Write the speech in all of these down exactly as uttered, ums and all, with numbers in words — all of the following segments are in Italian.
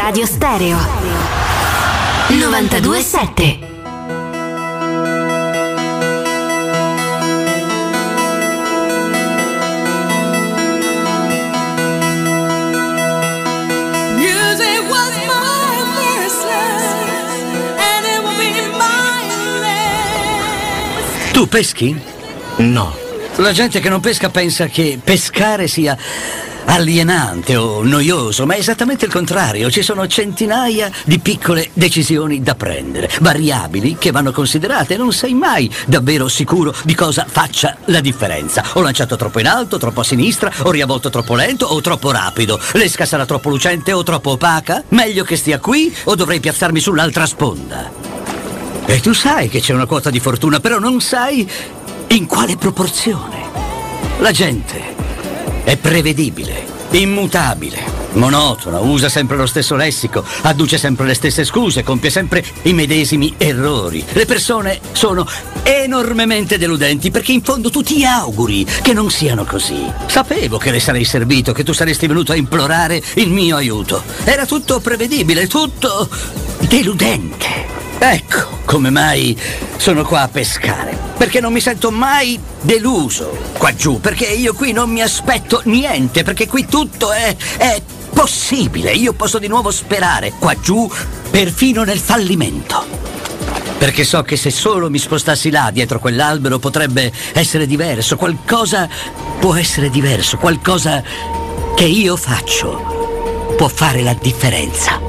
Teleradio Stereo novantadue sette. Tu peschi? No. La gente che non pesca pensa che pescare sia alienante o noioso, ma è esattamente il contrario. Ci sono centinaia di piccole decisioni da prendere, variabili che vanno considerate, e non sei mai davvero sicuro di cosa faccia la differenza. Ho lanciato troppo in alto, troppo a sinistra, ho riavvolto troppo lento o troppo rapido. L'esca sarà troppo lucente o troppo opaca? Meglio che stia qui o dovrei piazzarmi sull'altra sponda? E tu sai che c'è una quota di fortuna, però non sai in quale proporzione. La gente è prevedibile, immutabile, monotona, usa sempre lo stesso lessico, adduce sempre le stesse scuse, compie sempre i medesimi errori. Le persone sono enormemente deludenti perché in fondo tu ti auguri che non siano così. Sapevo che le sarei servito, che tu saresti venuto a implorare il mio aiuto. Era tutto prevedibile, tutto deludente. Ecco come mai sono qua a pescare, perché non mi sento mai deluso qua giù, perché io qui non mi aspetto niente, perché qui tutto è, è possibile. Io posso di nuovo sperare qua giù, perfino nel fallimento, perché so che se solo mi spostassi là dietro quell'albero potrebbe essere diverso, qualcosa può essere diverso, qualcosa che io faccio può fare la differenza.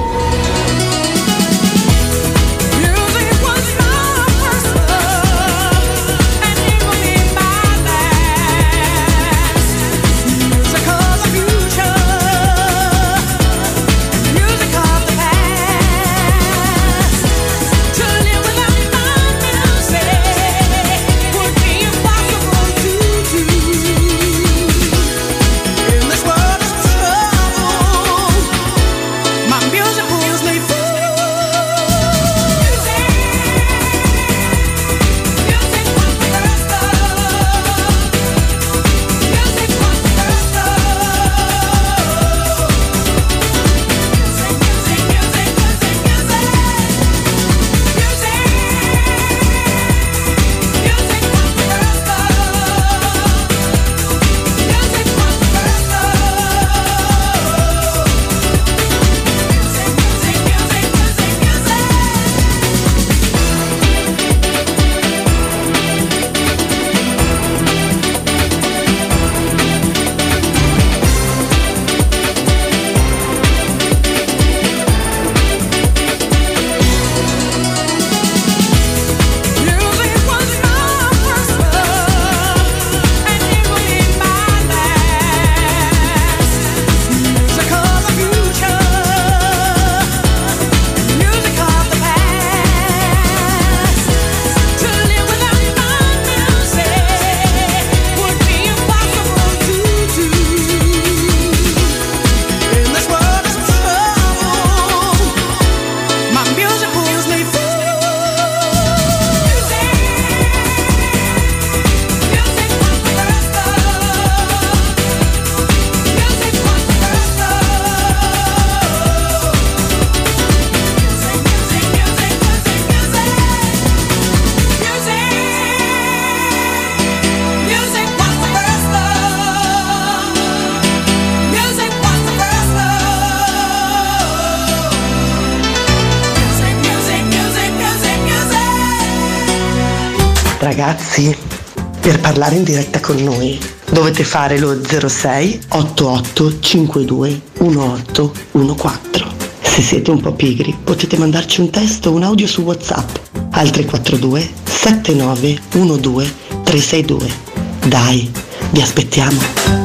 Ragazzi, per parlare in diretta con noi dovete fare lo zero sei otto otto cinque due uno otto uno quattro. Se siete un po' pigri potete mandarci un testo o un audio su WhatsApp al tre quattro due sette nove uno due tre sei due. Dai, vi aspettiamo.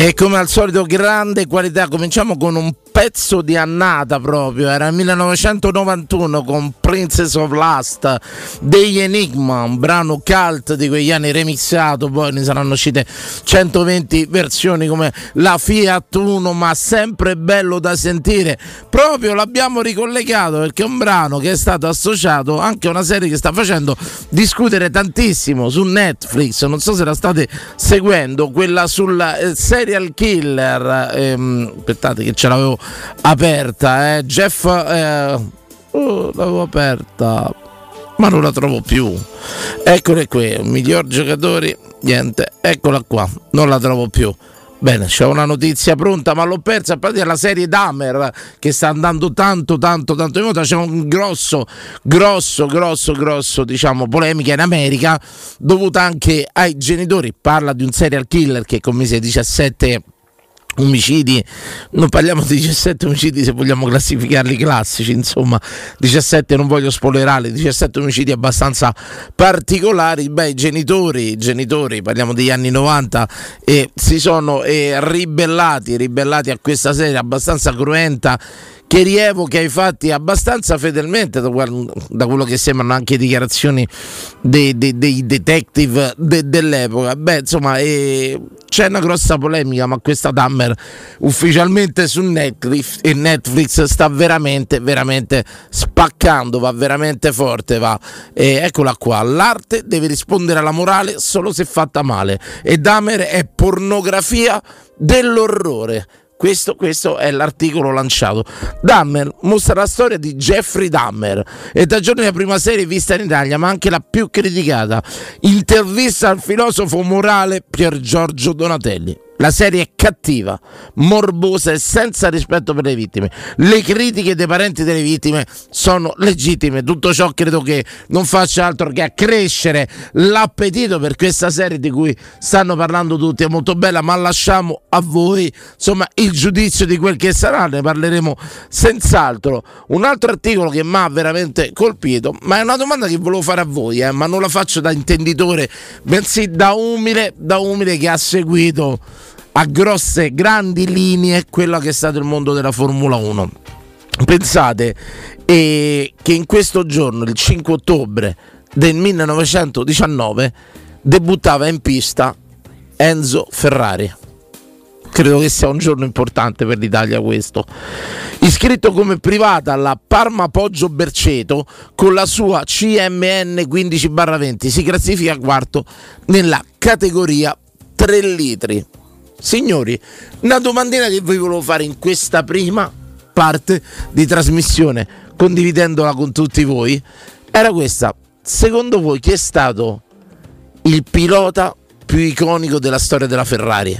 E come al solito grande qualità, cominciamo con un pezzo di annata proprio, era il millenovecentonovantuno con Princess of Lust degli Enigma, un brano cult di quegli anni remixato, poi ne saranno uscite centoventi versioni come la Fiat Uno, ma sempre bello da sentire, proprio l'abbiamo ricollegato perché è un brano che è stato associato anche a una serie che sta facendo discutere tantissimo su Netflix, non so se la state seguendo, quella sul eh, serial killer, ehm, aspettate che ce l'avevo aperta, eh. Jeff eh, oh, l'avevo aperta ma non la trovo più, eccole qui, miglior giocatori, niente, eccola qua, non la trovo più. Bene, c'è una notizia pronta, ma l'ho persa. A parte la serie Dahmer che sta andando tanto, tanto, tanto in moda. C'è un grosso, grosso, grosso, grosso, diciamo, polemica in America dovuta anche ai genitori. Parla di un serial killer che commise diciassette omicidi, non parliamo di diciassette omicidi se vogliamo classificarli classici, insomma diciassette, non voglio spoilerare, diciassette omicidi abbastanza particolari. Beh, i genitori, i genitori, parliamo degli anni novanta, e si sono eh, ribellati, ribellati a questa serie abbastanza cruenta, che rievoca i fatti abbastanza fedelmente da, da quello che sembrano anche dichiarazioni dei, dei, dei detective de, dell'epoca. Beh, insomma, eh, c'è una grossa polemica, ma questa Dahmer ufficialmente su Netflix, e Netflix sta veramente, veramente spaccando, va veramente forte, va. Eh, eccola qua, l'arte deve rispondere alla morale solo se fatta male, e Dahmer è pornografia dell'orrore. Questo, questo è l'articolo lanciato. Dahmer mostra la storia di Jeffrey Dahmer e da giorni la prima serie vista in Italia, ma anche la più criticata. Intervista al filosofo morale Pier Giorgio Donatelli. La serie è cattiva, morbosa e senza rispetto per le vittime. Le critiche dei parenti delle vittime sono legittime. Tutto ciò credo che non faccia altro che accrescere l'appetito per questa serie di cui stanno parlando tutti. È molto bella, ma lasciamo a voi, insomma, il giudizio di quel che sarà. Ne parleremo senz'altro. Un altro articolo che mi ha veramente colpito, ma è una domanda che volevo fare a voi, eh, ma non la faccio da intenditore, bensì da umile, da umile che ha seguito a grosse, grandi linee quello che è stato il mondo della Formula uno. Pensate eh, che in questo giorno, il cinque ottobre del millenovecentodiciannove, debuttava in pista Enzo Ferrari. Credo che sia un giorno importante per l'Italia questo. Iscritto come privata alla Parma Poggio Berceto con la sua C M N quindici venti, si classifica quarto nella categoria tre litri. Signori, una domandina che vi volevo fare in questa prima parte di trasmissione, condividendola con tutti voi, era questa: secondo voi chi è stato il pilota più iconico della storia della Ferrari?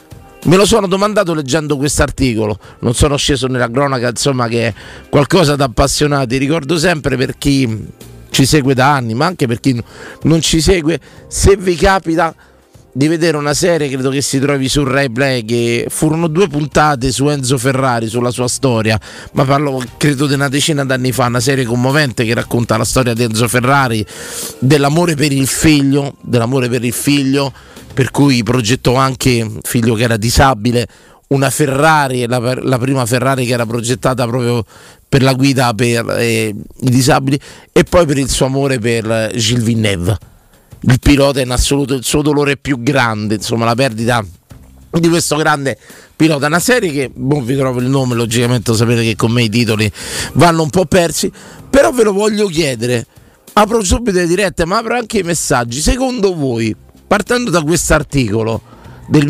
Me lo sono domandato leggendo quest'articolo, non sono sceso nella cronaca, insomma, che è qualcosa da appassionati. Ricordo sempre, per chi ci segue da anni, ma anche per chi non ci segue, se vi capita di vedere una serie, credo che si trovi su Rai Play, che furono due puntate su Enzo Ferrari, sulla sua storia, ma parlo credo di una decina d'anni fa, una serie commovente che racconta la storia di Enzo Ferrari, dell'amore per il figlio, dell'amore per il figlio, per cui progettò anche, figlio che era disabile, una Ferrari, la, la prima Ferrari che era progettata proprio per la guida per eh, i disabili, e poi per il suo amore per Gilles Villeneuve. Il pilota in assoluto, il suo dolore più grande, insomma, la perdita di questo grande pilota. Una serie che, boh, vi trovo il nome, logicamente sapete che con me i titoli vanno un po' persi, però ve lo voglio chiedere, apro subito le dirette, ma apro anche i messaggi. Secondo voi, partendo da quest'articolo del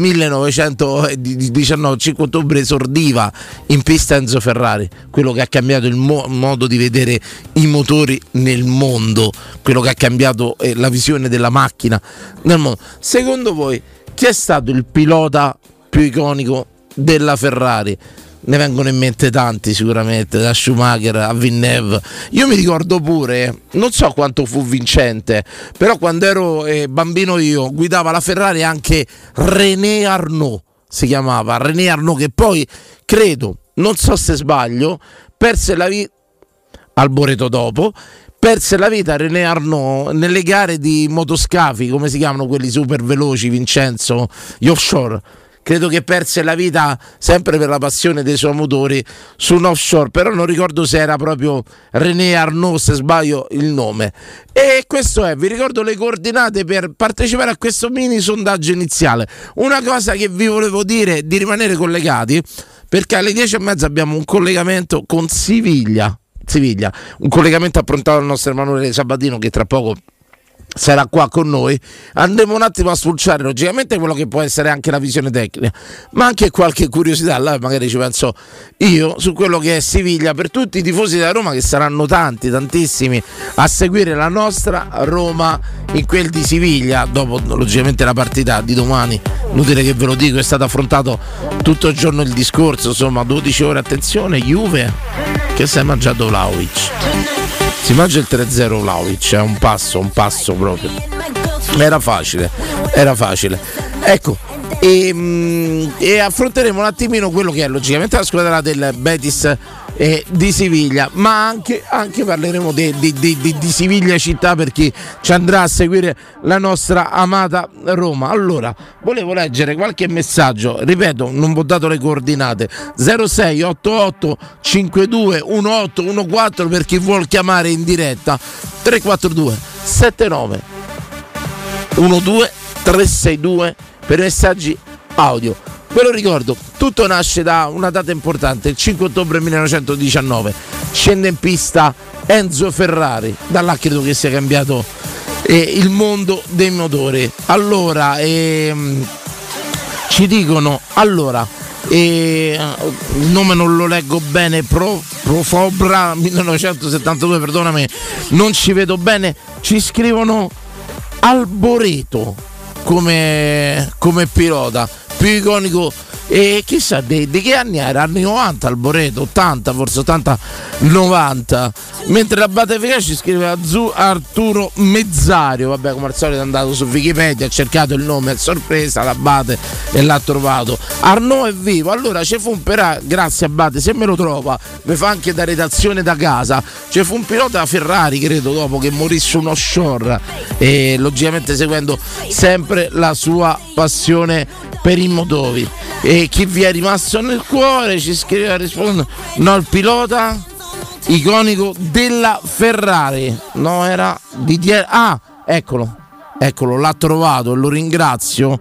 millenovecentodiciannove, cinque ottobre, esordiva in pista Enzo Ferrari, quello che ha cambiato il mo- modo di vedere i motori nel mondo, quello che ha cambiato eh, la visione della macchina nel mondo. Secondo voi chi è stato il pilota più iconico della Ferrari? Ne vengono in mente tanti sicuramente, da Schumacher a Villeneuve. Io mi ricordo pure, non so quanto fu vincente, però quando ero eh, bambino io, guidava la Ferrari anche René Arnoux, si chiamava René Arnoux, che poi credo, non so se sbaglio, perse la vita al Boreto dopo, perse la vita René Arnoux nelle gare di motoscafi, come si chiamano quelli super veloci, Vincenzo, gli offshore, credo che perse la vita sempre per la passione dei suoi motori su un offshore, però non ricordo se era proprio René Arnault, se sbaglio il nome. E questo è, vi ricordo le coordinate per partecipare a questo mini sondaggio iniziale. Una cosa che vi volevo dire è di rimanere collegati, perché alle dieci e mezza abbiamo un collegamento con Siviglia, Siviglia, un collegamento approntato dal nostro Emanuele Sabatino, che tra poco sarà qua con noi. Andremo un attimo a spulciare logicamente quello che può essere anche la visione tecnica, ma anche qualche curiosità, là magari ci penso io, su quello che è Siviglia, per tutti i tifosi della Roma, che saranno tanti, tantissimi a seguire la nostra Roma in quel di Siviglia. Dopo logicamente la partita di domani, inutile che ve lo dico, è stato affrontato tutto il giorno il discorso, insomma dodici ore. Attenzione, Juve, che si è mangiato Vlahovic, si mangia il tre zero Vlahovic, è un passo, un passo proprio. Era facile, era facile. Ecco, e, e affronteremo un attimino quello che è logicamente la squadra del Betis eh, di Siviglia, ma anche, anche parleremo di, di, di, di, di Siviglia città, per chi ci andrà a seguire la nostra amata Roma. Allora, volevo leggere qualche messaggio, ripeto, non vi ho dato le coordinate: zero sei otto otto cinque due uno otto uno quattro per chi vuol chiamare in diretta, tre quattro due sette nove uno due tre sei due per messaggi audio. Ve lo ricordo, tutto nasce da una data importante, il cinque ottobre millenovecentodiciannove, scende in pista Enzo Ferrari, da là credo che sia cambiato eh, il mondo dei motori. Allora, ehm, ci dicono, allora, eh, il nome non lo leggo bene, Pro, Profobra millenovecentosettantadue, perdonami, non ci vedo bene, ci scrivono Alboreto come, come pilota più iconico, e chissà di, di che anni era, anni novanta Alboreto, ottanta forse, ottanta novanta, mentre l'Abate Efficace ci scrive Azu, Arturo Mezzario, vabbè, come al solito è andato su Wikipedia, ha cercato il nome a sorpresa l'Abate e l'ha trovato. Arnaud è vivo, allora ci fu un perà, grazie Abate, se me lo trova mi fa anche da redazione da casa, ci fu un pilota Ferrari credo dopo che morì su un offshore, e logicamente seguendo sempre la sua passione per i motori. E chi vi è rimasto nel cuore ci scrive rispondendo no, il pilota iconico della Ferrari, no, era Didier, ah eccolo eccolo l'ha trovato e lo ringrazio,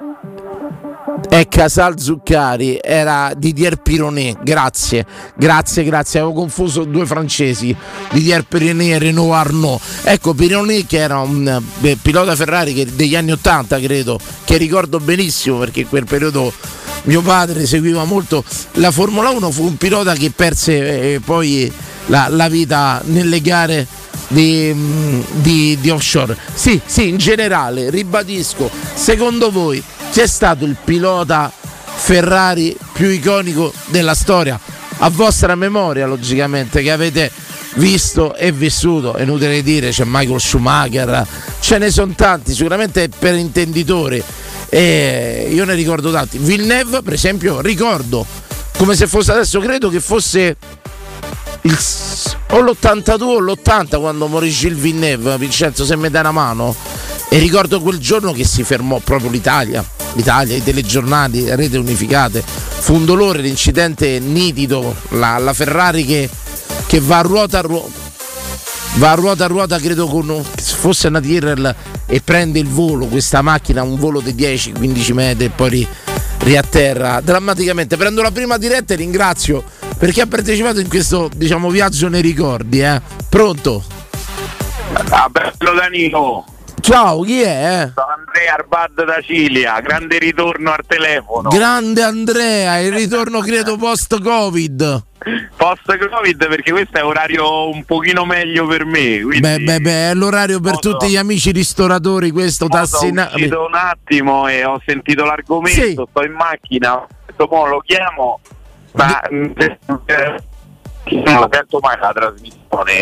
è Casal Zuccari, era Didier Pironet, grazie, grazie, grazie, avevo confuso due francesi, Didier Pironet e Renault Arnault. Ecco, Pironet che era un beh, pilota Ferrari che degli anni ottanta credo, che ricordo benissimo perché in quel periodo mio padre seguiva molto la Formula uno, fu un pilota che perse eh, poi la, la vita nelle gare di, di, di offshore. Sì, sì, in generale, ribadisco, secondo voi chi è stato il pilota Ferrari più iconico della storia? A vostra memoria, logicamente, che avete visto e vissuto, è inutile dire, c'è Michael Schumacher, ce ne sono tanti, sicuramente per intenditori, e io ne ricordo tanti. Villeneuve, per esempio, ricordo come se fosse adesso, credo che fosse il, o l'ottantadue o l'ottanta quando morì Gilles Villeneuve. Vincenzo, se mi dai una mano, e ricordo quel giorno che si fermò proprio l'Italia, l'Italia, i telegiornali, le rete unificate, fu un dolore, l'incidente nitido, la, la Ferrari che, che va a ruota a ruota, va a ruota a ruota, credo con fosse una Tyrrell, e prende il volo, questa macchina, un volo di dieci quindici metri e poi ri, riatterra drammaticamente. Prendo la prima diretta e ringrazio perché ha partecipato in questo, diciamo, viaggio nei ricordi, eh. Pronto? Ah, bello Danilo. Ciao, chi è? Sono Andrea Arbad da Cilia, grande ritorno al telefono. Grande Andrea, il ritorno credo post-Covid. Post-Covid, perché questo è orario un pochino meglio per me. Beh, beh, beh, è l'orario per Modo, tutti gli amici ristoratori, questo tassinale. Sono uscito un attimo e ho sentito l'argomento, sì. Sto in macchina, mo lo chiamo, ma non sento mai la trasmissione.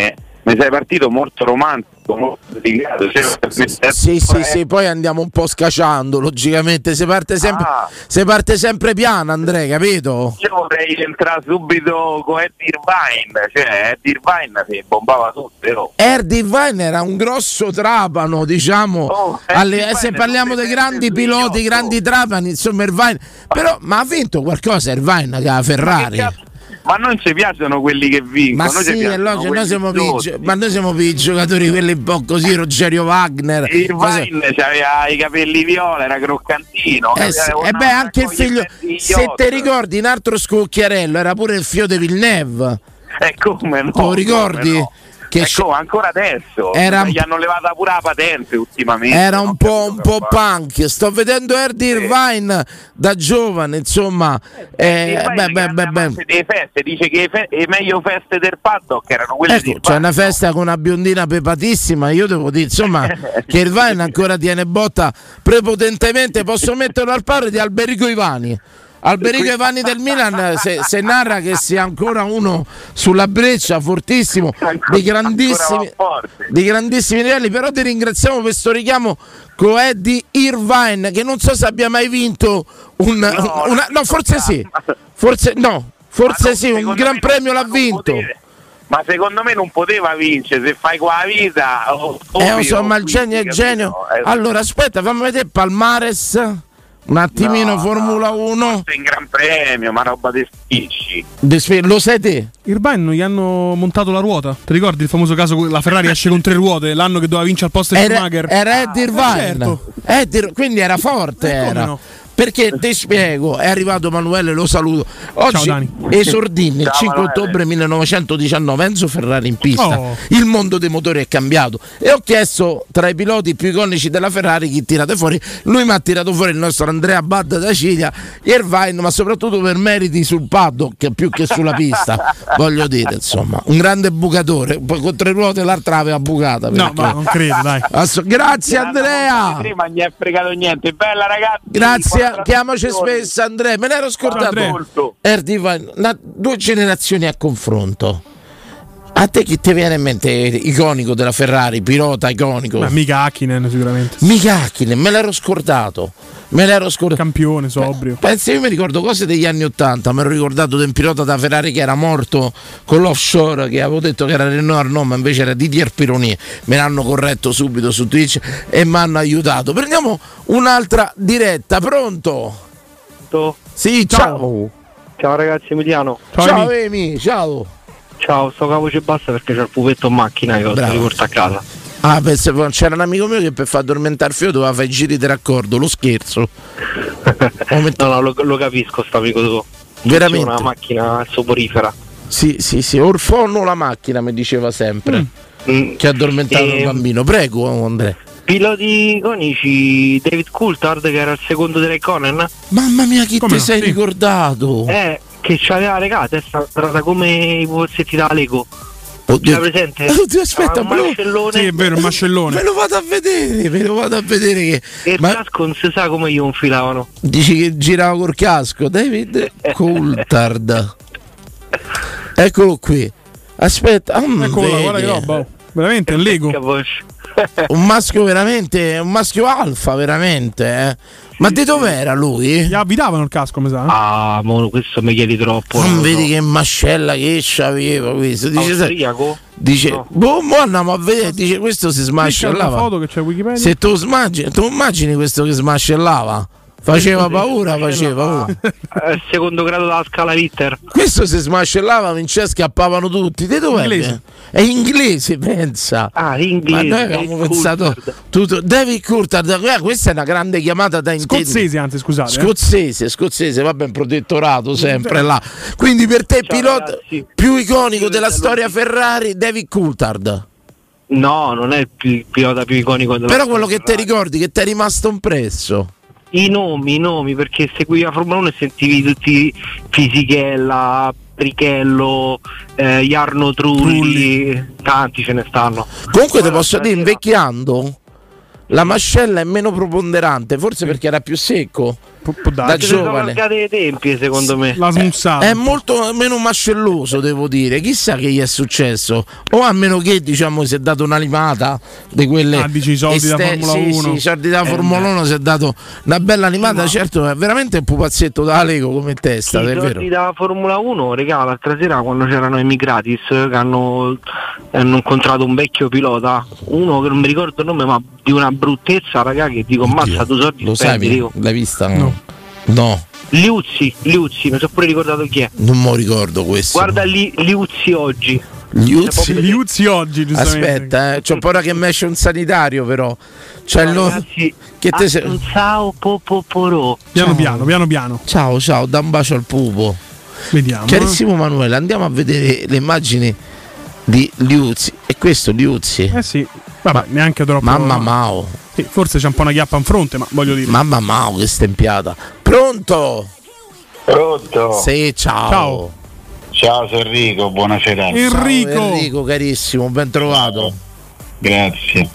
mi sei partito molto romantico, molto delicato. Cioè, sì, sì, sì, poi andiamo un po' scacciando, logicamente. Si parte sempre, ah. si parte sempre piano, Andrea, capito? Io vorrei entrare subito con Eddie Irvine, cioè Eddie Irvine si bombava tutto. No? Eddie Irvine era un grosso trapano, diciamo. Oh, alle, se parliamo dei grandi piloti, grandi trapani, insomma, Irvine. Però, ma ha vinto qualcosa Irvine che la Ferrari? Ma non ci piacciono quelli che vincono. Ma sì, è logico, noi siamo pigi, ma noi siamo più giocatori, quelli un po' così, Rogerio Wagner. Irvine aveva i capelli viola, era croccantino. Eh sì, e beh, anche il figlio, se ti ricordi, un altro Scocchiarello era pure il figlio di Villeneuve. E eh, come no? Te lo ricordi? No. Che ecco, ancora adesso era, gli hanno levata pure la patente ultimamente. Era un po', un po' punk. Sto vedendo Eddie Irvine da giovane, insomma. Eh, eh, beh, beh, beh, beh. Delle feste, dice che fe- le meglio feste del paddock erano quelle ecco, di c'è una festa con una biondina pepatissima. Io devo dire, insomma, che Irvine ancora tiene botta prepotentemente. Posso metterlo al pari di Alberico Ivani. Alberico Ivani del Milan se, se narra che sia ancora uno sulla breccia fortissimo, di grandissimi, di grandissimi livelli. Però ti ringraziamo per questo richiamo con Eddie Irvine, che non so se abbia mai vinto un, no, una, no forse sì, forse no, forse sì, un gran premio l'ha vinto. Ma secondo me non poteva vincere, se fai qua la vita. Oh, eh, insomma, il genio è genio. Allora aspetta, fammi vedere Palmares. Un attimino no, Formula uno in Gran Premio, ma roba di spicci. Lo sai te? Irvine non gli hanno montato la ruota. Ti ricordi il famoso caso la Ferrari esce con tre ruote l'anno che doveva vincere al posto di Schumacher? Era Eddie Irvine. Ah, certo. Eddie, quindi era forte, era. No? Perché ti spiego, è arrivato Emanuele, lo saluto. Oggi esordì il cinque ottobre millenovecentodiciannove, Enzo Ferrari in pista. Oh. Il mondo dei motori è cambiato e ho chiesto tra i piloti più iconici della Ferrari chi tirate fuori. Lui mi ha tirato fuori il nostro Andrea Bad da Ciglia, Irvine, ma soprattutto per meriti sul paddock più che sulla pista. Voglio dire, insomma, un grande bucatore. Poi con tre ruote l'altra aveva bucata. No, ma non credo, dai. Asso- grazie Andrea. Prima non gli è fregato niente. Bella ragazzi. Grazie. Chiamaci spesso Andrea, me l'ero scordato. Erdi, due generazioni a confronto. A te chi ti viene in mente iconico della Ferrari, pilota iconico? Beh, Mika Häkkinen sicuramente. Mika Häkkinen, me l'ero scordato. Me l'ero scordato. Campione, sobrio. Pensa, io mi ricordo cose degli anni ottanta, mi ero ricordato di un pilota da Ferrari che era morto con l'offshore, che avevo detto che era Renaud Arnaud, ma invece era Didier Pironi. Me l'hanno corretto subito su Twitch e mi hanno aiutato. Prendiamo un'altra diretta, pronto? Pronto? Sì, ciao. Ciao, ciao ragazzi, Emiliano. Ciao, ciao Emi, ciao. Ciao, sto capo ci basta perché c'è il pupetto in macchina che ho da riportare a casa. Ah, pensavo, c'era un amico mio che per far addormentare il figlio doveva fare i giri di raccordo, lo scherzo. no, no, lo, lo capisco, sto amico tuo. Veramente? C'è una macchina soporifera. Sì, sì, sì, orfono la macchina, mi diceva sempre. Mm. Che ha addormentato e... il bambino. Prego, Andrea. Piloti iconici, David Coulthard che era il secondo di Raikkonen. Mamma mia, chi come ti no? sei sì. ricordato? Eh, che c'aveva le case, è stata come i polsetti da Lego. Oddio, presente? Oddio, aspetta, un mascellone. Sì, è vero, un mascellone. Me lo vado a vedere, me lo vado a vedere che. E il ma... casco non si sa come io infilavano. Dici che girava col casco, David Coulthard. Eccolo qui. Aspetta, mm, eccolo là, guarda che roba. Veramente un Lego. Un maschio veramente, un maschio alfa veramente, eh. Ma di dov'era lui? Gli abitavano il casco, mi sa. Ah, mo questo mi chiedi troppo. Non vedi so. Che mascella che c'aveva questo? Dice, austriaco? Dice, no. Boh, mo andiamo a vedere, dice questo si smascellava. C'è foto che c'è Wikipedia. Se tu immagini, tu immagini questo che smascellava? Faceva paura, faceva paura. Il secondo grado della scala Richter. Questo si smascellava, Vincenzo, scappavano tutti. Di dove inglese. È inglese, pensa. Ah, inglese. Ma noi avevamo pensato tutto. David Coulthard, questa è una grande chiamata da intendere. Scozzese, anzi, scusate. Scozzese, eh. scozzese, vabbè, in protettorato sempre là. Quindi per te il pilota ragazzi. più iconico sì, della storia Ferrari, David Coulthard. No, non è il pilota più iconico della Però quello Ferrari. che ti ricordi, che ti è rimasto impresso. I nomi, i nomi, perché seguivi la Formula uno e sentivi tutti Fisichella, Brichello, eh, Jarno Trulli, Trulli, tanti ce ne stanno. Comunque ti posso dire, invecchiando, la mascella è meno preponderante, forse perché era più secco. Da giovane i tempi, secondo me la smussata è molto meno mascelloso, devo dire. Chissà che gli è successo, o a meno che diciamo si è dato una limata di quelle ah, dici i soldi este- da Formula sì, uno sì, i soldi da eh, Formula uno si è dato una bella limata, no. Certo è veramente un pupazzetto da Lego come testa, i è soldi vero. da Formula uno, regà, l'altra sera quando c'erano i Migratis che hanno, hanno incontrato un vecchio pilota, uno che non mi ricordo il nome, ma di una bruttezza, raga, che dico ammazza tu soldi lo spendi, sai, dico. l'hai vista? No. No. Liuzzi, Liuzzi, mi sono pure ricordato chi è. Non me lo ricordo questo. Guarda li, Liuzzi oggi. Liuzzi, Liuzzi oggi, aspetta, eh, c'ho paura che mi esce un sanitario, però. C'è no, il ragazzi, che te sei... ciao Popoporo. Piano piano, piano piano. Ciao, ciao, da un bacio al pupo. Vediamo. Carissimo Emanuele, andiamo a vedere le immagini di Liuzzi. E questo Liuzzi? Eh sì. Vabbè, ma, neanche troppo. Mamma Mao. Sì, forse c'è un po' una chiappa in fronte, ma voglio dire. Mamma Mao, che stempiata. Pronto? Pronto? Sì, ciao. Ciao. Ciao, sono Enrico, buonasera. Enrico. Ciao, Enrico, carissimo, ben trovato. Grazie.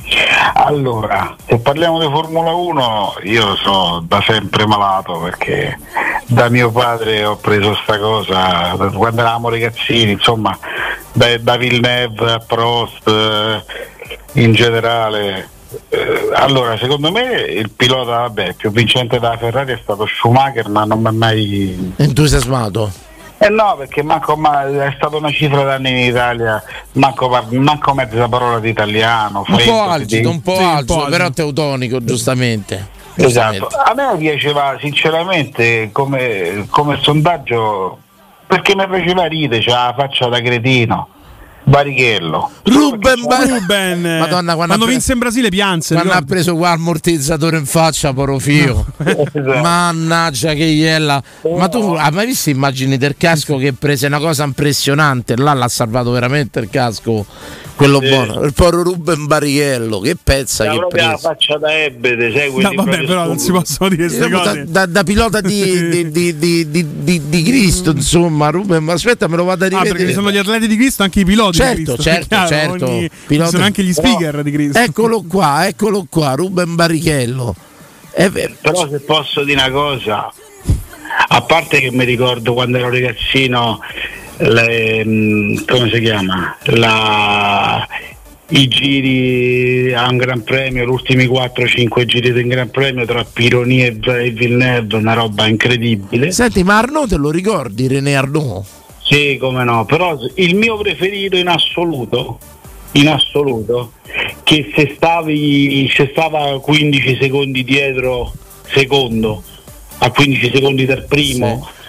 Allora, se parliamo di Formula uno, io sono da sempre malato perché da mio padre ho preso sta cosa quando eravamo ragazzini, insomma, da, da Villeneuve a Prost, eh, in generale. Eh, allora, secondo me il pilota vabbè, più vincente della Ferrari è stato Schumacher, ma non mi ha mai entusiasmato. Eh no, perché manco ma, è stata una cifra d'anni in Italia, manco, manco mezza parola di italiano. Un po' algido, un po' sì, algido, però teutonico, giustamente. Esatto. A me piaceva sinceramente come, come sondaggio, perché mi faceva ridere, c'ha la faccia da cretino. Barrichello Ruben, Bar- Ruben. Madonna, quando, quando vinse in Brasile pianse. Quando ha preso qua ammortizzatore in faccia, porofio. No. Mannaggia che iella. Oh. Ma tu hai mai visto immagini del casco che prese una cosa impressionante? Là l'ha salvato veramente il casco. Quello sì. Buono, il povero Ruben Barrichello, che pezza la che propria prese. faccia da Ebbe, sai, no, vabbè, però non si possono dire queste da, cose. Da, da pilota di, di, di, di, di, di, di Cristo, insomma, Ruben, ma aspetta, me lo vado a rivedere. Ah, perché sono gli atleti di Cristo, anche i piloti certo, di Cristo. Certo, chiaro, certo, ogni... pilota... sono anche gli speaker però... di Cristo. Eccolo qua, eccolo qua, Ruben Barrichello. È vero. Però se posso dire una cosa, a parte che mi ricordo quando ero ragazzino, le, come si chiama? La... i giri a un Gran Premio, gli ultimi quattro cinque giri del Gran Premio tra Pironi e Villeneuve, una roba incredibile. Senti, ma Arnaud te lo ricordi, René Arnaud? Sì, come no, però il mio preferito in assoluto, in assoluto, che se stavi, se stava quindici secondi dietro secondo, a quindici secondi dal primo, sì.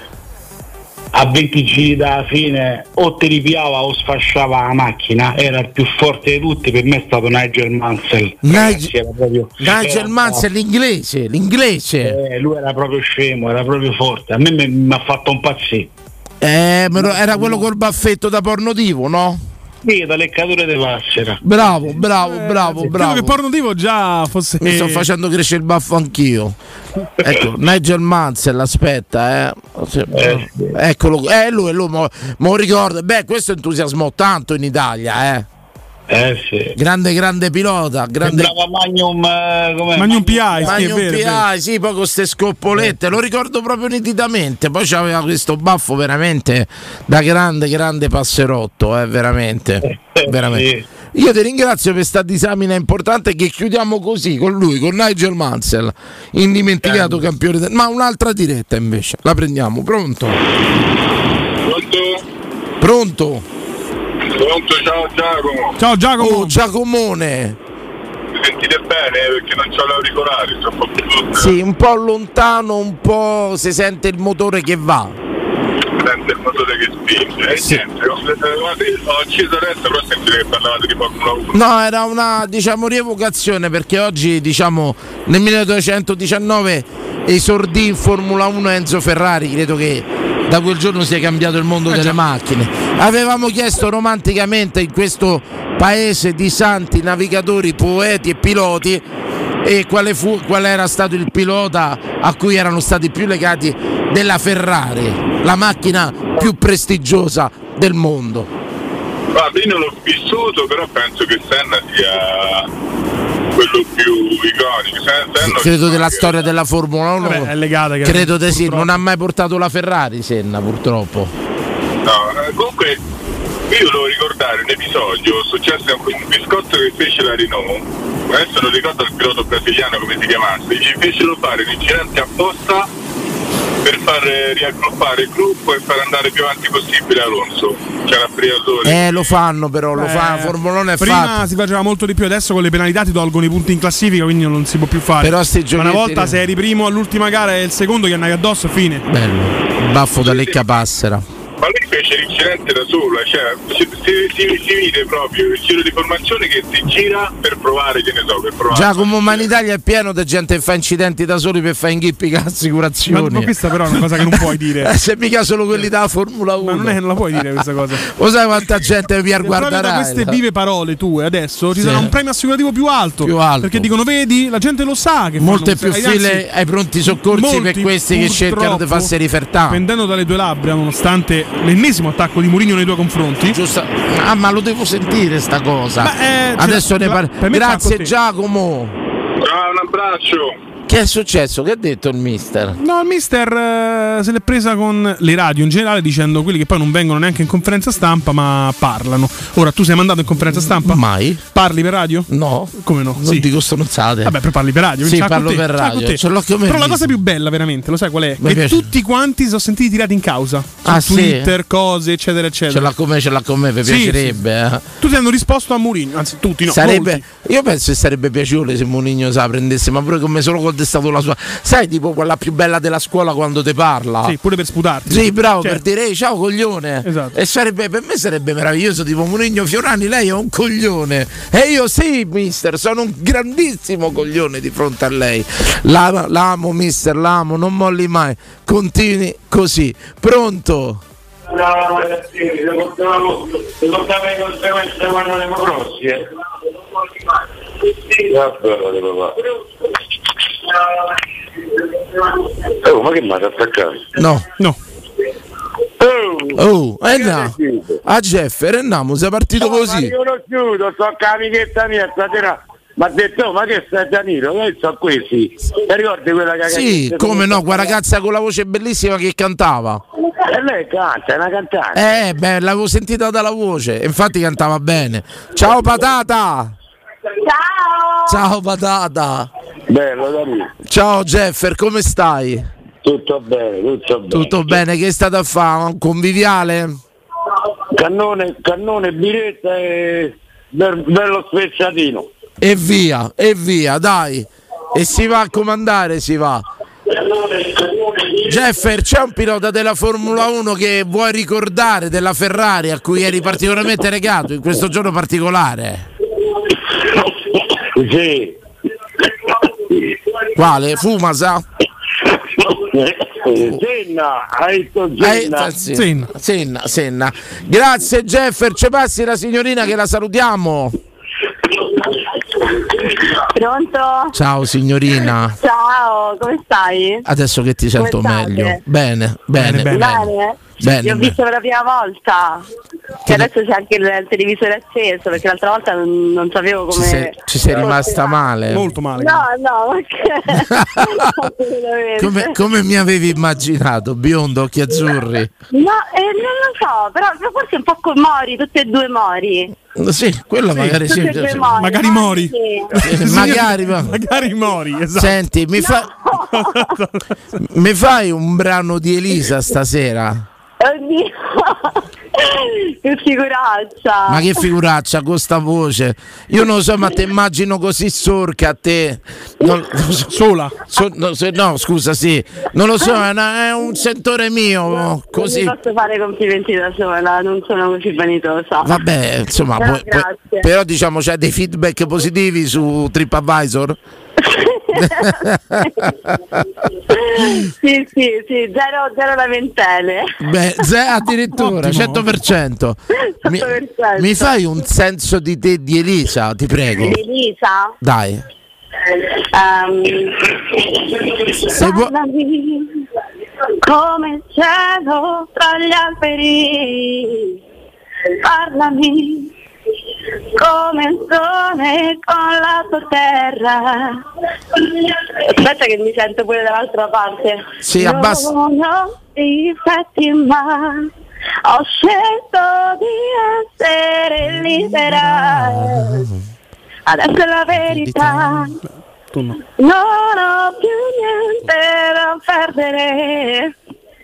A venti giri dalla fine o ti ripiava o sfasciava la macchina, era il più forte di tutti, per me è stato Nigel Mansell. Nigel, Ragazzi, era proprio, Nigel era, Mansell, l'inglese, l'inglese. Eh, lui era proprio scemo, era proprio forte, a me mi ha fatto un pazzì. Eh, era quello col baffetto da pornotivo, no? Sì, da leccatore di passera. Bravo, bravo, eh, bravo, sì, bravo. Credo che pornotivo già fosse. Mi sto facendo crescere il baffo anch'io. Ecco, Nigel Mansell, aspetta, eh. eh sì. Eccolo, eh, lui, lui mo, mo ricordo. Beh, questo entusiasmò tanto in Italia, eh. Eh sì. Grande, grande pilota, grande. Magnum, eh, come Magnum P I, Magnum sì, P I, sì, poi con queste scoppolette, eh. Lo ricordo proprio nitidamente. Poi c'aveva questo baffo veramente da grande, grande passerotto, eh, veramente. Eh, veramente. Sì. Io ti ringrazio per questa disamina importante che chiudiamo così con lui, con Nigel Mansell, indimenticato eh. campione del... Ma un'altra diretta invece, la prendiamo, pronto? Pronto? Pronto? Pronto, ciao Giacomo. Ciao Giacomo. Oh, Giacomone. Mi sentite bene? Perché non c'ho l'auricolare, sto un po' più lontano. Sì, un po' lontano, un po' si sente il motore che va. Si sente il motore che spinge. E sì. Niente, ho acceso adesso, però sentite che parlavate di Formula uno. No, era una, diciamo, rievocazione, perché oggi, diciamo, nel millenovecentodiciannove esordì in Formula uno Enzo Ferrari, credo che da quel giorno si è cambiato il mondo delle macchine. Avevamo chiesto romanticamente in questo paese di santi navigatori, poeti e piloti e quale fu, qual era stato il pilota a cui erano stati più legati della Ferrari, la macchina più prestigiosa del mondo. Guarda, io non l'ho vissuto, però penso che Senna sia quello più iconico. Senna, credo della storia della Formula uno. Vabbè, è legata, credo di sì, non ha mai portato la Ferrari Senna, purtroppo. No, eh, comunque io volevo ricordare un episodio successo a un biscotto che fece la Renault. Adesso non ricordo il pilota brasiliano come si chiamasse, gli fecero fare un incidente apposta per far riaggruppare il gruppo e far andare più avanti possibile Alonso. C'era Eh lo fanno però, lo Eh, fa Formula uno è prima fatto. si faceva molto di più, adesso con le penalità ti tolgono i punti in classifica, quindi non si può più fare. Però sti Ma una giochetti- volta se eri primo all'ultima gara e il secondo che andavi addosso, fine. Bello, baffo da lecca passera. Ma lui fece l'incidente da solo, cioè si, si, si, si vede proprio il giro di formazione che si gira per provare, che ne so, per provare. Giacomo Manitalia è pieno di gente che fa incidenti da soli per fare inghippi con assicurazioni. Ma, ma questa però è una cosa che non puoi dire. Eh, se mica solo quelli della Formula uno. Ma non, è, non la puoi dire questa cosa. Lo sai quanta gente mi Se proprio da guarderà? queste vive parole tue adesso ci Sì. sarà un premio assicurativo più alto, Più alto. perché dicono vedi la gente lo sa che Molte fanno- più anzi, file ai pronti soccorsi molti, per questi che cercano di farsi rifertà. pendendo dalle tue labbra nonostante l'ennesimo attacco di Mourinho nei tuoi confronti. Giusta. Ah, ma lo devo sentire sta cosa. Ma, eh, Adesso ce ne la- parlo. per me ce l'ha Grazie con te. Giacomo. Ciao, un abbraccio. Che è successo? Che ha detto il mister? No, il mister eh, se l'è presa con le radio in generale dicendo quelli che poi non vengono neanche in conferenza stampa ma parlano. Ora tu sei mandato in conferenza stampa? Mai? Parli per radio? No. Come no? Non Sì. dico stronzate. Vabbè, però parli per radio. Sì, ce l'ha con parlo te, per ce l'ha radio, con te. ce l'ho come Però la visto. cosa più bella veramente, lo sai qual è? Mi Che piace. tutti quanti si sono sentiti tirati in causa su Ah, sì? Twitter, cose, eccetera, Ce eccetera. l'ha con me, ce l'ha con me, mi Sì, piacerebbe. eh. Tutti hanno risposto a Mourinho, anzi tutti no. Sarebbe, molti. io penso che sarebbe piacevole se Mourinho se la prendesse, ma pure come solo contestato la sua. Sai, tipo quella più bella della scuola quando te parla. Sì, pure per sputarti. Sì, bravo, Certo. per dire "Ehi, ciao coglione". Esatto. E sarebbe, per me sarebbe meraviglioso, tipo Mourinho Fiorani, lei è un coglione. E io sì, mister, sono un grandissimo coglione di fronte a lei. La- l'amo, mister, l'amo, non molli mai. Continui così. Pronto? No, sì, ricordavo le conseguenze quando le grossi, eh. Oh, ma che mi ha attaccato? No. No. Oh, eh no. A Jeffer, andiamo, sei partito Ma così. io l'ho chiuso, sto con l'amichetta mia stasera. Ma ha detto, oh, ma che stai Gianino? Che sono questi? Ti ricordi quella che Sì, come no, quella ragazza con la voce bellissima che cantava. E lei canta, è una cantante. Eh, beh, l'avevo sentita dalla voce, infatti cantava bene. Ciao patata! Ciao! Ciao patata! Bello, Danilo. Ciao Jeffer, come stai? Tutto bene, tutto bene. Tutto bene, che è stato a fare? Un conviviale? Cannone, cannone, biretta e be- bello spezzatino. E via, e via, dai! E si va a comandare, si va. Jeffer, c'è un pilota della Formula uno che vuoi ricordare della Ferrari a cui eri particolarmente legato in questo giorno particolare? Sì. Quale? Fumasa? Senna, hai detto Eh, Senna. sì. Senna. Senna, Senna. Grazie Jeffer, ci passi la signorina che la salutiamo. Pronto? Ciao signorina. Ciao, come stai? Adesso che ti sento Come state? meglio. Bene, bene, Bene, bene. Bene? Bene, Ti ho bene. visto per la prima volta. Che adesso c'è anche il, il televisore acceso, perché l'altra volta non, non sapevo Ci come. sei, ci sei rimasta male. Molto male. No, no, ma che. Assolutamente. Come, come mi avevi immaginato? Biondo, occhi azzurri. No, eh, non lo so, però forse un po' con Mori, tutte e due Mori. Sì, quello magari sì. Tutte e due sì. Mori. Magari Mori. Sì. Eh, magari, ma- Magari mori, esatto. Senti, mi, fa... mi fai un brano di Elisa stasera? Oddio. Che figuraccia. Ma che figuraccia con sta voce. Io non lo so, ma te immagino così sorca a te. Non- Sola. so- no, se- no, scusa, sì. Non lo so, è, una- è un sentore mio. Così. Non mi posso fare complimenti da sola, non sono così vanitosa. Vabbè, insomma, Però poi- poi- grazie. però diciamo c'è dei feedback positivi su TripAdvisor. Sì, sì, sì, zero, zero lamentele. Beh, ze- addirittura Ottimo. cento per cento. Mi, cento per cento. mi fai un senso di te di Elisa, ti prego. Elisa, Dai. ehm, Se vuoi- parlami come il cielo tra gli alberi, parlami come il sole con la tua terra. Aspetta che mi sento pure dall'altra parte. Sì, abbassa. Non ho difetti ma ho scelto di essere libera. Adesso è la verità. Non ho più niente da perdere.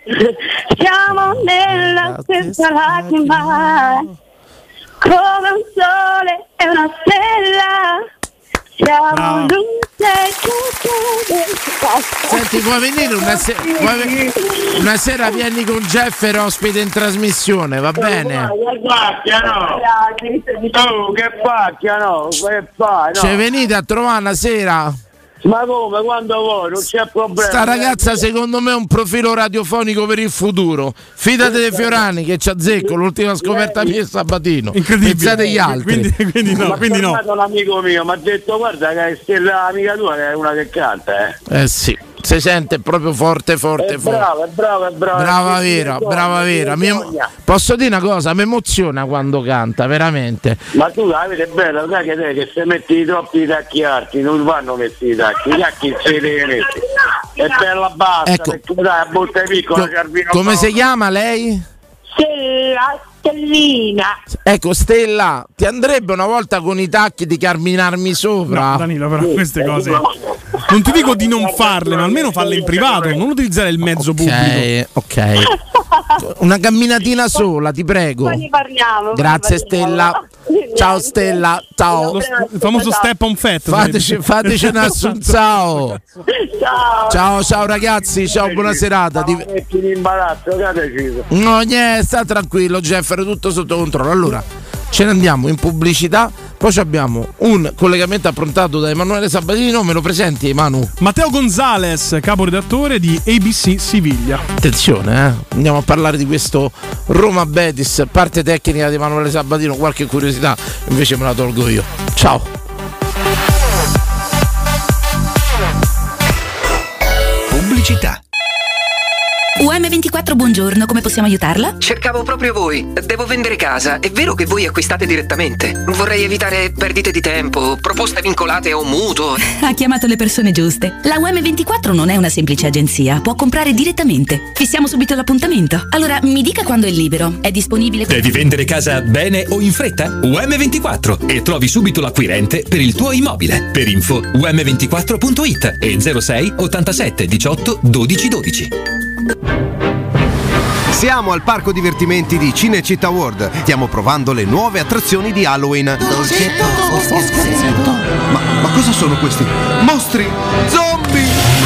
Siamo nella stessa lacrima, come un sole e una stella. Siamo luce che Senti, vuoi venire una, se- vuoi ve- una sera vieni con Jeffer ospite in trasmissione, va bene? Che pacchia no? Oh, che pacchia no? Che fai? Cioè venite a trovare una sera. Ma come, quando vuoi, non c'è problema. Sta ragazza secondo me è un profilo radiofonico per il futuro. Fidate dei Fiorani che ci azzecco, l'ultima scoperta mia è Sabatino. Incredibile. Pensate agli altri. Quindi, quindi no, Ma quindi no. un amico mio mi ha detto guarda che è Stella amica tua che è una che canta, eh. Eh sì, si sente proprio forte forte È forte. brava, è brava, è brava. Brava Sì, vera, sì, brava sì, vera. sì, Mi- sogna. posso dire una cosa, mi emoziona quando canta, veramente. Ma tu la vedi bella, sai che te che se metti troppi tacchi alti non vanno messi i tacchi, i tacchi se li devi mettere. È bella bassa, Ecco. perché dai, a botte piccola, Co- Carvino come si Paolo. chiama lei? Stella, stellina. Ecco Stella, ti andrebbe una volta con i tacchi di carminarmi sopra? No, Danilo, però queste cose non ti dico di non farle, ma almeno farle in privato, non utilizzare il mezzo pubblico. Ok, ok. Una camminatina sola, ti prego. Poi ne parliamo. Grazie poi ne Stella. parliamo. Ciao Stella, ciao. Lo st- il famoso step on fat. Fateci, fateci un assunzao. Ciao. Ciao, ciao ragazzi, ciao, buona serata. Di- Metti in imbarazzo, che ha deciso? No, niente, sta tranquillo, Jeffer, tutto sotto controllo. Allora, ce ne andiamo in pubblicità. Poi abbiamo un collegamento approntato da Emanuele Sabatino. Me lo presenti, Manu? Matteo Gonzales, caporedattore di A B C Siviglia. Attenzione, eh. Andiamo a parlare di questo Roma Betis, parte tecnica di Emanuele Sabatino. Qualche curiosità invece me la tolgo io. Ciao. Pubblicità. U M ventiquattro, buongiorno, come possiamo aiutarla? Cercavo proprio voi. Devo vendere casa. È vero che voi acquistate direttamente? Vorrei evitare perdite di tempo, proposte vincolate a un mutuo. Ha chiamato le persone giuste. La U M ventiquattro non è una semplice agenzia, può comprare direttamente. Fissiamo subito l'appuntamento. Allora, mi dica quando è libero. È disponibile? Devi vendere casa bene o in fretta? U M ventiquattro e trovi subito l'acquirente per il tuo immobile. Per info u m ventiquattro punto i t e zero sei ottantasette diciotto dodici dodici. Siamo al parco divertimenti di Cinecittà World. Stiamo provando le nuove attrazioni di Halloween. Ma, ma cosa sono questi? Mostri! Zombie!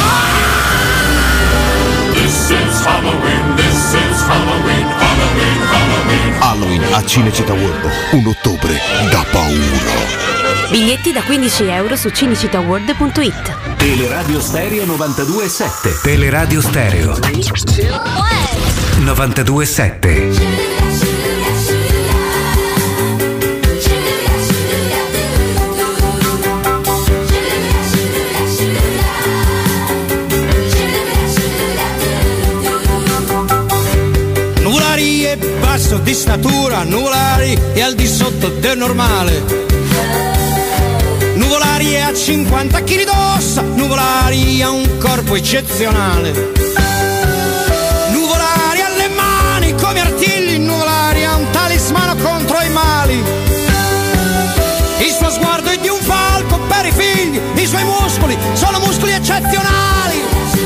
This is Halloween, this is Halloween, Halloween, Halloween. Halloween a Cinecittà World. Un ottobre da paura. Biglietti da quindici euro su cinecittàworld punto it. Teleradio Stereo novantadue e sette. Teleradio Stereo novantadue e sette. Nuvolari e basso di statura, nuvolari e al di sotto del normale. Nuvolari è a cinquanta chili d'ossa, Nuvolari ha un corpo eccezionale. Nuvolari alle mani come artigli, Nuvolari ha un talismano contro i mali. Il suo sguardo è di un falco per i figli, i suoi muscoli sono muscoli eccezionali.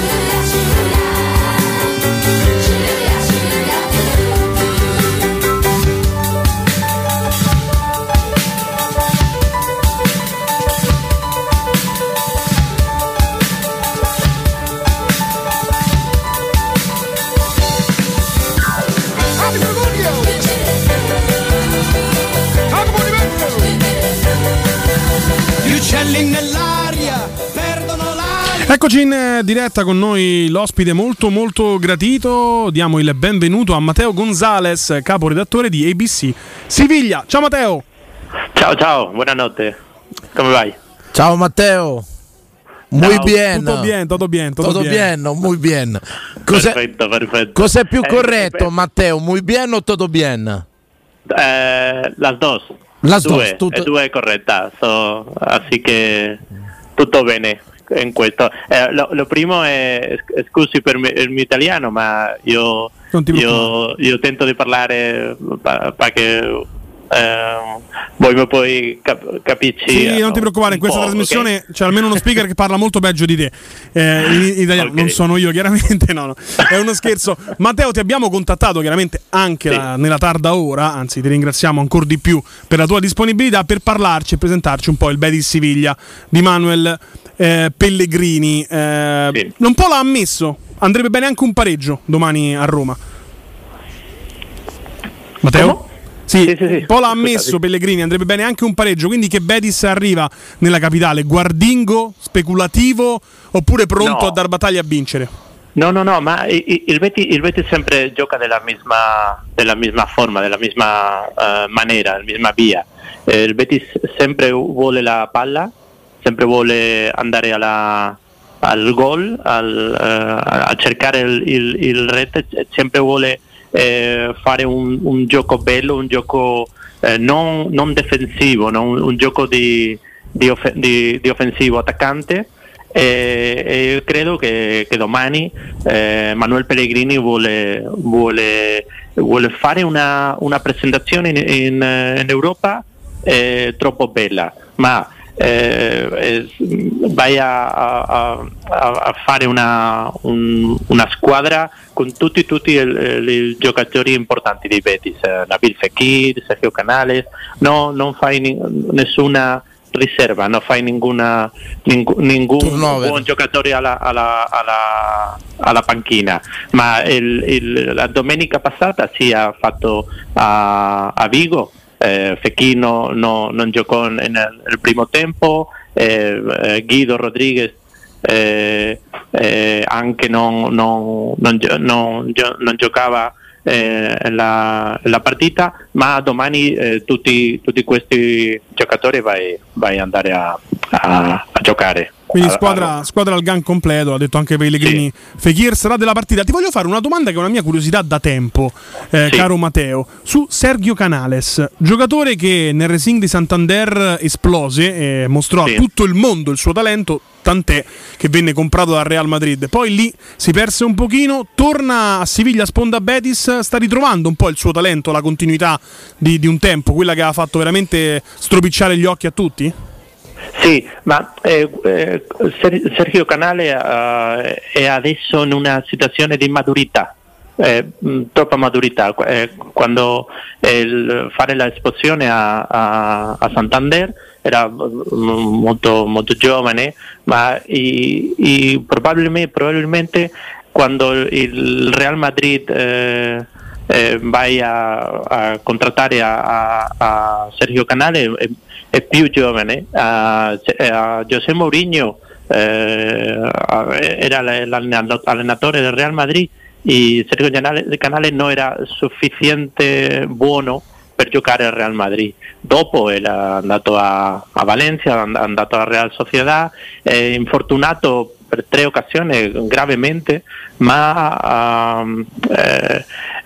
Gli uccelli nell'aria perdono l'aria. Eccoci in diretta con noi l'ospite molto molto gratito. Diamo il benvenuto a Matteo Gonzales, caporedattore di A B C Siviglia. Ciao Matteo. Ciao ciao, buonanotte. Come vai? Ciao Matteo. Muy Ciao. bien. Tutto bien, tutto bien, tutto Todo bien. bien, muy bien. Cos'è, Perfetto, perfetto. cos'è più Eh, corretto, beh, Matteo? Muy bien o todo bien? Eh, las dos. Las due, dos, tutto... e due è corretta, so, así che tutto bene in questo. Eh, lo, lo primo è, scusi per me, il mio italiano, ma io, io, io tento di parlare perché eh, voi poi cap- capisci. Sì, non ti preoccupare, in questa trasmissione okay? C'è almeno uno speaker che parla molto peggio di te. Eh, in italiano okay. Non sono io, chiaramente, no, no. È uno scherzo. Matteo, ti abbiamo contattato chiaramente anche sì. la, nella tarda ora, anzi ti ringraziamo ancora di più per la tua disponibilità per parlarci e presentarci un po' il Betis Siviglia di Manuel eh, Pellegrini. Eh, sì. Un po' l'ha ammesso, andrebbe bene anche un pareggio domani a Roma. Matteo? Come? Sì, sì, sì, sì. Poi l'ha ammesso Pellegrini, andrebbe bene anche un pareggio, quindi che Betis arriva nella capitale, guardingo, speculativo oppure pronto no. a dar battaglia a vincere? No, no, no, ma il, il, Betis, il Betis sempre gioca della misma, della misma forma, della misma uh, maniera, della misma via. Eh, il Betis sempre vuole la palla, sempre vuole andare alla, al gol, al, uh, a cercare il, il, il rete, sempre vuole Eh, fare un, un gioco bello, un gioco eh, non, non difensivo, non, un gioco di, di, off- di, di offensivo attaccante e, e io credo che, che domani eh, Manuel Pellegrini vuole, vuole, vuole fare una, una presentazione in, in, in Europa eh, troppo bella, ma Eh, eh, vai a, a, a fare una, un, una squadra con tutti, tutti i giocatori importanti di Betis, eh, Nabil Fekir, Sergio Canales, no, non fai ni, nessuna riserva, non fai ninguna, ning, ningun buon giocatore alla, alla, alla, alla panchina, ma il, il, la domenica passata si è fatto a, a Vigo. Eh, Fekir no, no, non giocò nel, nel primo tempo, eh, eh, Guido Rodriguez eh, eh, anche non, non, non, non, non giocava eh, la, la partita, ma domani eh, tutti, tutti questi giocatori vai, vai andare a, a, a giocare. Quindi squadra, squadra al gan completo, ha detto anche Pellegrini. Sì. Fekir sarà della partita. Ti voglio fare una domanda che è una mia curiosità da tempo, eh, sì. caro Matteo, su Sergio Canales, giocatore che nel Racing di Santander esplose e mostrò sì. a tutto il mondo il suo talento, tant'è che venne comprato dal Real Madrid. Poi lì si perse un pochino, torna a Siviglia, sponda Betis, sta ritrovando un po' il suo talento, la continuità di, di un tempo, quella che ha fatto veramente stropicciare gli occhi a tutti? Sì, ma eh, eh, Sergio Canale eh, è adesso in una situazione di maturità, eh, mh, troppa maturità. Eh, quando eh, fare l'esposizione a, a, a Santander era mh, molto, molto giovane, ma i, i, probabilmente, probabilmente quando il Real Madrid eh, eh, vai a, a contrattare a, a, a Sergio Canale è, è più giovane. uh, uh, José Mourinho eh, era l'allenatore del Real Madrid e Sergio Canale non era sufficiente buono per giocare al Real Madrid. Dopo è andato a, a Valencia, è andato alla Real Sociedad, è infortunato per tre occasioni gravemente, ma uh, eh,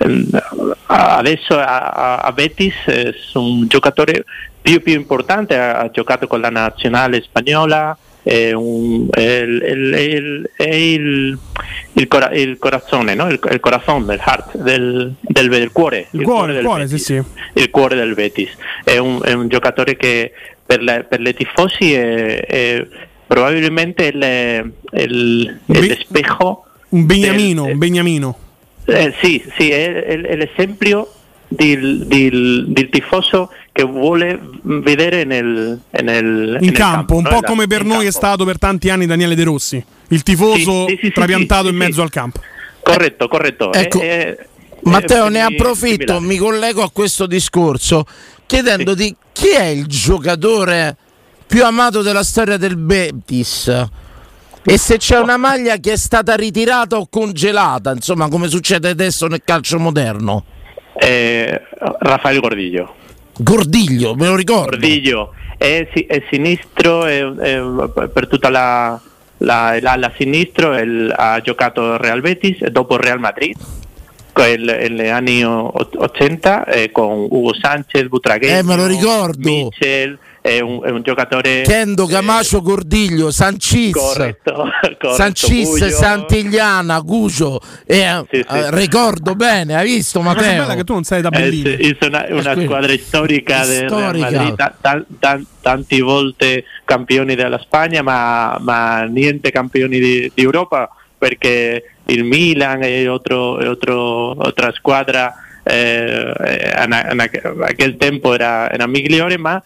adesso a, a Betis è un giocatore più più importante, ha, ha giocato con la nazionale spagnola, è, un, è, il, il, è il, il, cora, il corazzone, no? il, il corazon del heart, del, del, del cuore, il, il cuore, del cuore, Betis, sì, sì. il cuore del Betis. È un, è un giocatore che per, le, per le tifosi è, è probabilmente il, il, il espejo, un beniamino, del, un beniamino. Eh, sì, sì, è, è, è l'esempio del, del, del tifoso che vuole vedere nel, nel, in nel campo, campo, un no? po' come per noi campo. È stato per tanti anni Daniele De Rossi, il tifoso sì, sì, sì, trapiantato sì, sì, in mezzo sì. al campo. Corretto, corretto. Ecco, è, è, Matteo, è, ne approfitto, mi collego a questo discorso chiedendoti sì. chi è il giocatore più amato della storia del Betis e se c'è una maglia che è stata ritirata o congelata, insomma, come succede adesso nel calcio moderno. Eh, Rafael Gordiglio. Gordiglio, me lo ricordo. Gordiglio è, è sinistro, è, è, per tutta la, la, l'ala sinistro, il, ha giocato al Real Betis e dopo Real Madrid. negli anni ottanta eh, con Hugo Sánchez, Butragueño, eh, me lo ricordo. Mitchell, è un, è un giocatore Kendo, Camacho, eh, Cordiglio, Sancis, corretto, corretto, Sancis, Cuglio. Santigliana, Gucio, eh, sì, sì. Eh, ricordo bene, hai visto Matteo? La cosa bella è che tu non sei tabellino. Eh, sì, una, una squadra storica del Real Madrid, ta, ta, ta, tanti volte campioni della Spagna, ma, ma niente campioni di, di Europa, perché il Milan e otro, otro, otra squadra eh, en, en aquel tempo era, era migliore, ma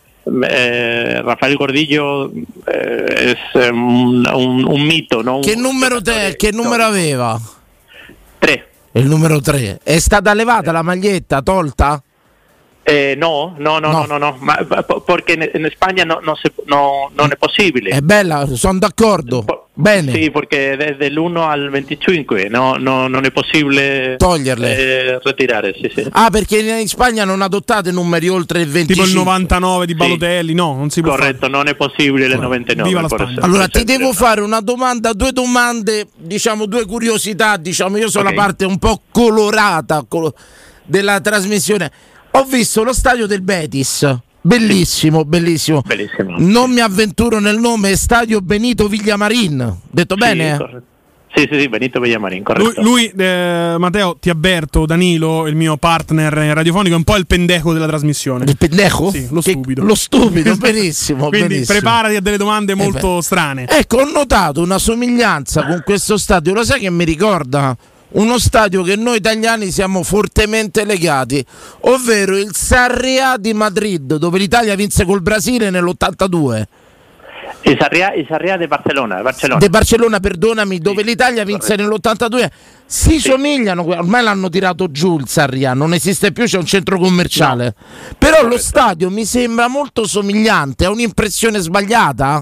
eh, Rafael Gordillo eh, è un, un, un mito, no? Che numero, te, che numero aveva? Tre. Il numero tre. È stata levata la maglietta, tolta? Eh, no, no, no, no, no, no, ma perché in Spagna no, no, se, no, non è possibile. È bella, sono d'accordo. Bene. Sì, perché dall'uno al venticinque no, no, non è possibile toglierle, eh, ritirare. Sì, sì. Ah, perché in Spagna non adottate numeri oltre il venticinque. Tipo il novantanove di Balotelli, sì. No, non si può. Corretto, fare. Non è possibile il novantanove. Viva la Spagna. Allora ti devo fare una domanda, due domande, diciamo due curiosità, diciamo io sono okay. La parte un po' colorata della trasmissione. Ho visto lo stadio del Betis, bellissimo, bellissimo. Bellissimo. Non mi avventuro nel nome, stadio Benito Villamarín. Detto sì, bene? Corretto. Sì, sì, sì, Benito Villamarín, corretto. Lui, lui eh, Matteo, ti avverto, Danilo, il mio partner radiofonico, è un po' il pendejo della trasmissione. Il pendejo? Sì, lo stupido. Che, lo stupido, benissimo. Quindi benissimo. Preparati a delle domande molto eh strane. Ecco, ho notato una somiglianza con questo stadio, lo sai che mi ricorda? Uno stadio che noi italiani siamo fortemente legati, ovvero il Sarriá di Madrid, dove l'Italia vinse col Brasile nell'ottantadue. Il Sarriá, il Sarriá di Barcellona, Barcellona. De Barcellona, perdonami, dove sì, l'Italia vinse corretto. Nell'ottantadue. Si sì. somigliano, ormai l'hanno tirato giù il Sarriá, non esiste più, c'è un centro commerciale. No. Però corretto. Lo stadio mi sembra molto somigliante, ha un'impressione sbagliata?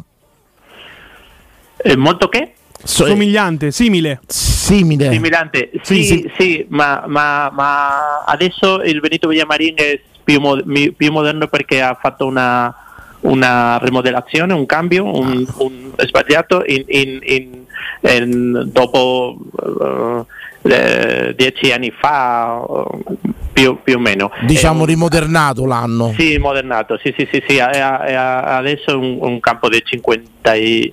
Eh, molto che? So, somigliante, simile. Simile. Similante, sì, sì, sì. sì ma, ma, ma adesso il Benito Villamarín è più, mo- più moderno perché ha fatto una, una rimodelazione, un cambio, un, un sbagliato in, in, in, in, dopo uh, eh, dieci anni fa, uh, più, più o meno. Diciamo un, rimodernato l'anno. Sì, modernato, sì, sì, sì, sì. È, è, adesso è un, un campo di cinquanta, eh,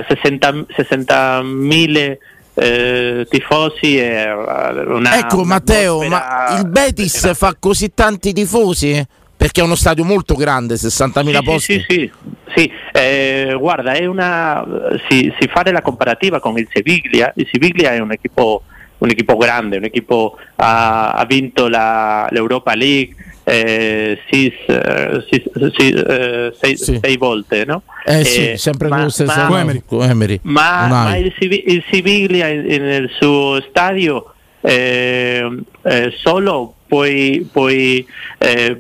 sessantamila eh, tifosi. È una, ecco Matteo, ma il Betis una... fa così tanti tifosi? Perché è uno stadio molto grande, sessantamila sì, posti. Sì, sì, sì. sì. Eh, guarda, è una si, si fa la comparativa con il Siviglia. Il Siviglia è un equipo un equipo grande, un equipo ha, ha vinto la, l'Europa League eh, sis, eh, sis, sis, eh, sei, sì. sei volte, no? Eh, eh sì, sempre ma, con lo stesso ma, Emery. Emery. Ma, ma il, il Siviglia nel suo stadio eh, eh, solo puoi, puoi, eh,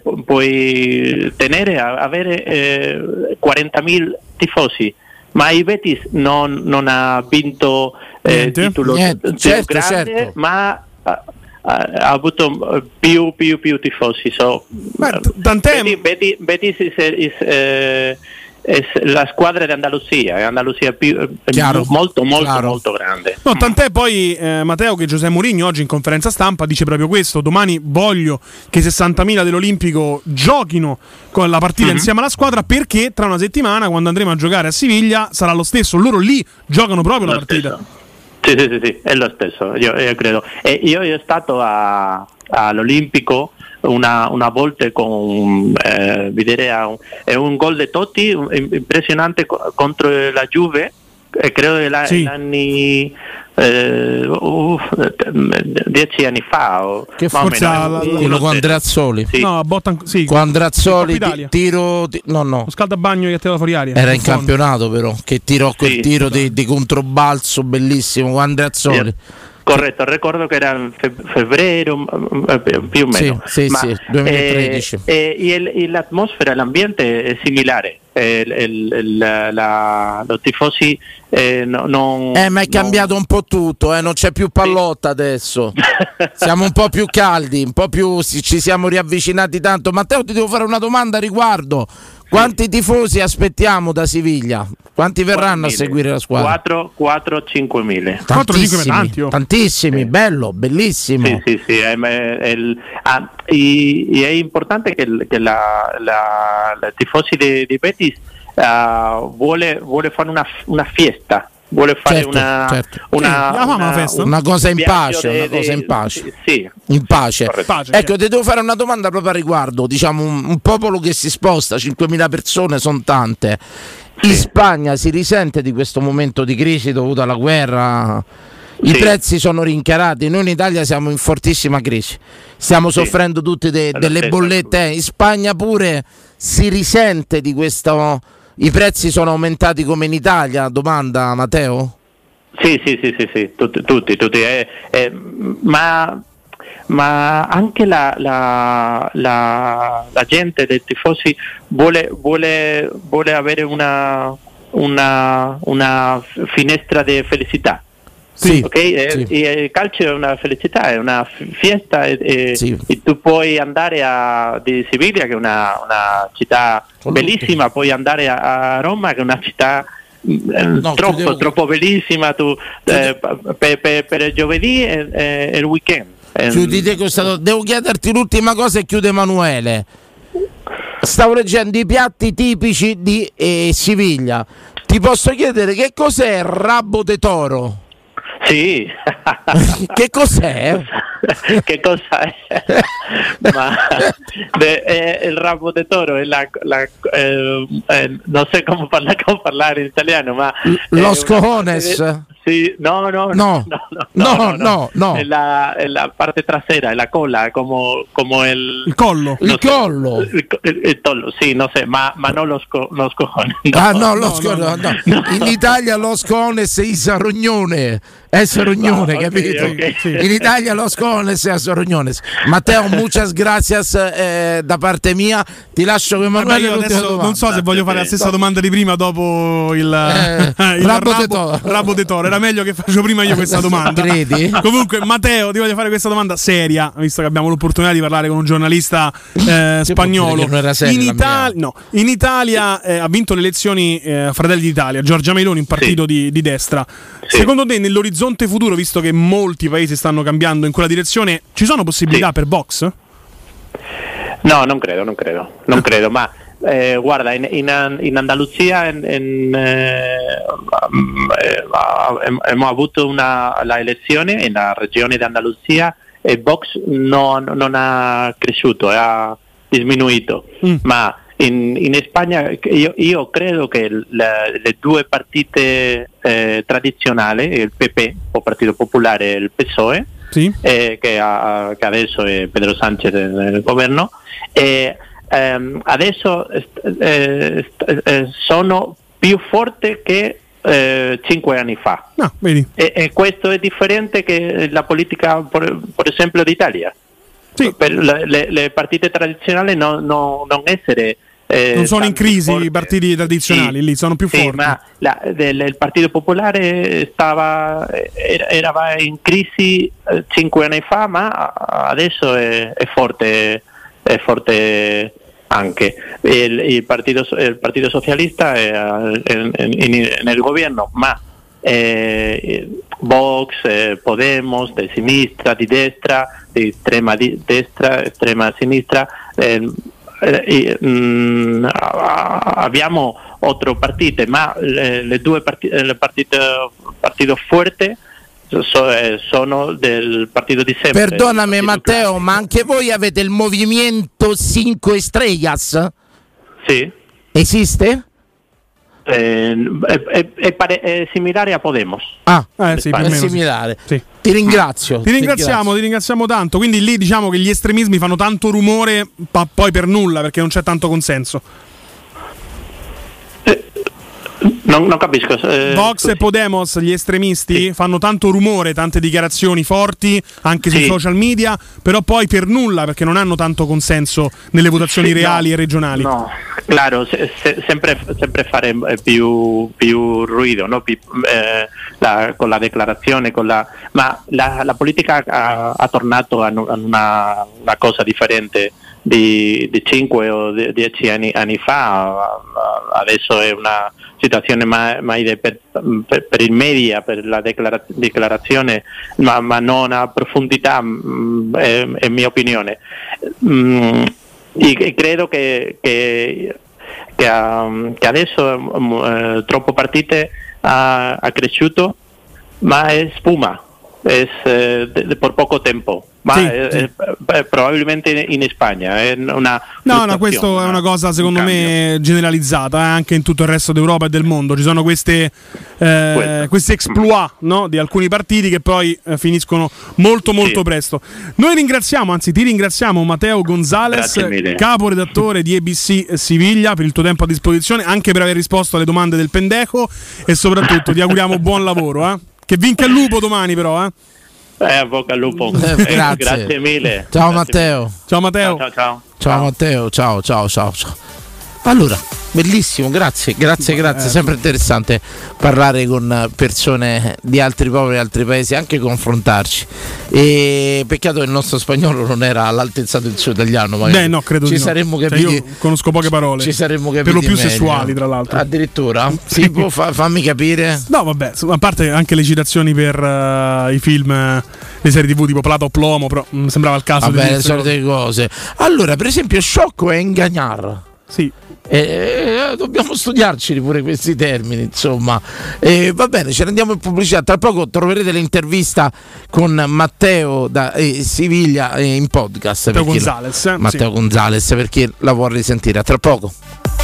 puoi tenere, avere eh, quarantamila tifosi. Ma il Betis non, non ha vinto eh, titolo Niente, certo, grande, certo. ma ha, ha avuto più, più, più tifosi. So, tant'è... Betis, Betis is, is, eh, è la squadra di Andalusia, è Andalusia più, Chiaro, molto molto claro. molto grande. No, tant'è poi eh, Matteo che José Mourinho oggi in conferenza stampa dice proprio questo: domani voglio che i sessantamila dell'Olimpico giochino con la partita uh-huh. insieme alla squadra, perché tra una settimana quando andremo a giocare a Siviglia sarà lo stesso, loro lì giocano proprio lo la partita. Sì, sì, sì, sì, è lo stesso, io, io credo. E io io sono stato a, all'Olimpico Una, una volta con eh, vedere un, è un gol di Totti impressionante contro la Juve, eh, credo degli sì. anni eh, uh, dieci anni fa o, che forse la, la, quello con Andreazzoli sì. no, Botta, sì, con Andreazzoli ti, tiro ti, no no lo scaldabagno che ha tirato fuori aria era in fondo. Campionato però che tirò quel sì, tiro sì. di, di controbalzo bellissimo con Andreazzoli sì. Corretto, ricordo che era febbraio più o meno. Sì, sì, ma, sì, duemilatredici. Eh, eh, e l'atmosfera, l'ambiente è similare. Eh, il, il, la, i tifosi eh, no, non. Eh, ma è cambiato non... un po' tutto, eh, non c'è più pallotta sì. adesso. Siamo un po' più caldi, un po' più ci siamo riavvicinati tanto. Matteo, ti devo fare una domanda a riguardo. Quanti tifosi aspettiamo da Siviglia? Quanti verranno a seguire la squadra? quattro cinque mila. Tantissimi, tanti, oh. tantissimi, sì. Bello, bellissimo. Sì, sì, sì. È, è, è, ah, e, è importante che, che la, la, la tifosi di, di Betis uh, vuole, vuole fare una, una fiesta. Vuole fare certo, una, certo. una, sì, una, festa. una cosa in pace, de, una cosa de, in pace. Sì, sì. In pace. pace ecco, ti devo fare una domanda proprio a riguardo. Diciamo, un, un popolo che si sposta, cinquemila persone sono tante. In sì. Spagna si risente di questo momento di crisi dovuta alla guerra? I sì. prezzi sono rincarati. Noi in Italia siamo in fortissima crisi. Stiamo sì. soffrendo tutte de, delle bollette. In Spagna pure si risente di questo. I prezzi sono aumentati come in Italia? Domanda Matteo? Sì, sì, sì, sì, sì. tutti, tutti, tutti. Eh, eh, ma, ma anche la, la, la, la gente dei tifosi vuole, vuole, vuole avere una, una, una finestra di felicità. Sì, okay? sì. E, e il calcio è una felicità, è una fiesta e, e, sì. e tu puoi andare a di Siviglia, che è una, una città bellissima, puoi andare a, a Roma, che è una città eh, no, troppo, chiudevo... troppo bellissima. Tu, eh, per, per, per il giovedì e, e il weekend. Chiudite questo. Devo chiederti l'ultima cosa e chiude Emanuele. Stavo leggendo i piatti tipici di eh, Siviglia. Ti posso chiedere che cos'è il rabo de toro? Sì. Che cos'è? Che cosa è? Ma de, è il rabo de toro è la, la eh, eh, non so come parlare, come parlare in italiano, ma los cojones. Sì, no, no, no, no, no, no, no, no, no. È la, è la parte trasera, è la cola, como, como el, il collo. Il so, collo. Il, il, il tollo, sì, non so, ma, ma non los, co, los cojones. No, ah, no, los no, no, no, no. In Italia los cojones è il sarognone. È Sorognones, no, capito? Okay, okay. Sì. In Italia los cojones è Sorognones. Matteo, muchas gracias eh, da parte mia. Ti lascio con Emanuele. Io adesso non so se voglio fare la stessa domanda di prima dopo il, eh, il rabo, rabo, de toro. rabo de toro. Era meglio che faccio prima io questa domanda. Credi? Comunque, Matteo, ti voglio fare questa domanda seria, visto che abbiamo l'opportunità di parlare con un giornalista eh, spagnolo. In, Itali- no, in Italia eh, ha vinto le elezioni eh, Fratelli d'Italia, Giorgia Meloni, un partito sì. di, di destra. Sì. Secondo te, nell'orizzonte futuro, visto che molti paesi stanno cambiando in quella direzione, ci sono possibilità sì. per Vox? No, non credo, non credo, non credo, ma eh, guarda, in, in, in Andalusia in, in, eh, eh, abbiamo avuto una, la elezione nella regione di Andalusia e Vox non, non ha cresciuto, ha diminuito, mm. ma in, in Spagna io, io credo che le, le due partite eh, tradizionali, il P P o Partito Popolare e il P S O E, sì. eh, che, ha, che adesso è Pedro Sánchez nel governo, e ehm, adesso eh, eh, sono più forti che eh, cinque anni fa. No, vedi. E, e questo è differente che la politica, per, per esempio, d'Italia. Sì. Per le, le, le partite tradizionali non, non, non essere Eh, non sono in crisi forti. I partiti tradizionali, sì, lì sono più sì, forti. Ma la, del, il Partito Popolare stava era, era in crisi eh, cinque anni fa, ma adesso è, è forte, è forte anche. Il, il, partito, il Partito Socialista è, è, è, è nel governo, ma eh, Vox, eh, Podemos, di sinistra, di destra, di estrema di destra, estrema sinistra. Eh, Eh, mh, abbiamo altro partite, ma le, le due partite, le partite partito forte so, eh, sono del partito di sempre. Perdonami Matteo, ma anche voi avete il Movimiento cinque Estrellas? Sì. Esiste? Eh, è, è, è, pare, è similare a Podemos. Ah, eh, sì, è similare. Sì. Ti ringrazio. Ti ringraziamo, ti ringraziamo tanto. Quindi lì diciamo che gli estremismi fanno tanto rumore, ma poi per nulla, perché non c'è tanto consenso. Eh, non, non capisco. Eh, Vox così. e Podemos, gli estremisti, sì. fanno tanto rumore, tante dichiarazioni forti, anche sì. sui social media, però poi per nulla, perché non hanno tanto consenso nelle votazioni sì, reali no, e regionali. No, Claro, se, se, sempre, sempre fare più, più ruido, no? Più, eh, la, con la declarazione, con la, ma la, la politica ha, ha tornato a una, una cosa differente di, di cinque o dieci anni, anni fa. Adesso è una situazione mai, mai de, per, per, per il media, per la declara, dichiarazione, ma, ma non a profondità, mh, è, è mia opinione. Mh, e credo che, che, che, um, che adesso uh, troppo partite ha, ha cresciuto, ma è spuma, è eh, de, de por poco tempo. Ma sì, è, sì. È, è, probabilmente in Spagna è una no no questo è una cosa secondo un me generalizzata eh, anche in tutto il resto d'Europa e del mondo. Ci sono queste eh, questi exploit, no, di alcuni partiti che poi eh, finiscono molto molto sì. presto. Noi ringraziamo, anzi ti ringraziamo Matteo Gonzalez, caporedattore di A B C Siviglia, per il tuo tempo a disposizione, anche per aver risposto alle domande del Pendeco, e soprattutto ti auguriamo buon lavoro, eh? Che vinca il lupo domani però, eh? Eh, bocca al lupo. Eh, eh, grazie. grazie mille. Ciao grazie Matteo. Mille. Ciao Matteo. Ciao, ciao, ciao. Ciao Matteo, ciao ciao ciao ciao. Allora, bellissimo, grazie, grazie, grazie. Sempre interessante parlare con persone di altri popoli, altri paesi, anche confrontarci. E peccato che il nostro spagnolo non era all'altezza del suo italiano. Magari. Beh, no, credo ci di saremmo no. capiti. Cioè, io conosco poche parole. Ci saremmo capiti per lo più meglio. sessuali, tra l'altro. Addirittura? Sì, può fa- fammi capire. No, vabbè, a parte anche le citazioni per uh, i film, uh, le serie tivù tipo Plata o Plomo, però mi sembrava il caso. Vabbè, di le solite cose. Allora, per esempio, sciocco è ingagnar. Sì. Eh, eh, dobbiamo studiarci pure questi termini, insomma. Eh, va bene, ce ne andiamo in pubblicità. Tra poco troverete l'intervista con Matteo da eh, Siviglia eh, in podcast. Matteo Gonzalez. Lo, Matteo sì. Gonzalez, per chi la vuole risentire. A tra poco.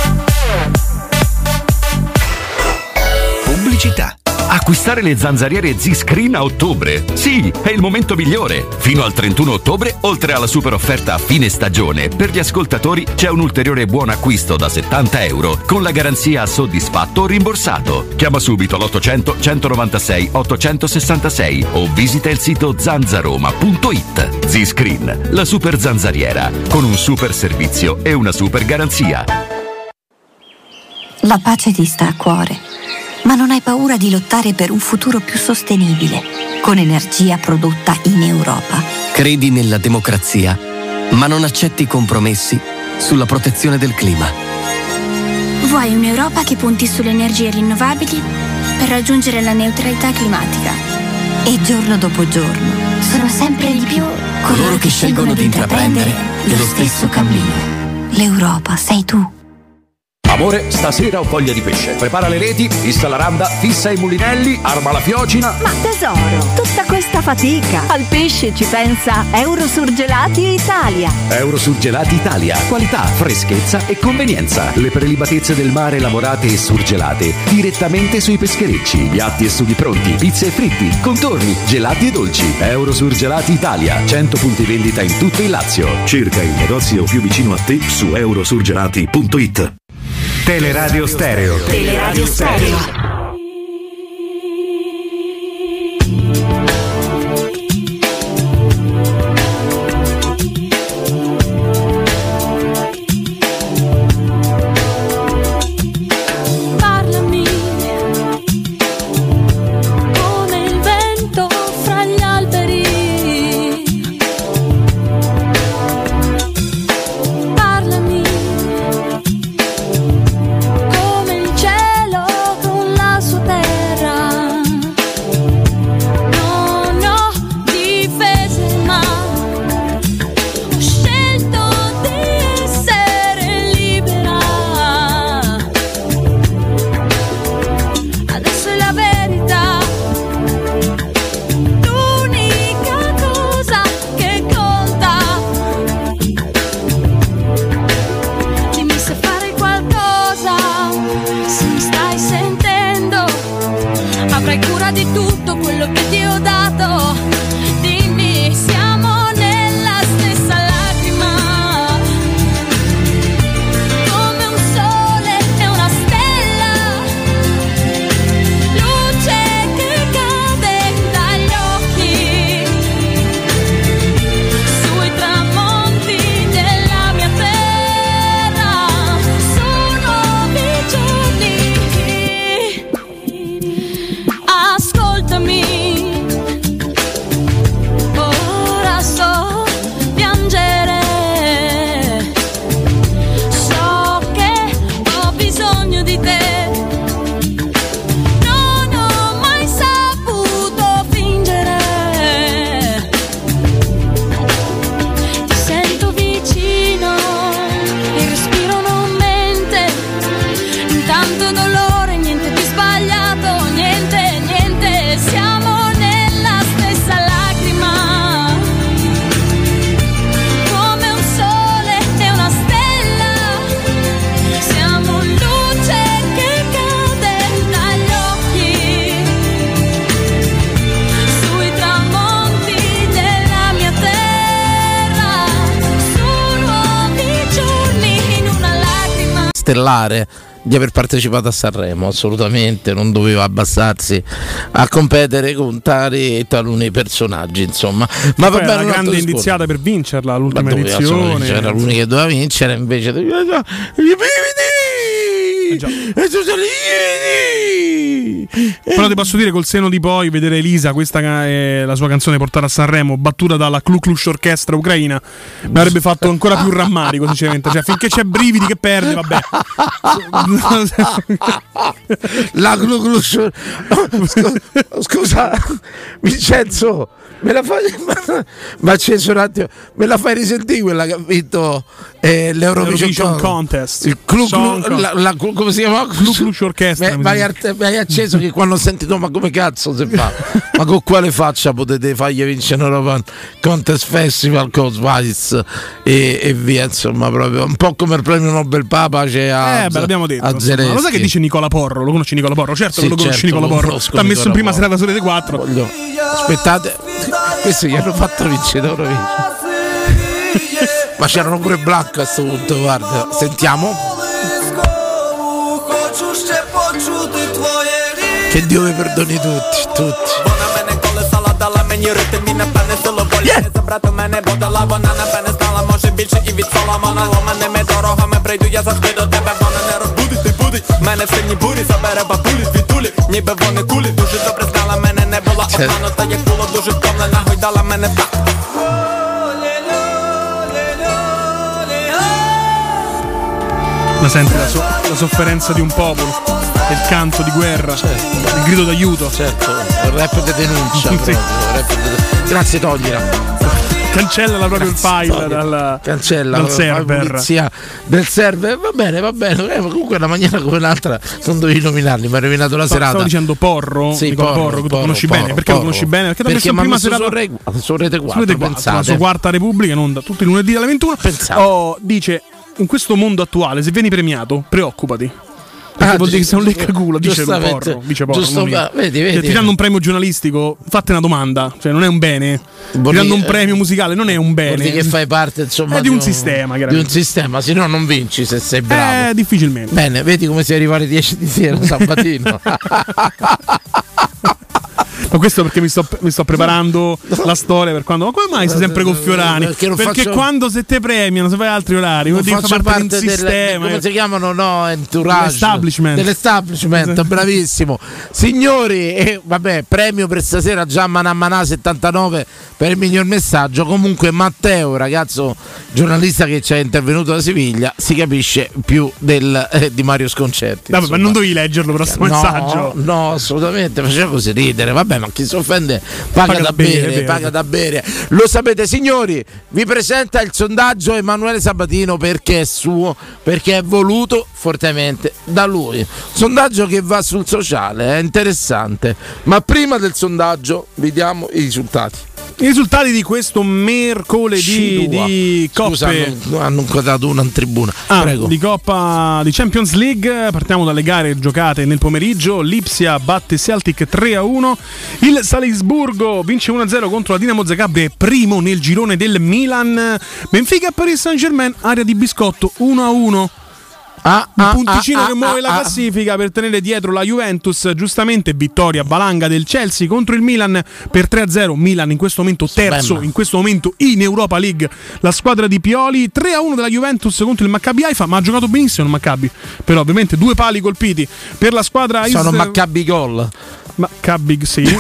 Pubblicità. Acquistare le zanzariere Z-Screen a ottobre. Sì, è il momento migliore. Fino al trentuno ottobre, oltre alla super offerta a fine stagione, per gli ascoltatori c'è un ulteriore buon acquisto da settanta euro con la garanzia soddisfatto o rimborsato. Chiama subito l'ottocento centonovantasei ottocentosessantasei o visita il sito zanzaroma punto it. Z-Screen, la super zanzariera, con un super servizio e una super garanzia. La pace ti sta a cuore, ma non hai paura di lottare per un futuro più sostenibile, con energia prodotta in Europa. Credi nella democrazia, ma non accetti compromessi sulla protezione del clima. Vuoi un'Europa che punti sulle energie rinnovabili per raggiungere la neutralità climatica. E giorno dopo giorno sono sempre di più coloro che scelgono di intraprendere lo stesso cammino. L'Europa sei tu. Amore, stasera ho voglia di pesce. Prepara le reti, fissa la randa, fissa i mulinelli, arma la fiocina. Ma tesoro, tutta questa fatica. Al pesce ci pensa Eurosurgelati Italia. Eurosurgelati Italia. Qualità, freschezza e convenienza. Le prelibatezze del mare lavorate e surgelate direttamente sui pescherecci. Piatti e sughi pronti, pizze e fritti, contorni, gelati e dolci. Eurosurgelati Italia. cento punti vendita in tutto il Lazio. Cerca il negozio più vicino a te su eurosurgelati punto it. Teleradio Stereo. Teleradio Stereo. Sui tramonti della mia terra, stellare di aver partecipato a Sanremo, assolutamente non doveva abbassarsi a competere con tali e taluni personaggi, insomma. Ma va bene, la grande indiziata per vincerla l'ultima edizione, era l'unica che doveva vincere, invece di... Però ti posso dire, col seno di poi, vedere Elisa, questa è la sua canzone portata a Sanremo, battuta dalla Klu Klux Orchestra ucraina, mi avrebbe fatto ancora più rammarico, sinceramente. Cioè, finché c'è brividi che perde, vabbè. La Klu Klux. Scusa, Vincenzo, me la fai? Ma acceso un attimo, me la fai risentire quella che ha vinto eh, l'Eurovision Con- Contest? Il Klu Klu, la, la, come si chiama? Klu Klux Orchestra. Mi hai acceso che quando ho sentito, ma come cazzo si fa? Ma con quale faccia potete fargli vincere un European Contest Festival con Svice e, e via, insomma, proprio un po' come il premio Nobel Papa c'è a, eh, beh, l'abbiamo detto, a Zelensky. Lo sai che dice Nicola Porro? Lo conosci Nicola Porro? Certo, sì, che lo conosci, certo, Nicola Porro. T'ha messo in prima serata su Rete quattro. Voglio... Aspettate, questo gli hanno fatto vincere Eurovision. Ma c'erano pure Blanco a questo punto, guarda, sentiamo. Che Dio vi perdoni tutti, tutti. Yeah. Мене в сині бурі забере бабулі звідулі, ніби вони кулі. Дуже добре знала мене, не була обманута, як було дуже втомлена, гойдала мене так. La senti la, so- la sofferenza di un popolo, il canto di guerra, certo. Il grido d'aiuto. Certo, il rap di denuncia. Sì. Proprio, rap de... Grazie, toglila. Cancella proprio il file dal, cancella dal server pulizia del server. Va bene, va bene. Eh, comunque una maniera come l'altra non dovevi nominarli, mi hai rovinato la Sto, serata. Stavo dicendo Porro, sì, Porro, Porro, che tu Porro, conosci Porro, bene. Perché Porro. lo conosci bene? Perché, Perché mi ha messo serata... su, Re... su Rete quattro, su Rete quattro, la sua quarta Repubblica in onda tutti i lunedì alle ventuno. Oh, dice: in questo mondo attuale, se vieni premiato, preoccupati. Perché ah, vuol dire che sei un leccaculo, dice Porro, dice Porro. Giusto, va, vedi, vedi. Cioè, ti danno un premio giornalistico, fatti una domanda, cioè non è un bene. Vuol ti danno un premio musicale, non è un bene. Vuol dire che fai parte, insomma, è di un, di un sistema, di un sistema, se no non vinci se sei bravo. Eh, difficilmente. Bene, vedi come sei arrivato alle dieci di sera sabatino. Ma questo perché mi sto, mi sto preparando no. la storia per quando. Ma come mai sei sempre con Fiorani? Perché, perché faccio... quando se te premiano, se fai altri orari, vuol dire far parte di un sistema. Del, come si chiamano? No, entourage. Dell'establishment. Dell'establishment, bravissimo. Signori, e vabbè, premio per stasera Giammanammanà settantanove per il miglior messaggio. Comunque Matteo, ragazzo giornalista che ci è intervenuto da Siviglia, si capisce più del, eh, di Mario Sconcerti. Vabbè, ma non dovevi leggerlo il prossimo no, messaggio. No, assolutamente, faceva così ridere. Vabbè, ma chi si offende paga, paga da bere, bere paga da bere. Lo sapete, signori, vi presenta il sondaggio Emanuele Sabatino perché è suo, perché è voluto fortemente da lui. Sondaggio che va sul sociale, è interessante. Ma prima del sondaggio vi diamo i risultati. I risultati di questo mercoledì di Coppe. Scusa, hanno, hanno inquadrato uno in tribuna. Ah, Prego. Di Coppa di Champions League. Partiamo dalle gare giocate nel pomeriggio. Lipsia batte Celtic tre a uno. Il Salisburgo vince uno a zero contro la Dinamo Zagreb, è primo nel girone del Milan. Benfica e Paris Saint-Germain, area di biscotto uno a uno. Ah, un ah, punticino ah, che muove ah, la ah, classifica per tenere dietro la Juventus. Giustamente vittoria valanga del Chelsea contro il Milan per tre a zero. Milan in questo momento terzo, Bella. in questo momento in Europa League la squadra di Pioli. Tre a uno della Juventus contro il Maccabi Haifa, ma ha giocato benissimo il Maccabi. Però ovviamente due pali colpiti per la squadra. Sono Is- Maccabi gol. Maccabi sì.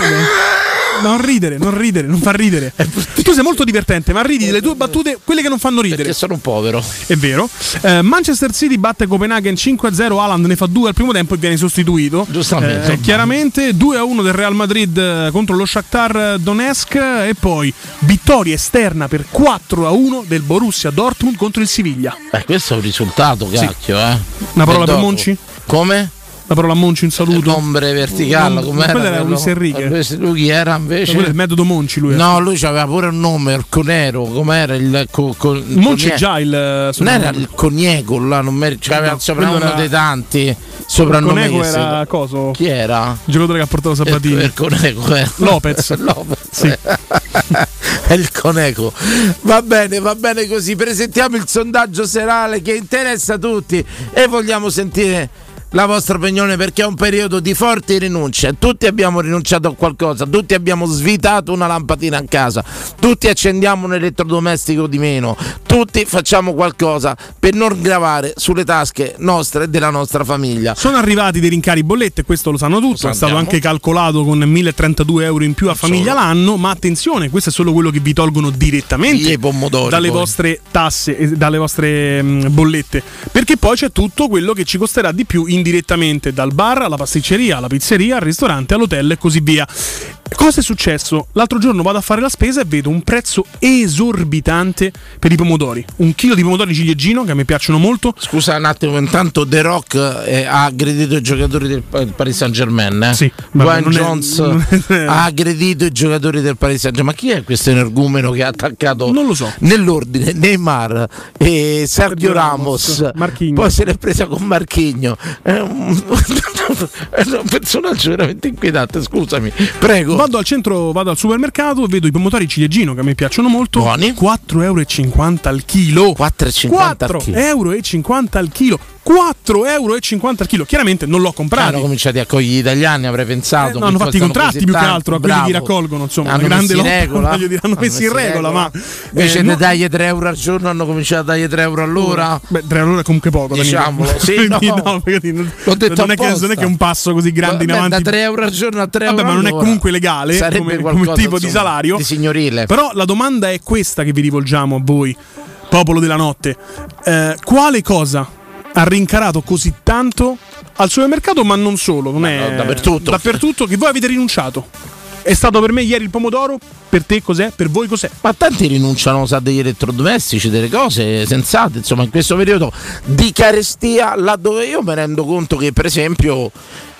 Non ridere, non ridere, non fa ridere. Tu sei molto divertente, ma ridi delle tue battute, quelle che non fanno ridere. Perché sono un povero. È vero. Eh, Manchester City batte Copenaghen cinque a zero. Haaland ne fa due al primo tempo e viene sostituito. Giustamente. Eh, chiaramente due a uno del Real Madrid contro lo Shakhtar Donetsk. E poi vittoria esterna per quattro a uno del Borussia Dortmund contro il Siviglia. Eh, questo è un risultato, cacchio, sì. eh. Una parola per Monci? Come? La parola Monci in saluto. L'ombre verticale, come era? Quello era Luis Enrique. Lui chi era invece? Quello è il metodo Monci, lui. No, lui aveva pure un nome, il Conero, com'era il co, co, Monci è già il non era il Coniego là, non mi cioè, aveva no, sopra uno era... dei tanti soprannomi. Il Conego era coso? Chi era? Il giocatore che ha portato Sabatini. Il, il Conego era Lopez. Lopez. Sì. È il Coneco. Va bene, va bene così. Presentiamo il sondaggio serale che interessa tutti e vogliamo sentire la vostra opinione, perché è un periodo di forti rinunce. Tutti abbiamo rinunciato a qualcosa, tutti abbiamo svitato una lampadina a casa, tutti accendiamo un elettrodomestico di meno, tutti facciamo qualcosa per non gravare sulle tasche nostre e della nostra famiglia. Sono arrivati dei rincari bollette, questo lo sanno tutti, lo è stato anche calcolato con mille e trentadue euro in più a famiglia solo. l'anno, ma attenzione, questo è solo quello che vi tolgono direttamente I pomodori, dalle poi. vostre tasse e dalle vostre mh, bollette, perché poi c'è tutto quello che ci costerà di più indirettamente, dal bar alla pasticceria, alla pizzeria, al ristorante, all'hotel e così via. Cosa è successo? L'altro giorno vado a fare la spesa e vedo un prezzo esorbitante per i pomodori. Un chilo di pomodori ciliegino, che a me piacciono molto. Scusa un attimo, intanto The Rock eh, ha aggredito i giocatori del Paris Saint-Germain. Eh? Sì, Dwayne Jones è... ha aggredito i giocatori del Paris Saint-Germain. Ma chi è questo energumeno che ha attaccato? Non lo so. Nell'ordine Neymar e Sergio Ramos, Ramos poi se l'è presa con Marchigno. È un... è un personaggio veramente inquietante. Scusami, prego. Vado al centro, vado al supermercato, vedo i pomodori ciliegino che a me piacciono molto. Buoni. quattro e cinquanta euro al chilo. quattro e cinquanta al chilo. quattro e cinquanta euro al chilo. quattro e cinquanta euro al chilo. Chiaramente non l'ho comprato. Hanno cominciato a cogliere gli italiani, avrei pensato. Eh, no, hanno fatto i contratti più che altro a quelli che raccolgono. Insomma, hanno una grande messi lotta. Regola. Voglio dire, hanno, hanno messi in regola, regola. Ma invece eh, di no. dargli tre euro al giorno hanno cominciato a dargli tre euro all'ora. Beh, tre euro è comunque poco, diciamolo. Sì, no. no, perché non, l'ho detto non, è che, non è che è un passo così grande Beh, in avanti. Da tre euro al giorno a tre euro. Vabbè, ma non è comunque legale. Sarebbe come, come tipo insomma, di salario di signorile. Però la domanda è questa che vi rivolgiamo a voi, popolo della notte. Eh, quale cosa ha rincarato così tanto al supermercato, ma non solo, non è no, dappertutto. dappertutto, che voi avete rinunciato? È stato per me ieri il pomodoro, per te cos'è? Per voi cos'è? Ma tanti rinunciano, sa, degli elettrodomestici, delle cose sensate, insomma, in questo periodo di carestia, laddove io mi rendo conto che, per esempio,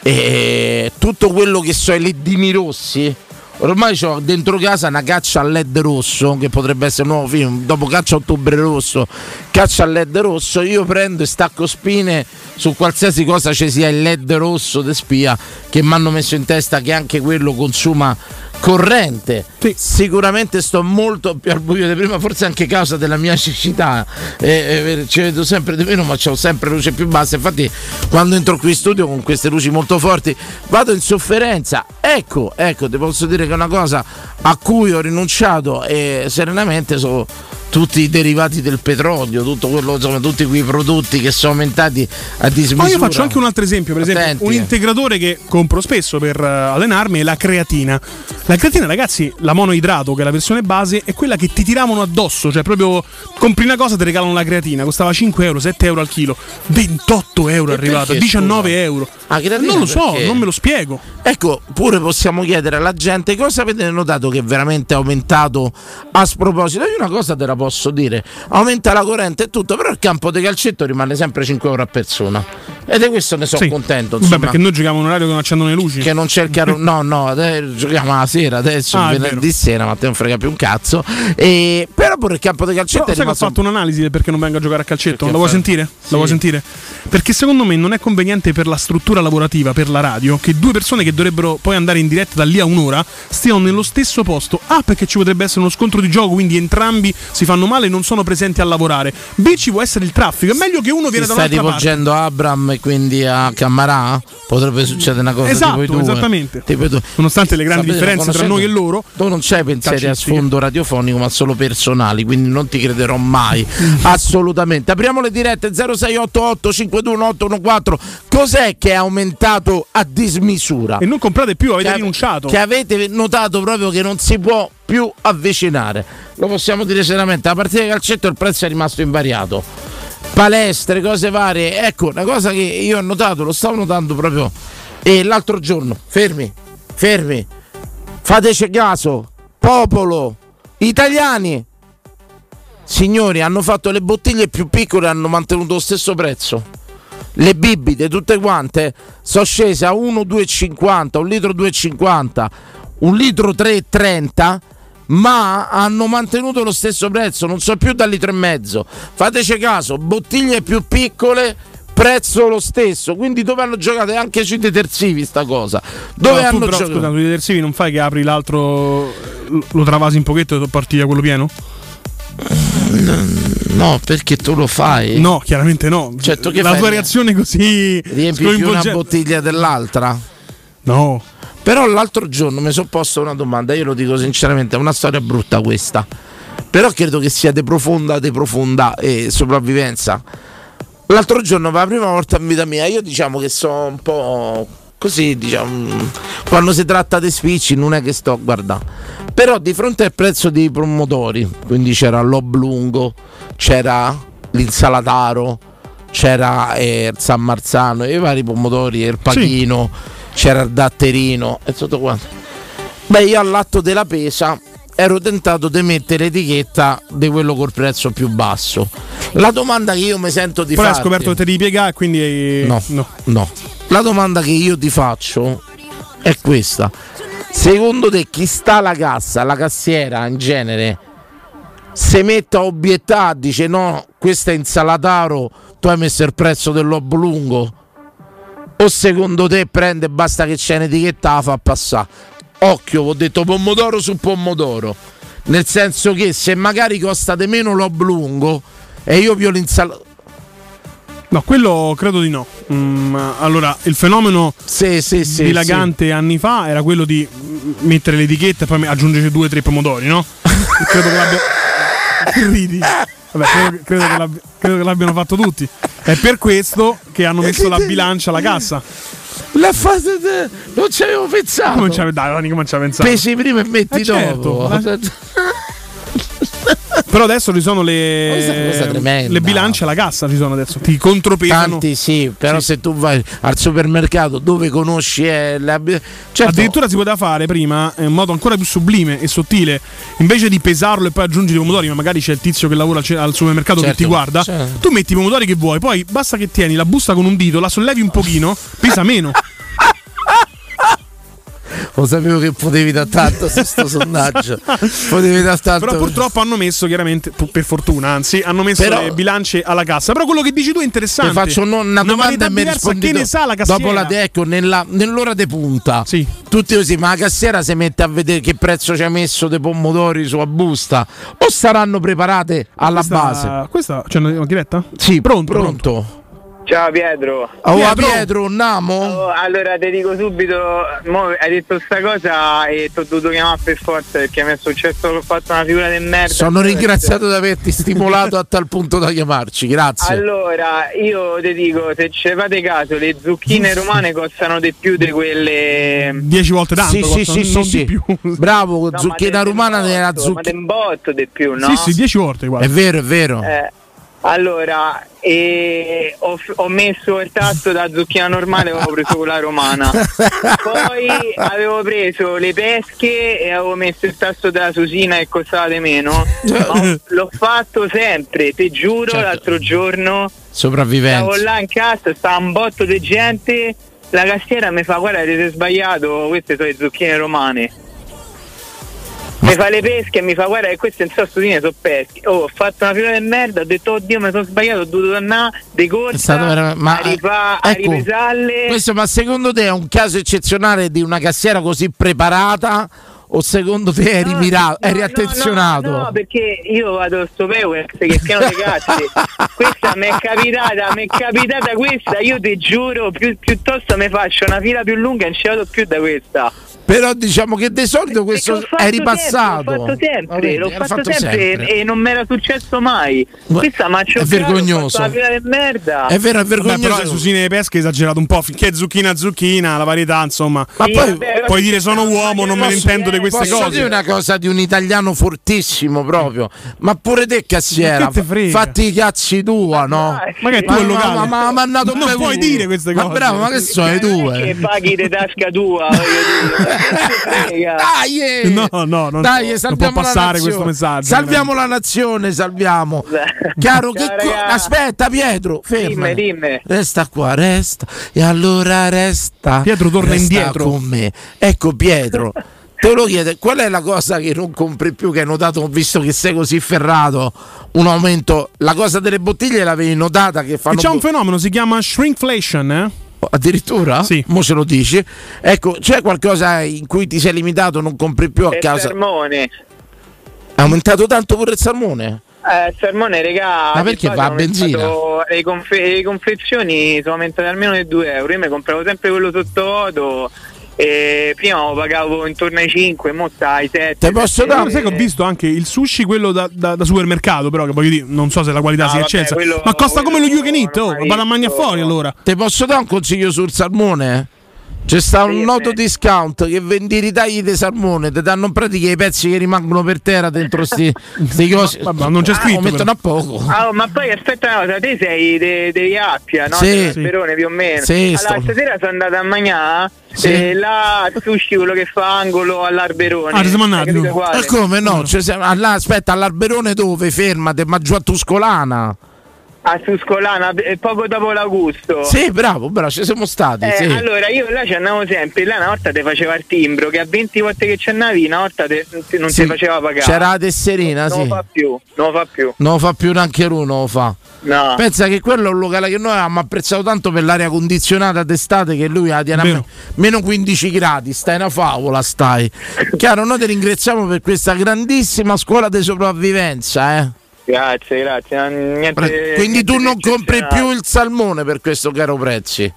eh, tutto quello che so, i ledini rossi. Ormai ho dentro casa una caccia a L E D rosso, che potrebbe essere un nuovo film, dopo Caccia a Ottobre rosso, Caccia a L E D rosso, io prendo e stacco spine su qualsiasi cosa ci sia il L E D rosso de spia, che mi hanno messo in testa che anche quello consuma corrente. Sì. Sicuramente sto molto più al buio di prima, forse anche a causa della mia cecità, eh, eh, ci vedo sempre di meno, ma c'ho sempre luce più bassa. Infatti quando entro qui in studio con queste luci molto forti vado in sofferenza. Ecco, ecco, ti posso dire che è una cosa a cui ho rinunciato e serenamente sono tutti i derivati del petrolio, tutto quello, insomma, tutti quei prodotti che sono aumentati a dismisura. Ma io faccio anche un altro esempio, per esempio, Attenti, un integratore che compro spesso per uh, allenarmi è la creatina. La creatina, ragazzi, la monoidrato, che è la versione base, è quella che ti tiravano addosso, cioè proprio compri una cosa, ti regalano la creatina, costava cinque euro, sette euro al chilo, ventotto euro è arrivata, diciannove euro. Ah, non lo so, perché? non me lo spiego. Ecco, pure possiamo chiedere alla gente cosa avete notato che è veramente aumentato a sproposito. Io una cosa te la posso dire, aumenta la corrente e tutto, però il campo di calcetto rimane sempre cinque euro a persona. Ed è questo ne sono sì. contento. Insomma, Beh, perché noi giochiamo un orario che non accendono le luci. Che non c'è il chiaro. No, no, adesso giochiamo la sera, adesso ah, venerdì sera, ma te non frega più un cazzo. E... però pure il campo di calcetto però, è sai rimasto... che ho fatto un'analisi del perché non vengo a giocare a calcetto. Perché La vuoi fai... sentire? Sì. La vuoi sentire? Perché secondo me non è conveniente per la struttura lavorativa, per la radio, che due persone che dovrebbero poi andare in diretta da lì a un'ora stiano nello stesso posto. A, perché ci potrebbe essere uno scontro di gioco, quindi entrambi si fanno male e non sono presenti a lavorare. B, ci può essere il traffico. È meglio che uno viene da un'altra parte. Stai rivolgendo a Abram e quindi a Cammarà? Potrebbe succedere una cosa esatto, tipo i due. Esattamente. Tipo i due. Nonostante le grandi Sapete, differenze tra noi e loro, tu non c'hai pensieri a sfondo radiofonico, ma solo personali, quindi non ti crederò mai. Assolutamente. Apriamo le dirette zero sei otto otto cinque due uno otto uno quattro. Cos'è che è aumentato a dismisura? E non comprate più, avete che rinunciato. Che avete notato proprio che non si può più avvicinare. Lo possiamo dire seriamente. A partire dal calcetto il prezzo è rimasto invariato. Palestre, cose varie. Ecco, una cosa che io ho notato, lo stavo notando proprio e l'altro giorno. Fermi, fermi. Fateci caso, popolo, italiani. Signori, hanno fatto le bottiglie più piccole e hanno mantenuto lo stesso prezzo. Le bibite, tutte quante, sono scese a uno virgola due e cinquanta, un litro due virgola cinquanta, un litro tre virgola trenta, ma hanno mantenuto lo stesso prezzo, non so più da litro e mezzo. Fateci caso, bottiglie più piccole, prezzo lo stesso. Quindi dove hanno giocato anche sui detersivi sta cosa? Dove no, hanno tu però, giocato? Scusa, sui detersivi non fai che apri l'altro, lo travasi un pochetto e parti da quello pieno? No, perché tu lo fai? No, chiaramente no. Cioè, tu che la fai? tua reazione così Riempi più una bottiglia dell'altra? No. Però l'altro giorno mi sono posto una domanda, io lo dico sinceramente, è una storia brutta questa, però credo che sia di profonda, di profonda eh, sopravvivenza. L'altro giorno, per la prima volta in vita mia, io diciamo che sono un po' così, diciamo, quando si tratta di spicci non è che sto a guardare, però di fronte al prezzo dei pomodori, quindi c'era l'oblungo, c'era l'insalataro, c'era eh, il San Marzano, i vari pomodori, il pachino, sì, c'era il datterino e tutto quanto. Beh, io all'atto della pesa ero tentato di mettere etichetta di quello col prezzo più basso. La domanda che io mi sento di fare. Poi hai scoperto che te devi piegare, quindi no, no, no. La domanda che io ti faccio è questa: secondo te chi sta alla cassa, la cassiera in genere, se mette a obiettare, dice no, questo è insalataro, tu hai messo il prezzo dell'oblungo? O secondo te prende, basta che c'è un'etichetta, la fa passare? Occhio, ho detto pomodoro su pomodoro, nel senso che se magari costa di meno l'oblungo e io pio l'insalataro. No, quello credo di no. Mm, allora, il fenomeno sì, sì, sì, dilagante sì. anni fa era quello di mettere l'etichetta e poi aggiungere due o tre pomodori, no? Credo che l'abbia. Ridi. Vabbè, credo, credo, che l'abbia... credo che l'abbiano fatto tutti. È per questo che hanno messo la bilancia alla cassa. La fase de... non ci avevo pensato. Non ci avevo, dai, come ci avevo pensato? Pesi prima e metti eh dopo. Certo. Però adesso ci sono le le bilance alla cassa, ci sono adesso, ti contropesano. Tanti sì, però sì. Se tu vai al supermercato dove conosci eh, la... certo. Addirittura si poteva fare prima in modo ancora più sublime e sottile, invece di pesarlo e poi aggiungere i pomodori, ma magari c'è il tizio che lavora al supermercato certo, che ti guarda, certo. Tu metti i pomodori che vuoi, poi basta che tieni la busta con un dito, la sollevi un pochino, pesa meno. Lo sapevo che potevi da tanto su questo sondaggio. Potevi da tanto. Però purtroppo hanno messo, chiaramente, per fortuna, anzi, hanno messo però, le bilance alla cassa. Però quello che dici tu è interessante. Ti faccio una, una domanda e mi rispondi. Che ne sa la cassiera? Dopo la de- ecco, nella, nell'ora di punta. Sì. Tutti così, ma la cassiera si mette a vedere che prezzo ci ha messo dei pomodori sulla busta o saranno preparate alla questa, base? Questa c'è una diretta? Sì, pronto. pronto. pronto. Ciao Pietro. Oh, Pietro, Pietro Namo? Oh, allora ti dico subito, mo hai detto sta cosa e ti ho dovuto chiamare per forza perché mi è successo che ho fatto una figura di merda. Sono ringraziato di averti stimolato a tal punto da chiamarci, grazie. Allora, io ti dico, se ci fate caso, le zucchine romane costano di più di quelle... Dieci volte tanto, sì, sì, sì, non sì, di più. Bravo, no, zucchina romana della zucchina. Ma un botto di più, no? Sì, sì, dieci volte, guarda. È vero, è vero. Eh. Allora, e ho, ho messo il tasto da zucchina normale, avevo preso quella romana. Poi avevo preso le pesche e avevo messo il tasto della susina che costava di meno. Ma l'ho fatto sempre, ti giuro, certo. L'altro giorno sopravvivenza. Stavo là in cassa, stava un botto di gente, la cassiera mi fa guarda, ti sei sbagliato, queste sono le zucchine romane. Mi fa le pesche e mi fa guarda che queste non sono susine, sono pesche. Oh, ho fatto una figura di merda, ho detto oddio mi sono sbagliato, ho dovuto tornare di corsa ma, a, rifa- ecco, a ripesarle. Questo, ma secondo te è un caso eccezionale di una cassiera così preparata o secondo te eri, no, mirato, no, eri no, attenzionato? No, no, perché io vado a sto Pewex che è pieno di cazzi. Questa mi è capitata, mi è capitata questa, io ti giuro, più, piuttosto mi faccio una fila più lunga e non ci vado più da questa. Però diciamo che di solito questo è ripassato. L'ho fatto sempre, vedi, l'ho fatto, fatto sempre, sempre e non mi era successo mai. Questa ma è vergognoso. La fila di merda. È vero, è vergognoso. Vabbè, però le susine di pesca è esagerato un po', finché zucchina zucchina, la varietà, insomma. Ma sì, poi vabbè, puoi dire sono uomo, non me ne intendo di queste posso cose. Posso dire una cosa di un italiano fortissimo proprio. Ma pure te cassiera, fatti i cazzi tua, no? Ma che tu è locale. Ma, ma, ma, ma non puoi dire queste cose. Ma bravo, ma che sono i due? Che paghi di tasca tua, voglio dire. Dai, no, no, non, dai, non può passare questo messaggio. Salviamo la nazione, salviamo. Chiaro che co- aspetta Pietro, ferma. Dimmi, dimmi. Resta qua, resta. E allora resta. Pietro torna resta indietro con me. Ecco Pietro. Te lo chiedo, qual è la cosa che non compri più, che hai notato, visto che sei così ferrato, un aumento? La cosa delle bottiglie l'avevi notata che fanno... E c'è un fenomeno, si chiama shrinkflation, eh? Addirittura? Sì. Mo ce lo dici? Ecco, c'è qualcosa in cui ti sei limitato, non compri più a Il causa... salmone. È aumentato tanto pure il salmone? Eh, il salmone, regà. Ma perché va a benzina? Le, confe- le confezioni sono aumentate almeno di due euro. Io mi compravo sempre quello sottovoto. E prima lo pagavo intorno ai cinque, mo sta ai sette. Te posso dare? Sai che ho visto anche il sushi, quello da, da, da supermercato, però che voglio dire, non so se la qualità No, sia vabbè, eccelsa. quello- Ma costa come lo you can eat, oh, quello vado a mangiare fuori allora. Te posso dare un consiglio sul salmone? C'è sta un noto discount che vendi i ritagli di salmone, ti danno in pratica i pezzi che rimangono per terra dentro sti, sti cosi. Vabbè, non c'è scritto, Ah, lo mettono a poco. Ah, ma poi aspetta una cosa, te sei de- devi Appia, no? Sì. Dell'Alberone più o meno. Sì, allora sto- stasera sono andata a mangiare Sì. e là sushi, quello che fa angolo all'Alberone. Ah, ci siamo Hai andati, capito tu? quale? Ma come no? Cioè, se- allà, aspetta, all'Alberone dove? Fermate, ma giù a Tuscolana. A Tuscolana, e poco dopo l'Augusto. Sì, bravo, bravo, ci siamo stati. Eh, sì. Allora io là ci andavo sempre, là una volta ti faceva il timbro, che a venti volte che ci andavi una volta te, te- non Sì, ti faceva pagare. c'era la tesserina, non sì. lo fa più, non lo fa più. Non lo fa più neanche lui, non lo fa. No. Pensa che quello è un locale che noi avevamo apprezzato tanto per l'aria condizionata d'estate, che lui la tiene a me- meno quindici gradi, stai una favola, stai. Chiaro, noi ti ringraziamo per questa grandissima scuola di sopravvivenza, eh. Grazie, grazie. non- Niente, Quindi tu niente non di compri eccezionale. più il salmone per questo caro prezzi.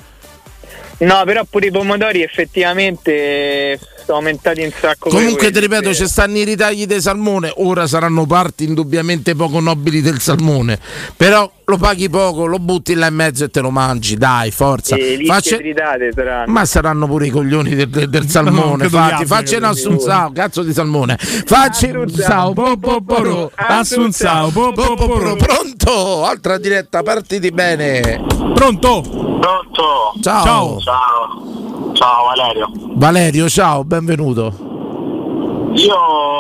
No, però pure i pomodori effettivamente sono aumentati un sacco. Comunque per ti ripeto, quelli, ci stanno i ritagli di salmone, ora saranno parti indubbiamente poco nobili del salmone, però lo paghi poco, lo butti là in mezzo e te lo mangi, dai, forza. sì, liste Faccia- tritate saranno. Ma saranno pure i coglioni del, del- del salmone, credo gli fatti, altri, facci un credo. assunzao, cazzo di salmone. Facci un assunzao, po, po, po, ro. Assunzao, po, po, po, po. Pronto? Altra diretta, partiti bene. Pronto? Pronto? Ciao. Ciao. Ciao. Ciao Valerio. Valerio, ciao, benvenuto. Io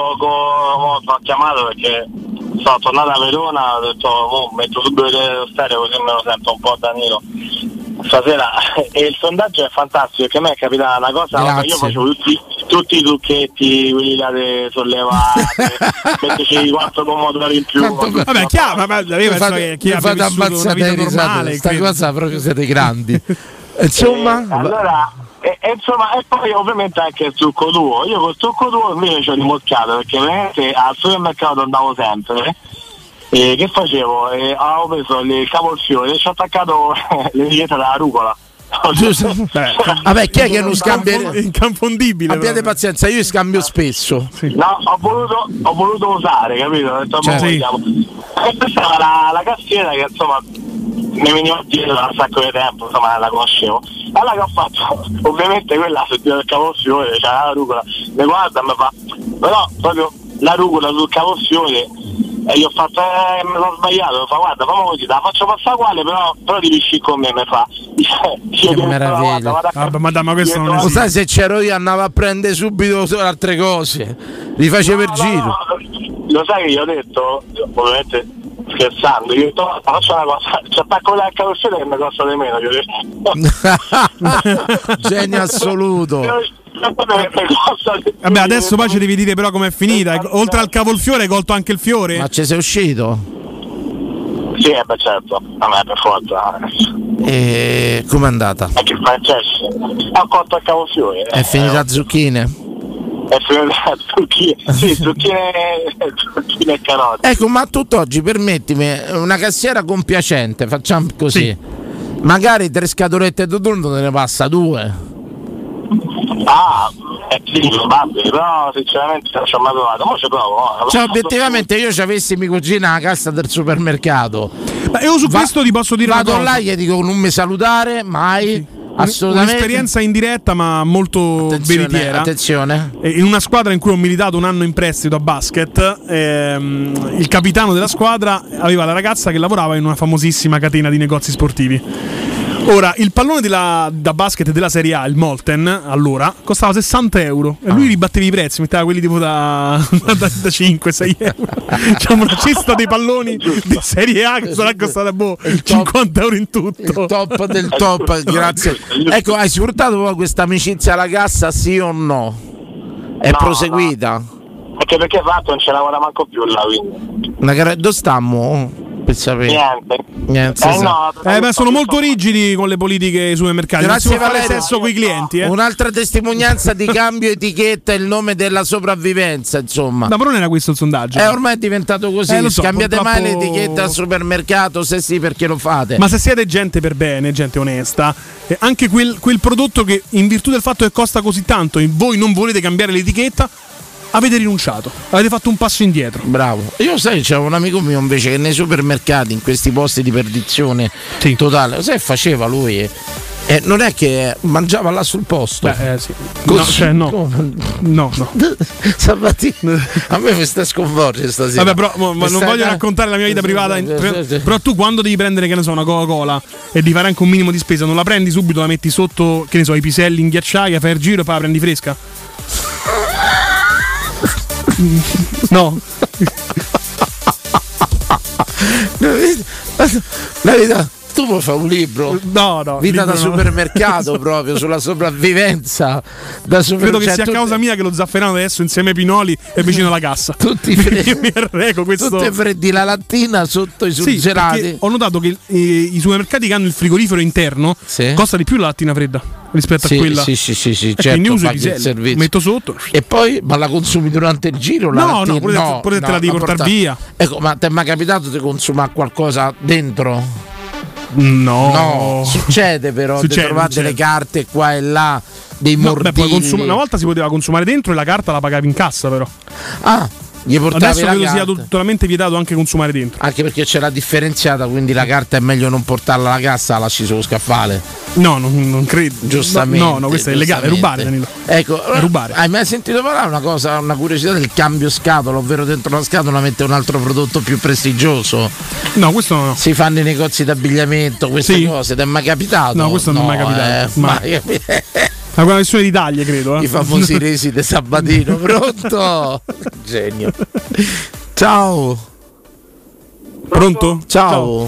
co- ti ho chiamato perché sono tornato a Verona, ho detto mo metto subito lo stereo così me lo sento un po' Danilo stasera. E il sondaggio è fantastico perché a me è capitata una cosa, Grazie. io facevo tutti, tutti i trucchetti, quelli là de sollevate, metterci quattro pomodori in più. Vabbè, chiaro, ma, ma io Mi penso fate- che chi mi abbia fate vissuto una ammazzare vita di risate, normale, sta credo. cosa proprio siete grandi. Insomma, Eh, allora, e, e insomma, e poi ovviamente anche il trucco tuo. Io col trucco tuo invece ci ho rimorchiato perché veramente al supermercato andavo sempre. E che facevo? E avevo preso il cavolfiore e ci ho attaccato l'etichetta della rucola. giusto? Vabbè, chi è che non scambia? Inconfondibile. Abbiate proprio. pazienza, io scambio spesso. No, ho voluto, ho voluto usare, capito? Ho detto, Cioè, "Mo sì. vediamo." E questa era la, la cassiera che insomma mi veniva dietro da un sacco di tempo, insomma la conoscevo. Allora che ho fatto? Ovviamente quella sul il cavolfiore, c'era la rucola, mi guarda e mi fa, però proprio la rucola sul cavolfiore. E io ho fatto, eh, mi sono sbagliato, mi fa guarda, fammi così, te la faccio passare uguale, però, però devi riuscire con me, mi fa. Io Che meraviglia. Vabbè, ma dai, ma questo non Lo esiste. sai, se c'ero io andavo a prendere subito altre cose, li facevo per giro. No, lo sai che io ho detto, ovviamente scherzando, io ho detto, "Guarda, faccio una cosa, ci attacco la carrozzella che mi costa di meno", io ho detto. Genio assoluto. Vabbè, adesso poi ci devi dire però com'è finita. Oltre al cavolfiore hai colto anche il fiore? Ma ci sei uscito? Sì, eh, beh, certo, vabbè, per forza. E com'è andata? E che facessi? Ho cotto il cavolfiore. È finita a zucchine? È finita a zucchine, sì, zucchine, zucchine e carote. Ecco, ma tutt'oggi permettimi, una cassiera compiacente, facciamo così. Magari tre scatolette di tonno te ne passa due. Ah, è sì, probabile, però sinceramente non ci ho mai provato, ma ci provo. no. Cioè, obiettivamente io ci avessi mia cugina alla cassa del supermercato. Ma io su Va- questo ti posso dire una Vado cosa. là e gli dico non mi salutare mai, assolutamente. Un'esperienza indiretta ma molto Attenzione, veritiera. attenzione. E in una squadra in cui ho militato un anno in prestito a basket, ehm, il capitano della squadra aveva la ragazza che lavorava in una famosissima catena di negozi sportivi. Ora, il pallone della, da basket della Serie A, il Molten, allora, costava sessanta euro. E lui ribatteva i prezzi, metteva quelli tipo da, da, da cinque sei euro. Diciamo una cesta dei palloni di Serie A che sarà costata boh, cinquanta euro in tutto. Il top del top, grazie. Ecco, hai sfruttato poi questa amicizia alla cassa, sì o no? È No, proseguita? Anche perché fatto non ce lavora manco più là, quindi. Una gara... Dove stiamo? Per sapere. Niente. Niente, Eh, sì. no, Eh, beh, sono molto rigidi con le politiche dei supermercati. Grazie, non si può fare Valerio. sesso con i clienti, eh. Un'altra testimonianza di cambio etichetta, il nome della sopravvivenza, insomma. Ma però non era questo il sondaggio. Eh, ormai è diventato così. Eh, lo so, Scambiate mai purtroppo- l'etichetta al supermercato? Se sì, perché lo fate? Ma se siete gente per bene, gente onesta, eh, anche quel, quel prodotto che in virtù del fatto che costa così tanto e voi non volete cambiare l'etichetta, avete rinunciato, avete fatto un passo indietro. Bravo. Io sai, c'è un amico mio invece che nei supermercati, in questi posti di perdizione totale, sai, faceva lui. E non è che mangiava là sul posto. Beh, eh, sì. Così- No, cioè, no. No, no. Sabatino, a me mi sta sconvolgendo stasera. Vabbè, però mo- ma Mi non sta- voglio raccontare la mia vita Sì, privata. sì, in- sì, per- sì. Però tu quando devi prendere, che ne so, una Coca-Cola e di fare anche un minimo di spesa, non la prendi subito, la metti sotto, che ne so, i piselli in ghiacciaia, fai il giro e poi la prendi fresca? No. La verità, tu puoi fare un libro. No, no. Vita da libro no. supermercato proprio sulla sopravvivenza. Da super- Credo che cioè, sia a tutte- causa mia che lo zafferano adesso insieme ai pinoli è vicino alla cassa. Tutti freddi. Io mi arreco questo. Tutte freddi, la lattina sotto i Sì, surgelati. perché ho notato che eh, i supermercati che hanno il frigorifero interno costa di più la lattina fredda rispetto Sì, a quella. sì, sì, sì, sì, E certo, quindi uso i paghi il piselli, servizio. metto sotto. E poi, ma la consumi durante il giro? La No, no, lattina? pure se- pure se te la devi portare via. Ecco, ma ti è mai capitato di consumare qualcosa dentro? No, No, succede però, di Succede, trovare succede. delle carte qua e là, dei No, beh, morbilli. puoi consum- una volta si poteva consumare dentro e la carta la pagavi in cassa, però. Ah, gli portavi Adesso la credo sia carta. totalmente vietato anche consumare dentro. Anche perché c'è la differenziata, quindi la carta è meglio non portarla alla cassa, la lasci sullo scaffale. No, non, non credo. Giustamente. No, no, questo è illegale, è rubare, Danilo. Ecco, È rubare. hai mai sentito parlare una cosa, una curiosità del cambio scatola, ovvero dentro la scatola mette un altro prodotto più prestigioso? No, questo no. Si fanno i negozi d'abbigliamento, queste Sì. cose, ti è mai capitato? No, questo non è mai capitato. eh, Mai. mai capitato. Ma una questione di taglie, credo. Eh. I famosi resi di Sabatino, pronto? Genio. Ciao. Pronto? Ciao.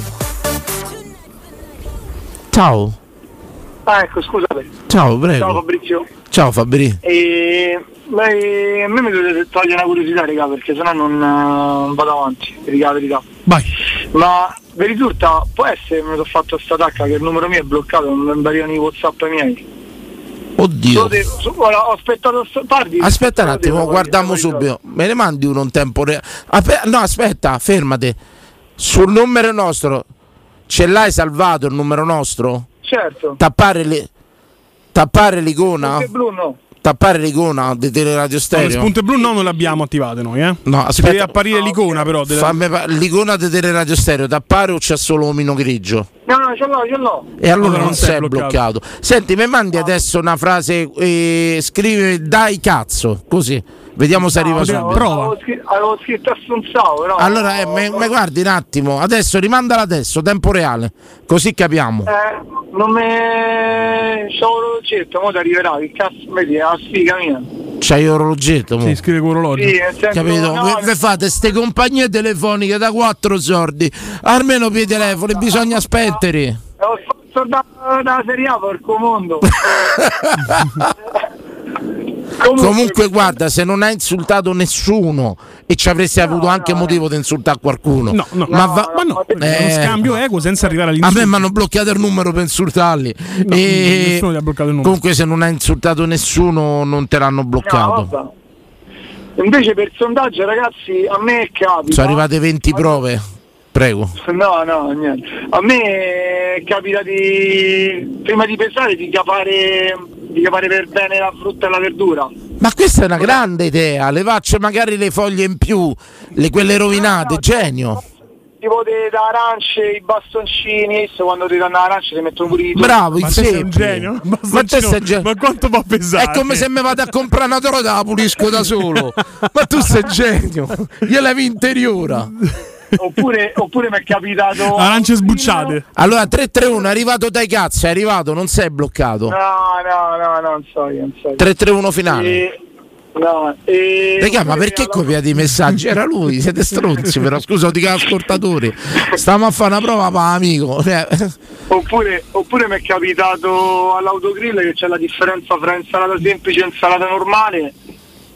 Ciao. Ah, ecco, scusate. Ciao, prego. Ciao Fabrizio. Ciao Fabri. E, beh, a me mi dovete togliere una curiosità, raga, perché sennò non, non vado avanti, vi dico la verità. Vai. Ma vi risulta, può essere che mi sono fatto sta tacca che il numero mio è bloccato, non mi arrivano i WhatsApp miei. Oddio. Lo devo- su- guarda, ho aspettato, parli. Aspetta un Lo attimo, devo, guardiamo guarda, subito. Me ne mandi uno in tempo reale? Ape- no, aspetta, fermate. Sul numero nostro ce l'hai salvato il numero nostro? Certo. Tappare, le... Tappare l'icona? Punte blu no. Tappare l'icona di Teleradio No, le Stereo? spunte blu no, non le abbiamo attivate noi, eh. No, Ci aspetta. deve apparire l'icona, però. delle- Fammi pa- l'icona di Teleradio Stereo, tappare o c'è solo omino grigio? No, no, ce l'ho, ce l'ho. E allora Allora non non sei sei bloccato. bloccato. Senti, mi mandi adesso una frase, eh, scrivi dai cazzo, così. Vediamo se arriva Avevo- subito. Avevo scritto, avevo scritto assunzao, però. Allora, eh, me, me guardi un attimo, adesso rimandala adesso, tempo reale, così capiamo. Eh, non me. C'ho l'orologgetto, mo ti arriverà, che cazzo, vedi, è la sfiga mia. C'hai l'orologetto, mo. Sì, scrive con orologio. Sì, nel senso, Capito? no, Ve, ve fate ste compagnie telefoniche da quattro sordi, almeno per i telefoni bisogna spettere. Ho fatto da, da Serie A, porco mondo. Comunque, Comunque guarda, se non hai insultato nessuno e ci avresti No, avuto anche no, motivo di insultare qualcuno. No, no, ma, no, va- ma no, Eh, è uno scambio equo senza arrivare a all'insulto. me mi hanno bloccato il numero per insultarli. No, e nessuno ti ha bloccato il numero. comunque se non hai insultato nessuno non te l'hanno bloccato. No, vabbè. Invece per sondaggio, ragazzi, a me capita. Sono arrivate venti prove. Prego. No, no, niente. A me capita di prima di pesare di capare di capare per bene la frutta e la verdura. Ma questa è una grande idea, le faccio magari le foglie in più, le quelle rovinate, genio. Tipo de, da arance, i bastoncini, adesso quando ti danno l'arance ti mettono pure i Bravo, Ma il te sei un seme. genio? Ma te Bastoncino, sei genio. ma quanto può pesare? È come se mi vado a comprare una torta la pulisco da solo. Ma tu sei genio, gliela vi interiora. Oppure, oppure mi è capitato. Arance sbucciate. Allora tre tre uno è arrivato dai cazzi, è arrivato, non sei bloccato. No, no, no, no, non so io, non so io. tre tre uno finale. E, no, e... Raga, ma perché copiate i messaggi? Era lui, siete stronzi però, scusa, dico ascoltatori. Stiamo a fare una prova per amico. Oppure, oppure mi è capitato all'autogrill che c'è la differenza fra insalata semplice e insalata normale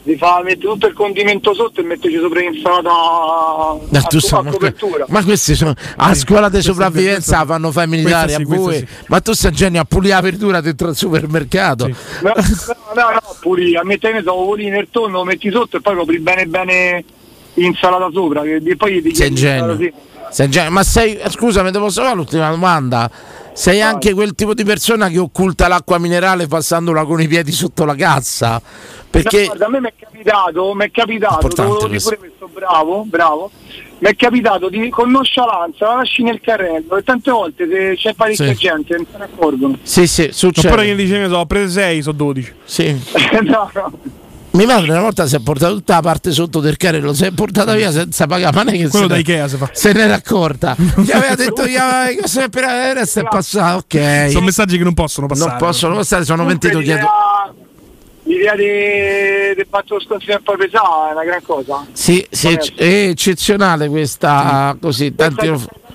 si fa, mette tutto il condimento sotto e metteci sopra l'insalata Ma, a, tu a sai, copertura. ma questi sono a scuola di sopravvivenza fanno fare militari a sì, voi, sì. ma tu sei genio a pulire la verdura dentro al supermercato. No, no, no, no, puri, a mettere so, uvolini nel tonno, lo metti sotto e poi copri bene bene l'insalata sopra, e poi ti Sei genio. Sei genio. Ma sei, scusami, devo solo fare l'ultima domanda. Sei Vai. anche quel tipo di persona che occulta l'acqua minerale passandola con i piedi sotto la cassa? Perché no, guarda, a me mi è capitato, mi è capitato, Importante devo dire questo. pure questo, bravo, bravo. Mi è capitato di con nonchalance la lasci nel carrello e tante volte se c'è parecchia Sì. gente non se ne accorgono. Sì, sì, succede. Oppure che dice, ne so, ho preso sei, sono dodici. Sì. no, no. Mia madre una volta si è portata tutta la parte sotto del carrello, si è portata via senza pagare, ma non è che Quello se da ne- Ikea si fa. se n'era accorta. Gli aveva detto gli aveva cose per aereo e si è passato, ok. Sono messaggi che non possono passare. Non possono passare, sono Comunque pentito chiedo. L'idea di de battere lo scontrino e poi pesare è una gran cosa. Sì, sì, ec- è eccezionale questa così, tanti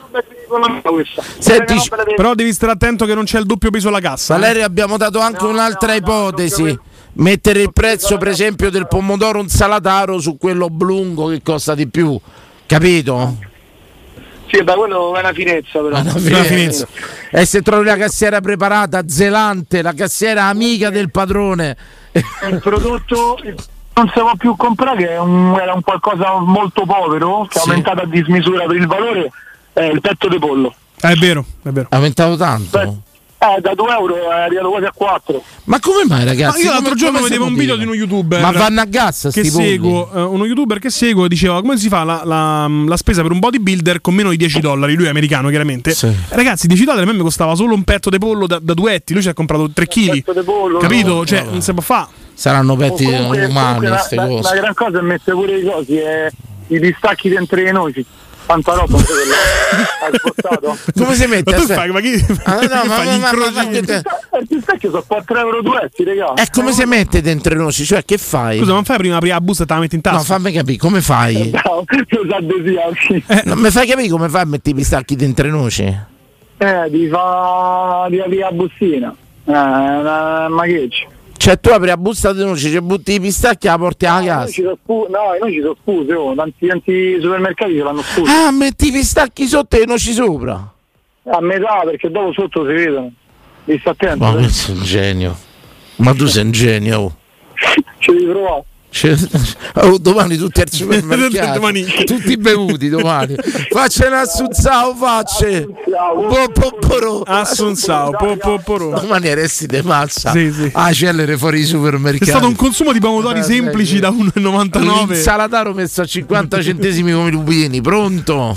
Senti, però devi stare attento che non c'è il doppio peso alla cassa. Valerio, abbiamo dato anche un'altra ipotesi. Mettere il prezzo, per esempio, del pomodoro un salataro su quello oblungo che costa di più, capito? Sì, da quello è una finezza però. Una finezza. E se trovi la cassiera preparata, zelante, la cassiera amica del padrone. Il prodotto non si può più comprare, che è un, era un qualcosa molto povero, che è Sì. aumentato a dismisura per il valore, è il petto di pollo. È vero, è vero. È aumentato tanto. Eh, da due euro è arrivato quasi a quattro. Ma come mai, ragazzi? Ma io l'altro Come- giorno come si vedevo un può video dire? di uno youtuber Ma vanno a gas che sti polli? seguo, eh, uno youtuber che seguo diceva come si fa la, la- la spesa per un bodybuilder con meno di dieci dollari. Lui è americano chiaramente. Sì. Eh, Ragazzi, dieci dollari a me mi costava solo un petto di pollo da, da duetti. Lui ci ha comprato tre chili. Petto di pollo, Capito? no, Cioè, no. non si può fare. Saranno petti Comunque- umani comunque queste la, la, cose. la gran cosa è mettere pure i cosi, è i pistacchi dentro i noci. Tanta roba anche quella. Hai spostato? Come si mette? Ma tu Aspetta. fai, ma chi, Ah, no, che ma- fai, ma- gli ma- incroci? ma- ma- Il pistacchio sono quattro euro duetti, raga. E come si mette dentro i noci? Cioè, che fai? Scusa, non fai prima aprire la busta e te la metti in tasca? No, fammi capire, come fai? No, tu sa desiderarsi. Eh, non mi fai capire come fai a mettere i pistacchi dentro i noci? Eh, di fa di aprire la bustina. Eh, una- ma che c'è? Cioè, tu apri la busta di noci, ci butti i pistacchi e la porti alla Noi casa. ci sono spu- no, noi ci sono spuse, oh, tanti, tanti supermercati ce l'hanno spuse. Ah, metti i pistacchi sotto e i noci sopra. A metà, perché dopo sotto si vedono. Vi sta attento. Ma eh. questo è un genio. Ma tu sei un genio. Oh. Ci devi provare. Cioè, oh, domani tutti al supermercato, Domani. tutti bevuti domani. Faccia un assunzao, facce. Po, po, poro. Assunzao, po, po, poro. Domani resti de mazza. Sì, sì. Ah, cellere fuori i È supermercati. stato un consumo di pomodori Eh, semplici sì. da uno virgola novantanove. L'insalataro messo a cinquanta centesimi come i lupini. Pronto?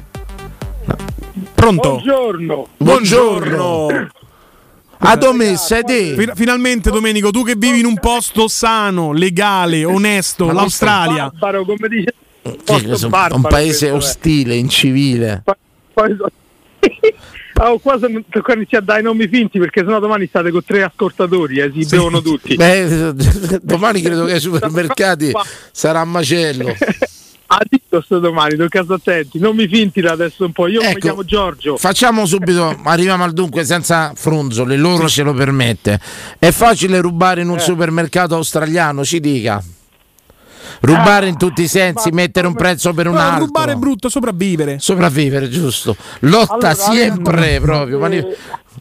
Pronto? Buongiorno. Buongiorno. A dove sei te? Fin- Finalmente Domenico, tu che vivi in un posto sano, legale, onesto, Ma non l'Australia. Barbaro, come dice. Che Posto sono barbaro un paese questo, eh. ostile, incivile. Poi so- Oh, qua sono tocca iniziare a dare i nomi finti perché sennò domani state con tre ascoltatori e si bevono tutti. Beh, domani credo che ai supermercati sarà a macello. Ha detto sto domani, tocca stare attenti. Nomi finti da adesso un po'. Io mi Ecco, chiamo Giorgio. Facciamo subito, arriviamo al dunque senza fronzoli, loro ce lo permette. È facile rubare in un Eh. supermercato australiano, ci dica. Rubare Ah, in tutti i sensi, ma mettere un come- prezzo per un No, altro. rubare è brutto, sopravvivere. Sopravvivere, giusto. Lotta Allora, sempre abbiamo- proprio. mani- eh,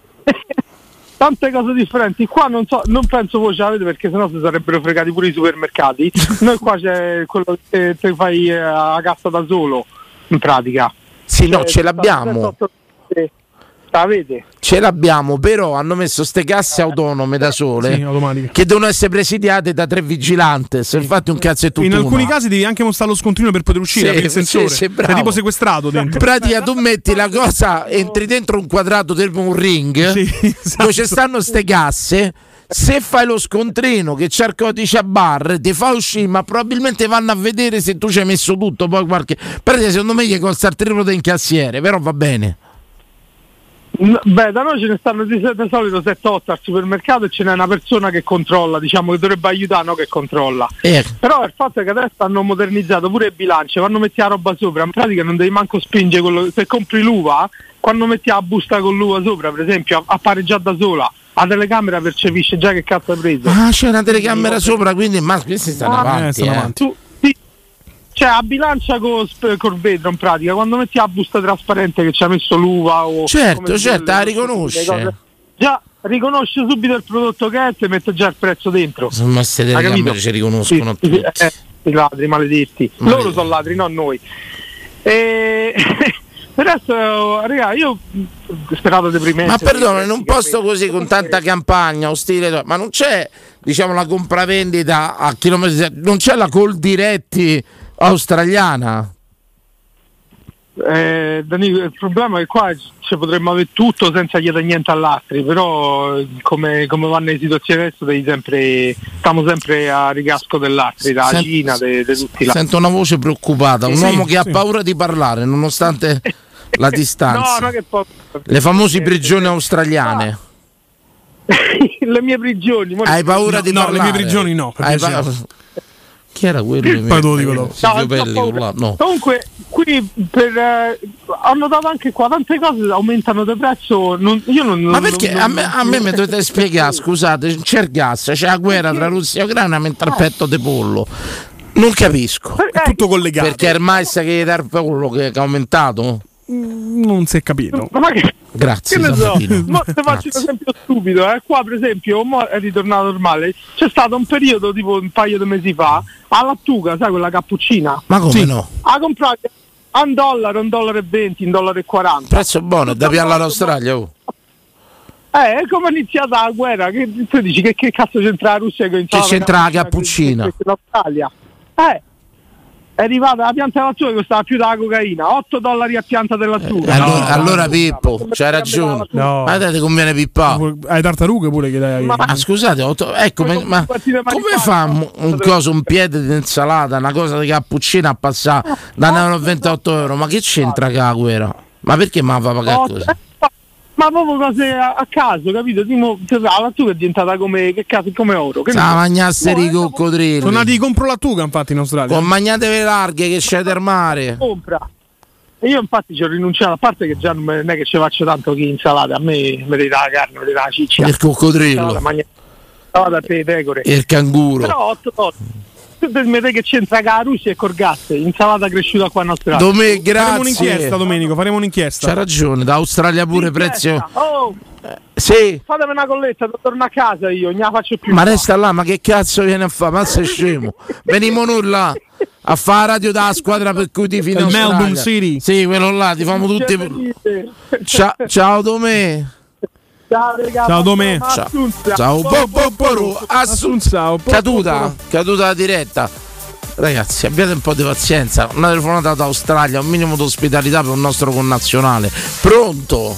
Tante cose differenti. Qua non so, non penso voi ce l'avete perché sennò si sarebbero fregati pure i supermercati. Noi qua c'è quello che te fai eh, a cassa da solo, in pratica. Sì, no, Cioè, ce l'abbiamo. eh, L'avete? Ce l'abbiamo, però hanno messo ste casse autonome da sole Sì, automatiche. che devono essere presidiate da tre vigilantes. Infatti un cazzo è tutto. In alcuni uno. casi devi anche mostrare lo scontrino per poter uscire, Sì, aprire il sì, sensore. sì, bravo. Sei tipo sequestrato In dentro. pratica tu metti la cosa, entri dentro un quadrato del un ring Sì, dove esatto. ci stanno ste casse. Se fai lo scontrino che c'è il codice a bar, ti fa uscire, ma probabilmente vanno a vedere se tu ci hai messo tutto. Poi qualche. Pratica, secondo me gli costa il triplo del cassiere, però va bene. No, beh, da noi ce ne stanno di, di solito sette otto al supermercato e ce n'è una persona che controlla, diciamo che dovrebbe aiutare, no che controlla. Eh, Però il fatto è che adesso hanno modernizzato pure il bilancio, quando metti la roba sopra, in pratica non devi manco spingere quello, se compri l'uva, quando metti la busta con l'uva sopra, per esempio, appare già da sola. la telecamera percepisce già che cazzo hai preso. Ah, c'è una telecamera sopra, quindi ma questi stanno Ah, avanti, eh, stanno eh. avanti. Tu, sì, cioè a bilancia con col vetro in pratica, quando metti la busta trasparente che ci ha messo l'uva o Certo, come certo, le- la le riconosce. cose, già riconosce subito il prodotto che è e ti mette già il prezzo dentro. Insomma, queste Hai telecamere capito? ci riconoscono Sì, tutti. sì, eh, i ladri maledetti. Maledetti. Loro sono ladri, non noi. E per adesso, raga, io sperato deprimente. Ma perdona, in un posto così con tanta campagna, ostile, ma non c'è, diciamo, la compravendita a chilometri, non c'è la call diretti australiana? Eh, Danilo, il problema è che qua ci potremmo avere tutto senza chiedere niente all'altri, però eh, come, come vanno le situazioni adesso devi sempre, stiamo sempre a ricasco dell'altri, dalla Sent- Cina, de, de tutti là. Sento una voce preoccupata, un Sì, uomo che sì. ha paura di parlare nonostante la distanza. No, no, che po- Le famose prigioni australiane. le mie prigioni. mo- Hai paura di no, le parlare? mie prigioni no, per Hai piacere. pa- Chi era quello? Poi te lo dico dopo. Silvio No, Pelli, ho paura. là, no. Comunque qui per, eh, ho notato anche qua tante cose aumentano di prezzo. Non, io non, Ma non- perché non- a me, a me mi dovete spiegare, scusate, c'è il gas, c'è la guerra tra Russia e Ucraina, mentre il petto di pollo. Non capisco. È tutto collegato. Perché è il mais che gli dà il pollo che che è aumentato? Non si è capito. Ma che, Grazie. che ne so, Sabatino. mo te faccio Grazie. un esempio stupido, eh. Qua per esempio mo è ritornato normale. C'è stato un periodo tipo un paio di mesi fa a Lattuga, sai quella cappuccina? Ma come Sì. no? Ha comprato a un dollaro, un dollaro e venti, un dollaro e quaranta. Prezzo buono, è da pialla all'Australia. Oh. Eh, è come è iniziata la guerra, che tu dici che, che cazzo c'entra la Russia che Che c'entra la cappuccina? L'Australia. Eh, è arrivata la pianta della lattuga che costava più della cocaina, otto dollari a pianta della lattuga. Allora, allora Pippo, c'hai ragione. No. Ma te conviene pippare. Hai tartarughe pure che dai. Ma- Ah, scusate, otto- ecco, ma, ma come fa un, un coso, un piede di insalata, una cosa di cappuccina a passare da un euro a ventotto euro? Ma che c'entra che la guerra? Ma perché mi fa pagare Otto- così? eh, ma proprio cose a, a caso, capito? Tipo, la lattuga è diventata come, che cazzo, come oro. Che Sa ne so. magnasse No, i eh, coccodrilli. Sono nati compro lattuga infatti in Australia. Con magnatevi larghe che c'è del mare. compra. E io infatti ci ho rinunciato, a parte che già non, me- non è che ci faccio tanto che insalata, a me mi dà la carne, mi dà la ciccia. Il coccodrillo. Insalata, magna- insalata per le pecore. E il canguro. Però otto dollari. Tu per me che c'entra con la Russia e col gas, insalata cresciuta qua in Australia. Dome, Faremo un'inchiesta, grazie. Domenico, faremo un'inchiesta. C'ha ragione, da Australia pure prezzo. Oh, Sì. fatemi una colletta, torno a casa io, non la faccio più. Ma resta là, ma che cazzo viene a fare? Ma sei scemo. Venimo nulla a fare la radio dalla squadra per cui ti fino Il Melbourne City. Sì, quello là, ti famo tutti. Ciao, ciao Domè. Ciao, raga, Ciao, Domè. Ciao. Assunza. Ciao, bo, bo, bo, ru. Assunza. po, po, Caduta, caduta la diretta. Ragazzi, abbiate un po' di pazienza. Una telefonata d'Australia, un minimo di ospitalità per un nostro connazionale. Pronto?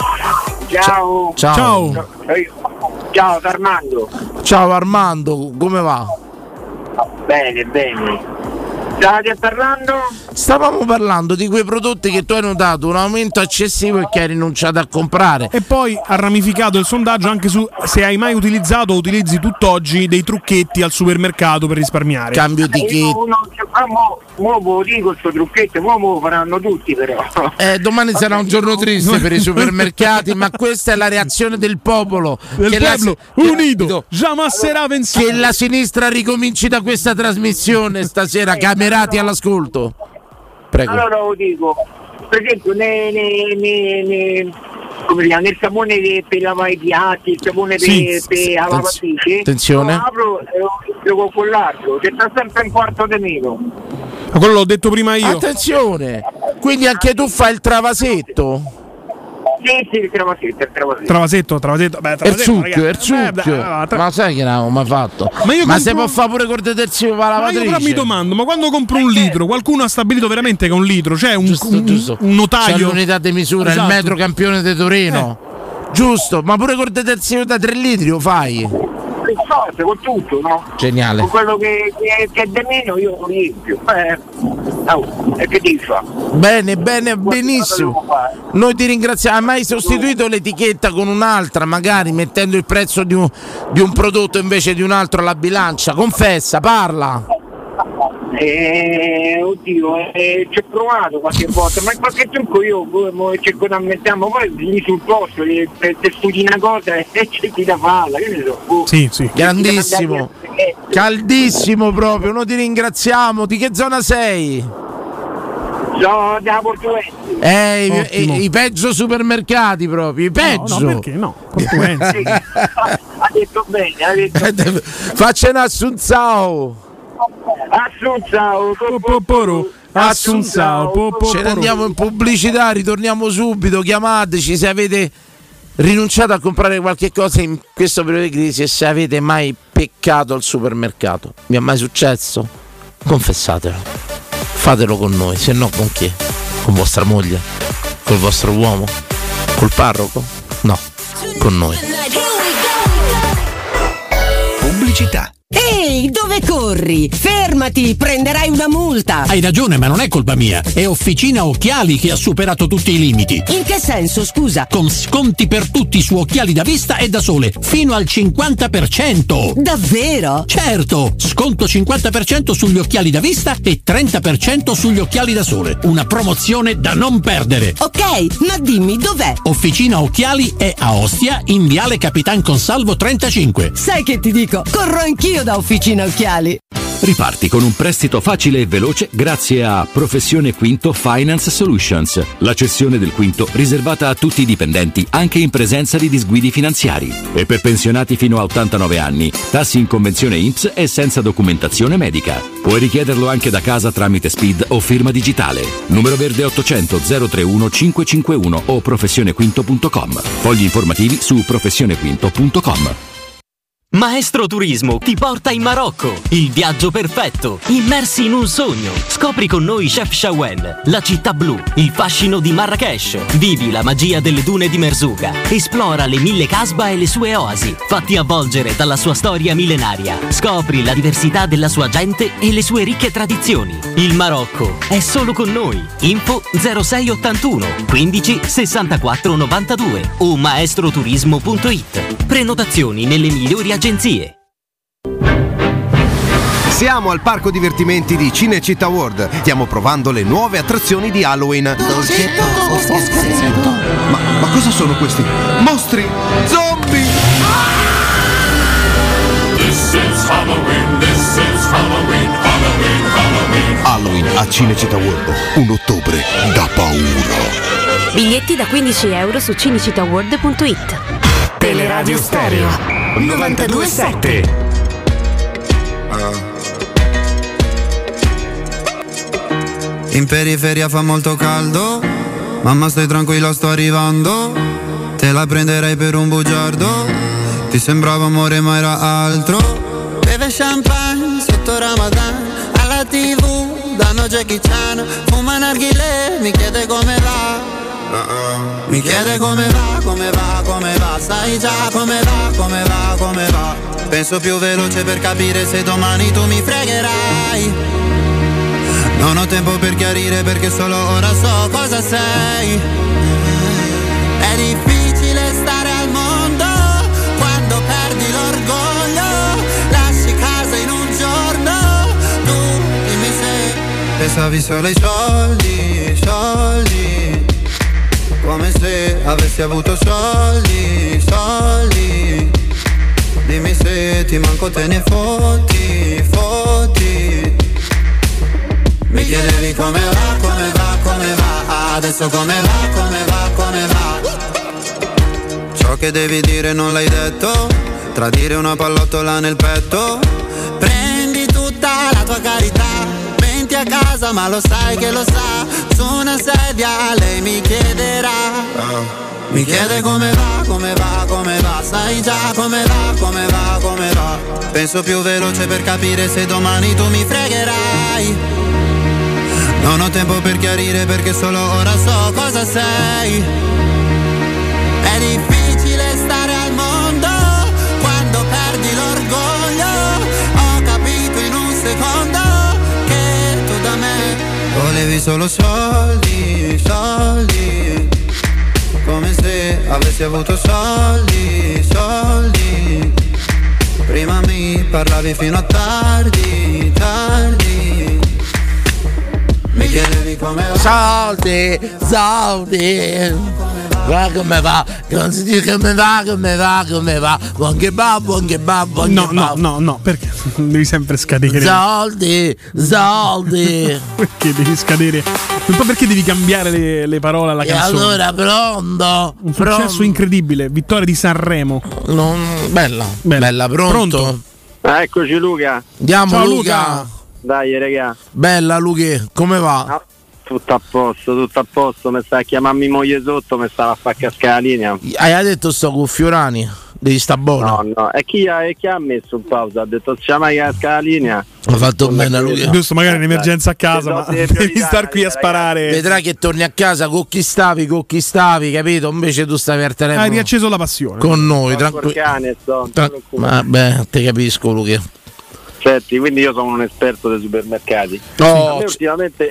Ciao. Ciao. Ciao. Eh, Ciao Armando. Ciao Armando, come va? Bene, bene. State parlando? Stavamo parlando di quei prodotti che tu hai notato un aumento eccessivo e che hai rinunciato a comprare. E poi ha ramificato il sondaggio anche su se hai mai utilizzato o utilizzi tutt'oggi dei trucchetti al supermercato per risparmiare. Cambio di Eh, kit. io uno- ah, mo, mo ve lo dico sto trucchetto, mo me lo faranno tutti però. Eh, domani sarà un giorno triste per i supermercati, ma questa è la reazione del popolo. Del che la pueblo si- unito, jamais sarà vencido. Che la sinistra ricominci da questa trasmissione stasera, camerati all'ascolto. Prego. Allora lo dico, per esempio ne, ne, ne, ne- come si chiama, nel sapone de- per lavare i piatti, il sapone per, Sì, per sì, la attenz- lavatrice, attenzione. lo apro e lo gioco con l'altro, che sta sempre un quarto di meno. Ma quello l'ho detto prima io. Attenzione, quindi anche tu fai il travasetto? Sì, sì, il travasetto, il travasetto. Travasetto, travasetto. Beh, Il travasetto, succhio, ragazzi. il succhio. Beh, beh, tra- Ma sai che non avevo mai fatto? Ma io Ma compro- se può fare pure col detersivo per la Ma io lavatrice? però mi domando, ma quando compro un litro, qualcuno ha stabilito veramente che è un litro? C'è un, Giusto, un, giusto. un notaio? C'è l'unità di misura, Esatto. il metro campione di Torino. Giusto, ma pure col detersivo da tre litri lo fai? Per forza, con tutto, no? Geniale. Con quello che, che, che è di meno io lo riempio. Eh, oh, e che ti fa? Bene, bene, benissimo. Noi ti ringraziamo. Hai mai sostituito l'etichetta con un'altra, magari mettendo il prezzo di un, di un prodotto invece di un altro alla bilancia? Confessa, parla. Eh, oddio, eh, ci ho provato qualche volta, ma qualche trucco io mo, cerco di ammettiamo, poi lì sul posto eh, te, te studi una cosa e eh, cerchi da farla, che ne so. Oh. Sì, sì. Grandissimo, caldissimo proprio, noi ti ringraziamo. Di che zona sei? Sono da Portuense. Eh, i, i peggio supermercati proprio, i peggio. No, no, perché no? Portuense. Sì, ha detto bene, ha detto Faccia un assunzao. Assunzao, Assunzao, ce ne andiamo in pubblicità, ritorniamo subito, chiamateci se avete rinunciato a comprare qualche cosa in questo periodo di crisi e se avete mai peccato al supermercato. Mi è mai successo? Confessatelo, fatelo con noi, se no con chi? Con vostra moglie? Col vostro uomo? Col parroco? No, con noi. Pubblicità. Ehi, dove corri? Fermati, prenderai una multa. Hai ragione, ma non è colpa mia. È Officina Occhiali che ha superato tutti i limiti. In che senso, scusa? Con sconti per tutti su occhiali da vista e da sole, fino al cinquanta per cento. Davvero? Certo, sconto cinquanta per cento sugli occhiali da vista e trenta per cento sugli occhiali da sole. Una promozione da non perdere. Ok, ma dimmi dov'è? Officina Occhiali è a Ostia, in Viale Capitan Consalvo trentacinque. Sai che ti dico? Corro anch'io da Officina Occhiali. Riparti con un prestito facile e veloce grazie a Professione Quinto Finance Solutions, la cessione del quinto riservata a tutti i dipendenti anche in presenza di disguidi finanziari e per pensionati fino a ottantanove anni, tassi in convenzione I N P S e senza documentazione medica. Puoi richiederlo anche da casa tramite S P I D o firma digitale. Numero verde ottocento zero trentuno cinquecentocinquantuno o professionequinto punto com. Fogli informativi su professionequinto punto com. Maestro Turismo ti porta in Marocco, il viaggio perfetto, immersi in un sogno. Scopri con noi Chef Shawen, la città blu, il fascino di Marrakesh. Vivi la magia delle dune di Merzouga. Esplora le mille casba e le sue oasi. Fatti avvolgere dalla sua storia millenaria. Scopri la diversità della sua gente e le sue ricche tradizioni. Il Marocco è solo con noi. Info zero sei ottantuno quindici sessantaquattro novantadue o maestroturismo punto it. Prenotazioni nelle migliori agenzie. Siamo al parco divertimenti di Cinecittà World. Stiamo provando le nuove attrazioni di Halloween. Dolcetto o scherzetto? Ma, ma cosa sono questi? Mostri! Zombie! This is Halloween, this is Halloween, Halloween, Halloween. Halloween a Cinecittà World. Un ottobre da paura. Biglietti da quindici euro su cinecittàworld punto it. Teleradio Stereo novantadue sette. In periferia fa molto caldo, mamma stai tranquilla sto arrivando, te la prenderei per un bugiardo, ti sembrava amore ma era altro. Beve champagne sotto Ramadan, alla tv danno Jackie Chan, fuma narghile, mi chiede come va. Uh-uh. Mi chiede come va, come va, come va, sai già come va, come va, come va. Penso più veloce per capire se domani tu mi fregherai. Non ho tempo per chiarire perché solo ora so cosa sei. È difficile stare al mondo quando perdi l'orgoglio. Lasci casa in un giorno, tu dimmi se pensavi solo ai soldi, soldi. Come se avessi avuto soldi, soldi. Dimmi se ti manco te ne fotti, fotti. Mi chiedevi come va, come va, come va. Adesso come va, come va, come va. Ciò che devi dire non l'hai detto. Tradire una pallottola nel petto. Prendi tutta la tua carità. Venti a casa ma lo sai che lo sa. Su una sedia lei mi chiederà. Mi chiede come va, come va, come va. Sai già come va, come va, come va. Penso più veloce per capire se domani tu mi fregherai. Non ho tempo per chiarire perché solo ora so cosa sei. È difficile stare al mondo quando perdi l'orgoglio. Ho capito in un secondo che tu da me volevi solo soldi, soldi. Come se avessi avuto soldi, soldi. Prima mi parlavi fino a tardi, tardi. Mi chiedevi come va. Soldi, soldi. Va come va, non si dice come va, come va, come va. Buon kebab, buon kebab, buon No, kebab. no, no, no, perché devi sempre scadere. Soldi, soldi. Perché devi scadere? Un po' perché devi cambiare le, le parole alla E canzone. allora pronto. Un successo pronto. incredibile, vittoria di Sanremo. Non, bella, bella, bella, pronto? Pronto? Ah, eccoci Luca. Andiamo Ciao, Luca. Luca. Dai regà. Bella Luca, come va? No, tutto a posto, tutto a posto. Mi sta a chiamarmi moglie sotto, mi stava a far cascare la linea. Hai detto sto con Fiorani? Devi sta buono. No, no. E chi ha, e chi ha messo in pausa? Ha detto si chiama che casca la linea. Ha fatto bene Luca. Giusto, magari un'emergenza a casa, ma devi star qui a sparare. Vedrai che torni a casa con chi stavi, con chi stavi, capito? Invece tu stavi al telefono. Hai riacceso la passione. Con noi, tranquillo. Tra- Vabbè, te capisco Luca. Senti, quindi io sono un esperto dei supermercati. Oh, A me ultimamente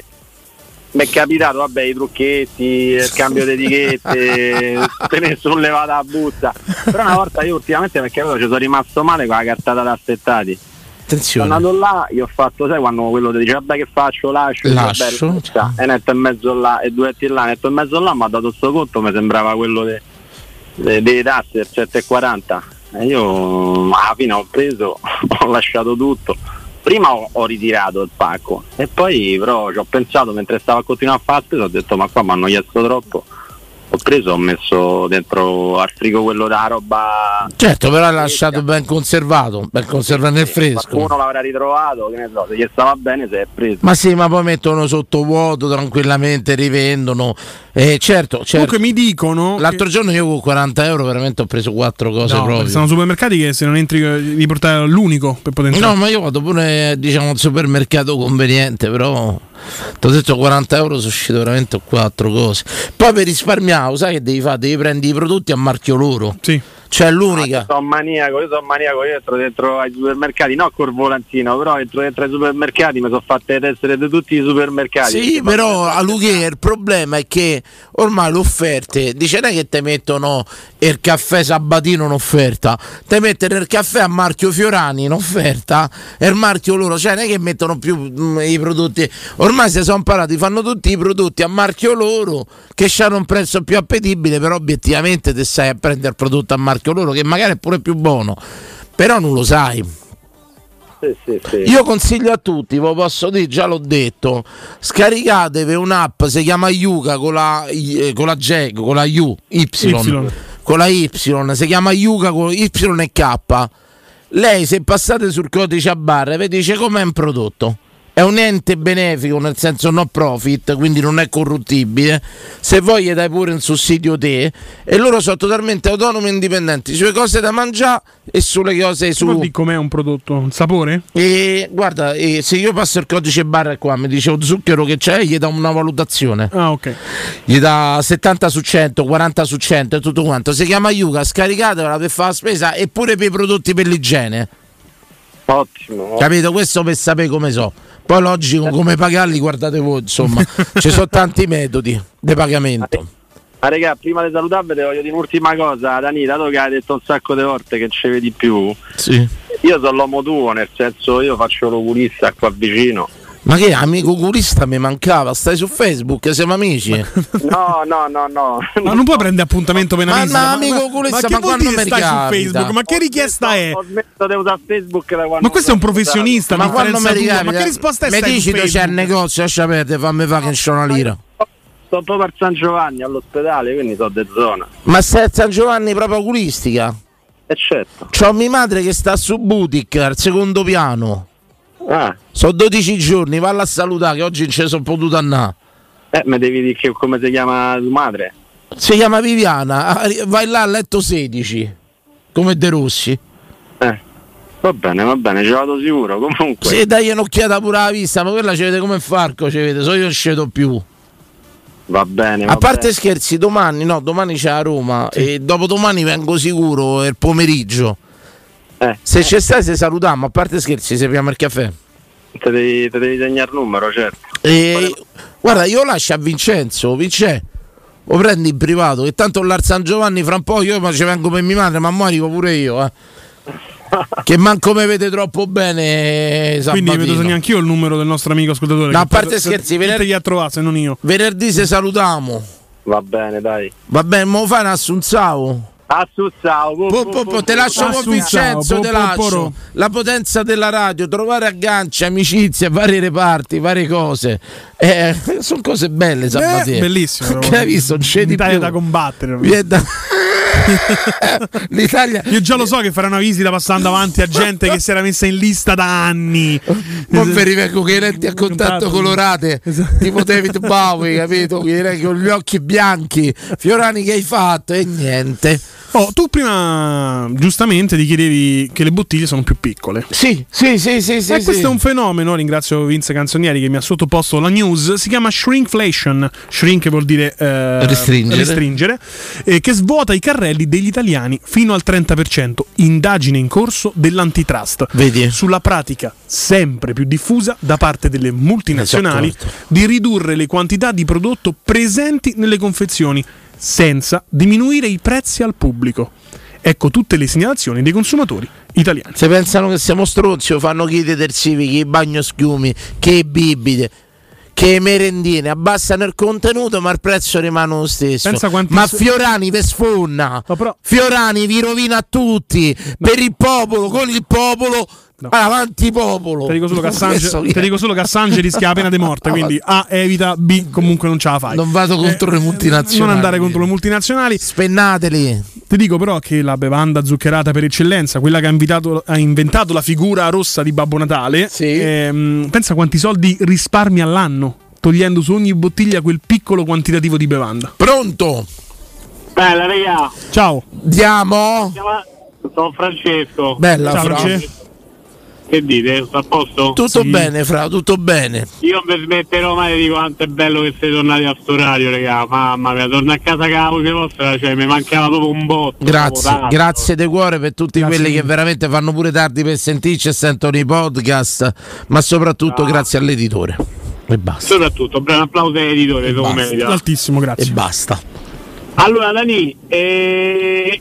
mi è capitato, vabbè, i trucchetti, il cambio di etichette, tenere sollevata la busta. Però una volta io ultimamente mi è capitato, ci sono rimasto male con la cartata da aspettati. Attenzione. Sono andato là, gli ho fatto, sai quando quello ti dice vabbè che faccio, lascio, Lascio, vabbè, sta. E netto e mezzo là, e due etti là, netto e mezzo là, mi ha dato sto conto, mi sembrava quello dei de, de tasse, il sette e quaranta. E io alla fine ho preso, ho lasciato tutto. Prima ho, ho ritirato il pacco e poi però ci ho pensato mentre stavo a continuare a fare la spesa, ho detto ma qua mi hanno chiesto troppo. Ho preso, ho messo dentro al frigo quello da roba. certo, però hai lasciato ben conservato, ben conservato nel fresco. Qualcuno l'avrà ritrovato, che ne so, se gli stava bene se è preso. Ma sì, ma poi mettono sotto vuoto tranquillamente, rivendono. Eh, certo, certo. Comunque mi dicono. L'altro che... giorno io con quaranta euro veramente ho preso quattro cose no, proprio. Sono supermercati che se non entri devi portare l'unico per poter entrare. No, ma io vado pure diciamo un supermercato conveniente, però ti ho detto quaranta euro sono uscito veramente quattro cose. Poi per risparmiare, sai che devi fare? Devi prendere i prodotti a marchio loro. Sì. Cioè l'unica. Ah, io sono maniaco, io sono maniaco, io entro dentro ai supermercati, no col volantino, però entro dentro ai supermercati, mi sono fatte le tessere di tutti i supermercati. Sì, però a Luca il problema è che ormai le offerte, dice non è che ti mettono il caffè sabatino in offerta, ti mettono il caffè a marchio Fiorani in offerta e il marchio loro, cioè non è che mettono più mh, i prodotti, ormai si sono imparati, fanno tutti i prodotti a marchio loro che hanno un prezzo più appetibile, però obiettivamente te sai a prendere il prodotto a marchio loro che magari è pure più buono, però non lo sai. Sì, sì, sì. Io consiglio a tutti, ve lo posso dire, già l'ho detto, scaricatevi un'app, si chiama Yuka con la, con la J, con la U, Y, y. con la Y, si chiama Yuka con Y e K. Lei se passate sul codice a barre vi dice com'è un prodotto. È un ente benefico, nel senso no profit, quindi non è corruttibile. Se vuoi gli dai pure un sussidio te. E loro sono totalmente autonomi e indipendenti sulle cose da mangiare e sulle cose su. Di com'è un prodotto? Un sapore? E guarda, e se io passo il codice barra qua, mi dice lo zucchero che c'è, gli dà una valutazione. Ah, ok. Gli dà settanta su cento, quaranta su cento e tutto quanto. Si chiama Yuka, scaricatela per fare la spesa e pure per i prodotti per l'igiene. Ottimo. Capito? Questo per sapere come so. Poi logico come pagarli, guardate voi, insomma, ci sono tanti metodi di pagamento. Ma raga, prima di salutarvi ti voglio dire un'ultima cosa, Danita, tu che hai detto un sacco di volte che non ci vedi più. Sì. Io sono l'uomo tuo, nel senso io faccio l'oculista qua vicino. Ma che amico oculista mi mancava? Stai su Facebook, siamo amici? No, no, no, no. Ma non puoi prendere appuntamento penalissimo. Ma, ma amico oculista, ma, ma che ma vuol dire mi stai ricapita? su Facebook? Ma che richiesta è? Ho smesso di usare Facebook da quando. Ma questo è un professionista, ma quando mi ricapita? Ma che risposta è? Mi dici dove c'è il negozio, lascia perdere, fammi fare che c'è una lira. Sto proprio per San Giovanni all'ospedale, quindi sono de zona. Ma sei a San Giovanni proprio oculistica? E certo. C'ho mia madre che sta su boutique al secondo piano. Ah. Sono dodici giorni, valla a salutare che oggi non ci sono potuto andare. Eh, mi devi dire che come si chiama tua madre? Si chiama Viviana, vai là a letto sedici, come De Rossi. Eh, va bene, va bene, ci vado sicuro, comunque. Sì, dai un'occhiata pure alla vista, ma quella ci vede come Farco, ci vede, so io non scedo più. Va bene, va a parte bene. scherzi, domani, no, domani c'è a Roma, sì. E dopodomani vengo sicuro, è il pomeriggio. Eh. Se c'è stai se salutiamo, a parte scherzi, se piamo il caffè. Te devi, te devi segnare il numero, certo. E, guarda, io lascio a Vincenzo, Vince, lo prendi in privato, che tanto l'Ar San Giovanni fra un po' io ma ci vengo per mia madre, ma mo arrivo pure io, eh. Che manco me vede troppo bene Sabatino. Quindi vedo neanche io il numero del nostro amico ascoltatore. No, a parte scherzi, venerdì gli ha trovato, se non io. Venerdì se salutiamo. Va bene, dai. Va bene, mo fai un assunzao. Assunzao, po, po, po, te lascio con Vincenzo, te lascio la potenza della radio, trovare agganci, amicizie, vari reparti, varie cose. Eh, sono cose belle, Sabatino. Eh, bellissimo. Che hai visto? C'è di L'Italia più da combattere. Da... L'Italia. Io già lo so che farà una visita passando avanti a gente che si era messa in lista da anni. Ma mi rivengo che lenti a contatto colorate, esatto. Tipo David Bowie, capito? Con gli occhi bianchi. Fiorani, che hai fatto? E niente. Oh, tu prima giustamente ti chiedevi che le bottiglie sono più piccole. Sì, sì, sì, sì, sì. E questo sì. è un fenomeno, ringrazio Vince Canzonieri che mi ha sottoposto la news, si chiama shrinkflation. Shrink vuol dire eh, restringere, restringere eh, che svuota i carrelli degli italiani fino al trenta per cento. Indagine in corso dell'antitrust. Vedi? Sulla pratica sempre più diffusa da parte delle multinazionali di ridurre le quantità di prodotto presenti nelle confezioni senza diminuire i prezzi al pubblico. Ecco tutte le segnalazioni dei consumatori italiani. Se pensano che siamo stronzi, o fanno chi i detersivi, chi i bagnoschiumi, che i bibite, che i merendine, abbassano il contenuto ma il prezzo rimane lo stesso. Ma so- Fiorani vi sfonda, no, però... Fiorani vi rovina a tutti, no. Per il popolo, con il popolo. No. Avanti popolo. Te dico solo che Assange, te dico solo che Assange rischia la pena di morte. Quindi A evita, B comunque non ce la fai. Non vado contro eh, le multinazionali. Non andare contro le multinazionali. Spennateli. Ti dico però che la bevanda zuccherata per eccellenza, quella che ha, invitato, ha inventato la figura rossa di Babbo Natale, sì. ehm, pensa quanti soldi risparmi all'anno togliendo su ogni bottiglia quel piccolo quantitativo di bevanda. Pronto? Bella raga. Ciao. Diamo. Sono Francesco. Bella. Ciao, Fra. Francesco. Che dite? Sta a posto? Tutto sì. bene, Fra, tutto bene. Io non mi smetterò mai di quanto è bello che siete tornati a sto orario, raga. Mamma mia, torno a casa con la voce vostra, cioè mi mancava proprio un botto. Grazie, grazie di cuore per tutti grazie. quelli che veramente fanno pure tardi per sentirci e sentono i podcast, ma soprattutto no. grazie all'editore. E basta. Soprattutto, un applauso all'editore, altissimo, grazie. E basta. Allora Dani, eh,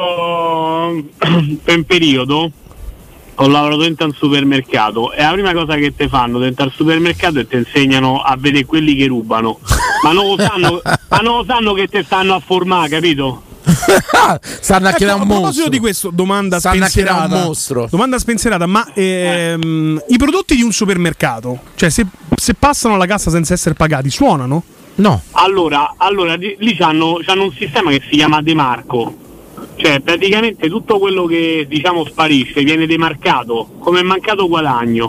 io per un periodo ho lavorato dentro un supermercato e la prima cosa che ti fanno dentro al supermercato è ti insegnano a vedere quelli che rubano, ma non lo sanno, ma non lo sanno che ti stanno a formare, capito? Stanno a ecco, creare un a mostro. proposito di questo, domanda stanno spensierata, a creare un mostro. Domanda spensierata, ma ehm, i prodotti di un supermercato, cioè se, se passano alla cassa senza essere pagati, suonano? No. Allora, allora lì c'hanno, c'hanno un sistema che si chiama demarco. Cioè praticamente tutto quello che diciamo sparisce viene demarcato come mancato guadagno.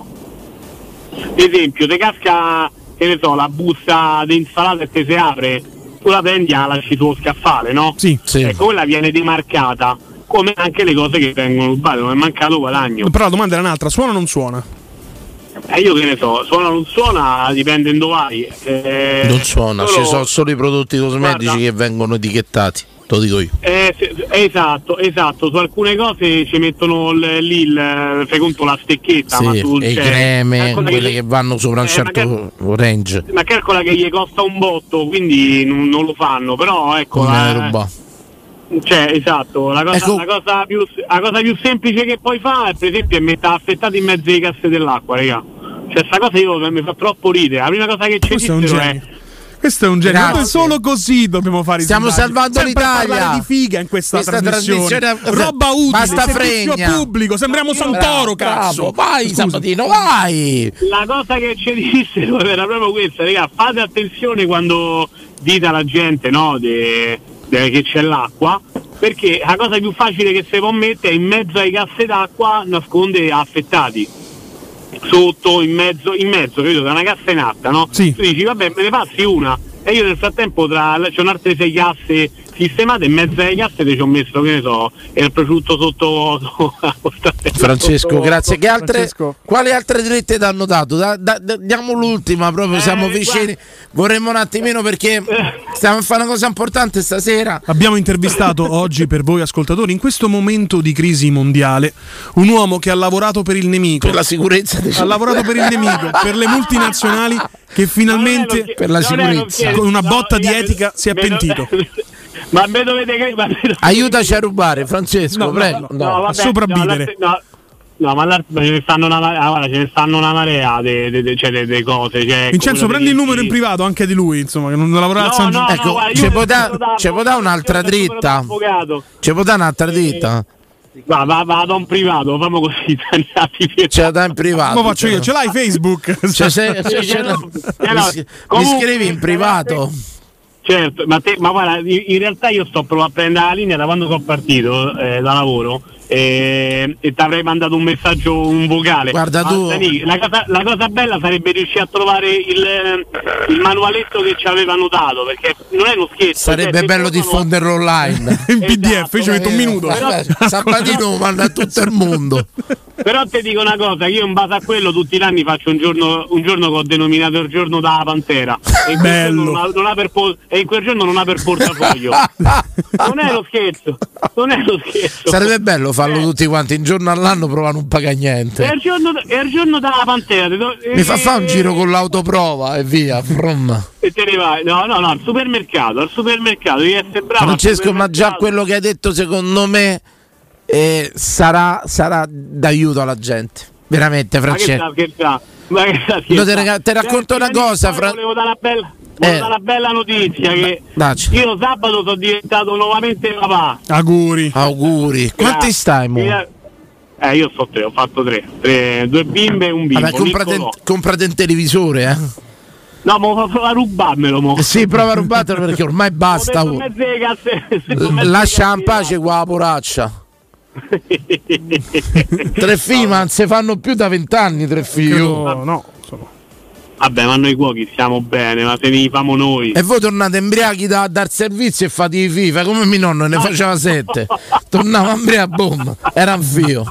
Per esempio, te casca, che ne so, la busta di insalata e te si apre, tu la prendi e la lasci sullo scaffale, no? Sì, sì. Ecco, quella viene demarcata, come anche le cose che vengono rubate, come mancato guadagno. Però la domanda era un'altra, suona o non suona? Eh, io che ne so, suona o non suona, dipende in dove vai. Eh, non suona, solo... ci sono solo i prodotti cosmetici Guarda. che vengono etichettati. Te lo dico io. Eh, esatto, esatto, su alcune cose ci mettono l- lì il fai conto la stecchetta, sì, ma su, e i cioè, creme, quelle che, che vanno sopra eh, un certo ma range. Ma calcola che gli costa un botto, quindi non, non lo fanno, però ecco la, eh, cioè esatto, la cosa, ecco. la, cosa più, la cosa più semplice che puoi fare per esempio è mettere affettati in mezzo ai casse dell'acqua, raga. Cioè sta cosa io mi fa troppo ridere. La prima cosa che ci dissero è questo è un genere, noi solo così dobbiamo fare. Stiamo salvando sempre l'Italia. Parlare di figa in questa, questa trasmissione. trasmissione. Roba utile, basta servizio fregna. pubblico. Sembriamo Santoro, cazzo. Vai, Sabatino, vai. La cosa che ci dissero era proprio questa, raga. Fate attenzione quando dite alla gente, no, de, de, che c'è l'acqua, perché la cosa più facile che si può mettere è in mezzo ai casse d'acqua nasconde affettati. Sotto, in mezzo, in mezzo, capito? Da una cassa in alta, no? Sì. Tu dici, vabbè, me ne passi una. E io nel frattempo tra c'ho un'altre sei casse sistemate, in mezzo alle casse ti ci ho messo, che ne so, il prosciutto sotto. Francesco, sotto, grazie. sotto, che altre, Francesco. Quali altre dritte ti hanno dato? Da, da, da, diamo l'ultima, proprio eh, siamo vicini. Guarda. Vorremmo un attimino perché stiamo a fare una cosa importante stasera. Abbiamo intervistato oggi per voi ascoltatori, in questo momento di crisi mondiale, un uomo che ha lavorato per il nemico. Per la sicurezza dei Ha lavorato per il nemico, per le multinazionali che finalmente che, per la sicurezza con una botta no, di etica si è pentito. Ma me dovete credere. Aiutaci a rubare, Francesco, no, prego. No, no, no, a sopravvivere. No, No, ma ce ne stanno una marea, guarda, ce ne stanno una marea de, de, de, cioè de, de cose. Cioè, Vincenzo, prendi il numero in privato anche di lui, insomma, che non lavora al San Giovanni. Ecco, ci può dare un'altra dritta? Ci può dare un'altra dritta? Va, va, vado in privato, famo così. Ce la dai in privato. Lo faccio io, ce l'hai Facebook? Cioè, se, se, ce l'ho, mi, mi scrivi in privato? Certo, ma, te, ma guarda, in realtà io sto provando a prendere la linea da quando sono partito eh, da lavoro eh, e ti avrei mandato un messaggio, un vocale. Guarda tu. Dani, la, cosa, la cosa bella sarebbe riuscire a trovare il, il manualetto che ci aveva notato, perché non è uno scherzo. Sarebbe cioè, bello diffonderlo online. In P D F, io ci metto un minuto. Però, Sabatino manda a tutto il mondo. Però ti dico una cosa, che io in base a quello tutti gli anni faccio un giorno, un giorno che ho denominato il giorno della Pantera e in, quel giorno non ha, non ha per po- e in quel giorno non ha per portafoglio. Non è lo scherzo, non è lo scherzo. Sarebbe bello farlo eh. tutti quanti, un giorno all'anno provare non paga niente. È il giorno, è il giorno della Pantera. Do- Mi e- fa fare un giro con l'autoprova e via. Brum. E te ne vai. No, no, no, al supermercato, al supermercato, devi essere bravo. Francesco, ma già quello che hai detto secondo me Eh, sarà, sarà d'aiuto alla gente, veramente, Francesco. Ma che sta no, te, rega- te racconto una cosa, Fra- volevo dare una bella, eh. una bella notizia che Dacci. io sabato sono diventato nuovamente papà. Auguri. Auguri. Quanti stai, mo? Eh, io sto tre, ho fatto tre, tre due bimbe e un bimbo. Vabbè, comprate, un, comprate un televisore, eh. No, ma prova a rubarmelo, mo. Sì, prova a rubartelo perché ormai basta. L- lascia in pace qua la poraccia. Tre figli, ma non si fanno più da vent'anni tre figli. No, no. Vabbè, ma noi cuochi stiamo bene, ma se ne famo noi. E voi tornate embriachi da dar servizio e fate i FIFA come mio nonno ne faceva sette. Tornava embriaco a bomba, era un figlio.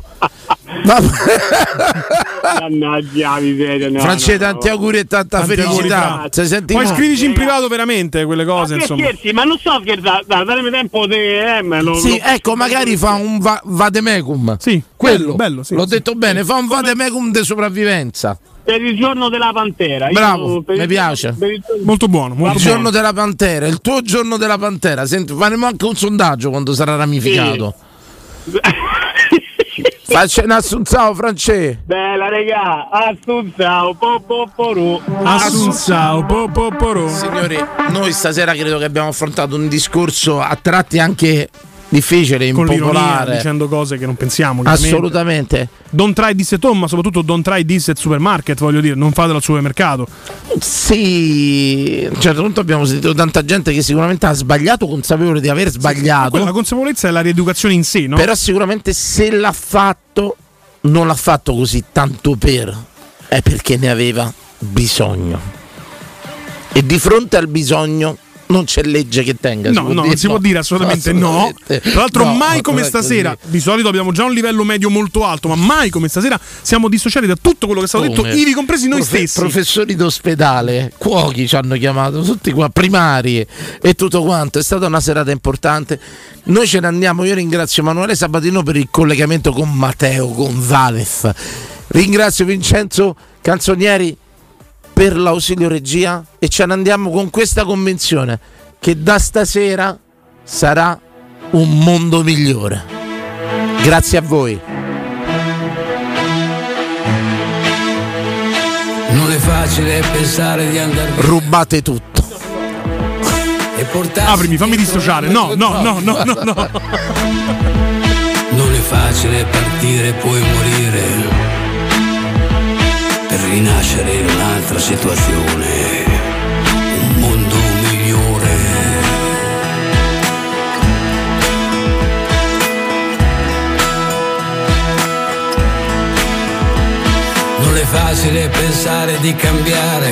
Mannaggia miseria, no, Francesco, no, tanti no. auguri e tanta Tanti felicità. Se Poi scrivici in privato veramente quelle cose, ma insomma. Scherzi, ma non sto scherzando, dai, datemi tempo te, eh, me lo, sì, lo... ecco, magari fa un va- vademecum. Sì, quello, bello, sì, l'ho sì. detto bene, fa un vademecum di sopravvivenza. Per il giorno della Pantera. Bravo, mi il... piace. Il... Molto buono. Molto il buono. giorno della Pantera, il tuo giorno della Pantera. Senti, faremo anche un sondaggio quando sarà ramificato. Sì. Faccia un assunzao, Francesco. Bella regà, assunzao, po po poru. Assunzao, po po poru. Signori, noi stasera credo che abbiamo affrontato un discorso a tratti anche difficile, con impopolare, l'ironia, dicendo cose che non pensiamo. Assolutamente. Don't try this at home, ma soprattutto don't try this at supermarket, voglio dire, non fatelo al supermercato. Sì, a un certo punto abbiamo sentito tanta gente che sicuramente ha sbagliato, consapevole di aver sbagliato. Sì, la consapevolezza è la rieducazione in sé, no? Però sicuramente se l'ha fatto, non l'ha fatto così tanto per, è perché ne aveva bisogno. E di fronte al bisogno non c'è legge che tenga. No, no, non si può dire assolutamente, assolutamente no. Tra l'altro no, mai come stasera, così. Di solito abbiamo già un livello medio molto alto, ma mai come stasera siamo dissociati da tutto quello che è stato come? detto, ivi compresi noi Profe- stessi. Professori d'ospedale, cuochi ci hanno chiamato, tutti qua, primari e tutto quanto. È stata una serata importante. Noi ce ne andiamo, io ringrazio Emanuele Sabatino per il collegamento con Matteo Gonzalez. Ringrazio Vincenzo Canzonieri per l'ausilio regia e ce ne andiamo con questa convinzione che da stasera sarà un mondo migliore. Grazie a voi. Non è facile pensare di andare via. Rubate tutto. E portarsi Aprimi, fammi dissociare. No, no, no, no, no, no. Non è facile partire e poi morire per rinascere in un'altra situazione, un mondo migliore. Non è facile pensare di cambiare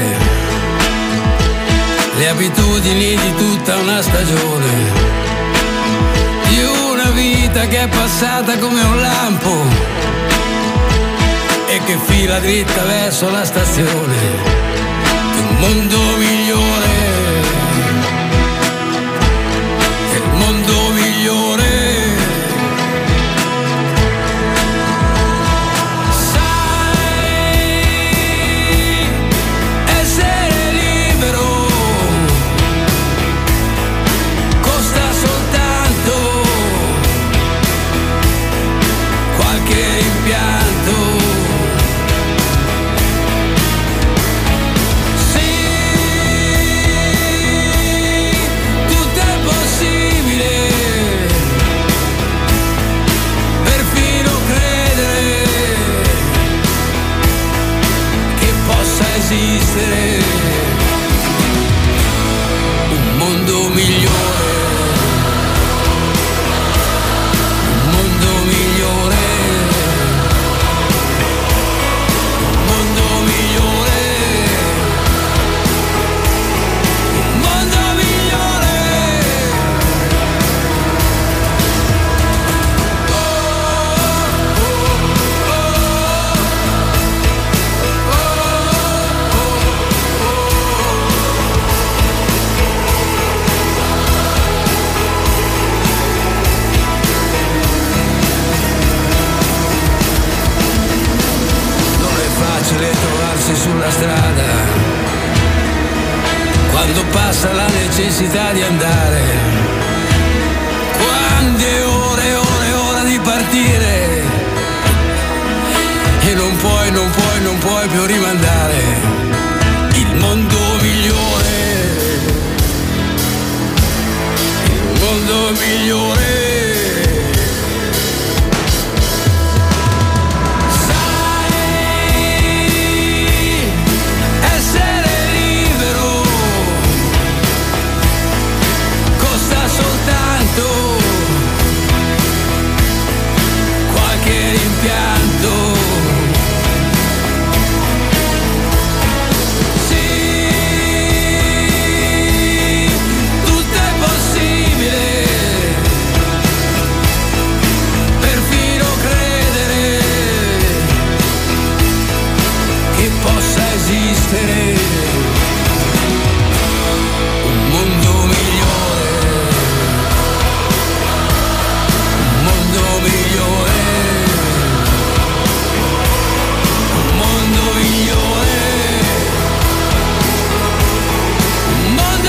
le abitudini di tutta una stagione, di una vita che è passata come un lampo e che fila dritta verso la stazione di un mondo migliore, il mondo migliore. Sai, essere libero costa soltanto qualche rimpianto strada, quando passa la necessità di andare, quando è ora e ora e ora di partire, e non puoi, non puoi, non puoi più rimandare il mondo migliore, il mondo migliore. Un mondo migliore, un mondo migliore, un mondo migliore, un mondo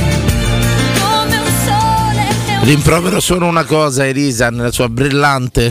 Rimprovero solo una cosa, Elisa, nella sua brillante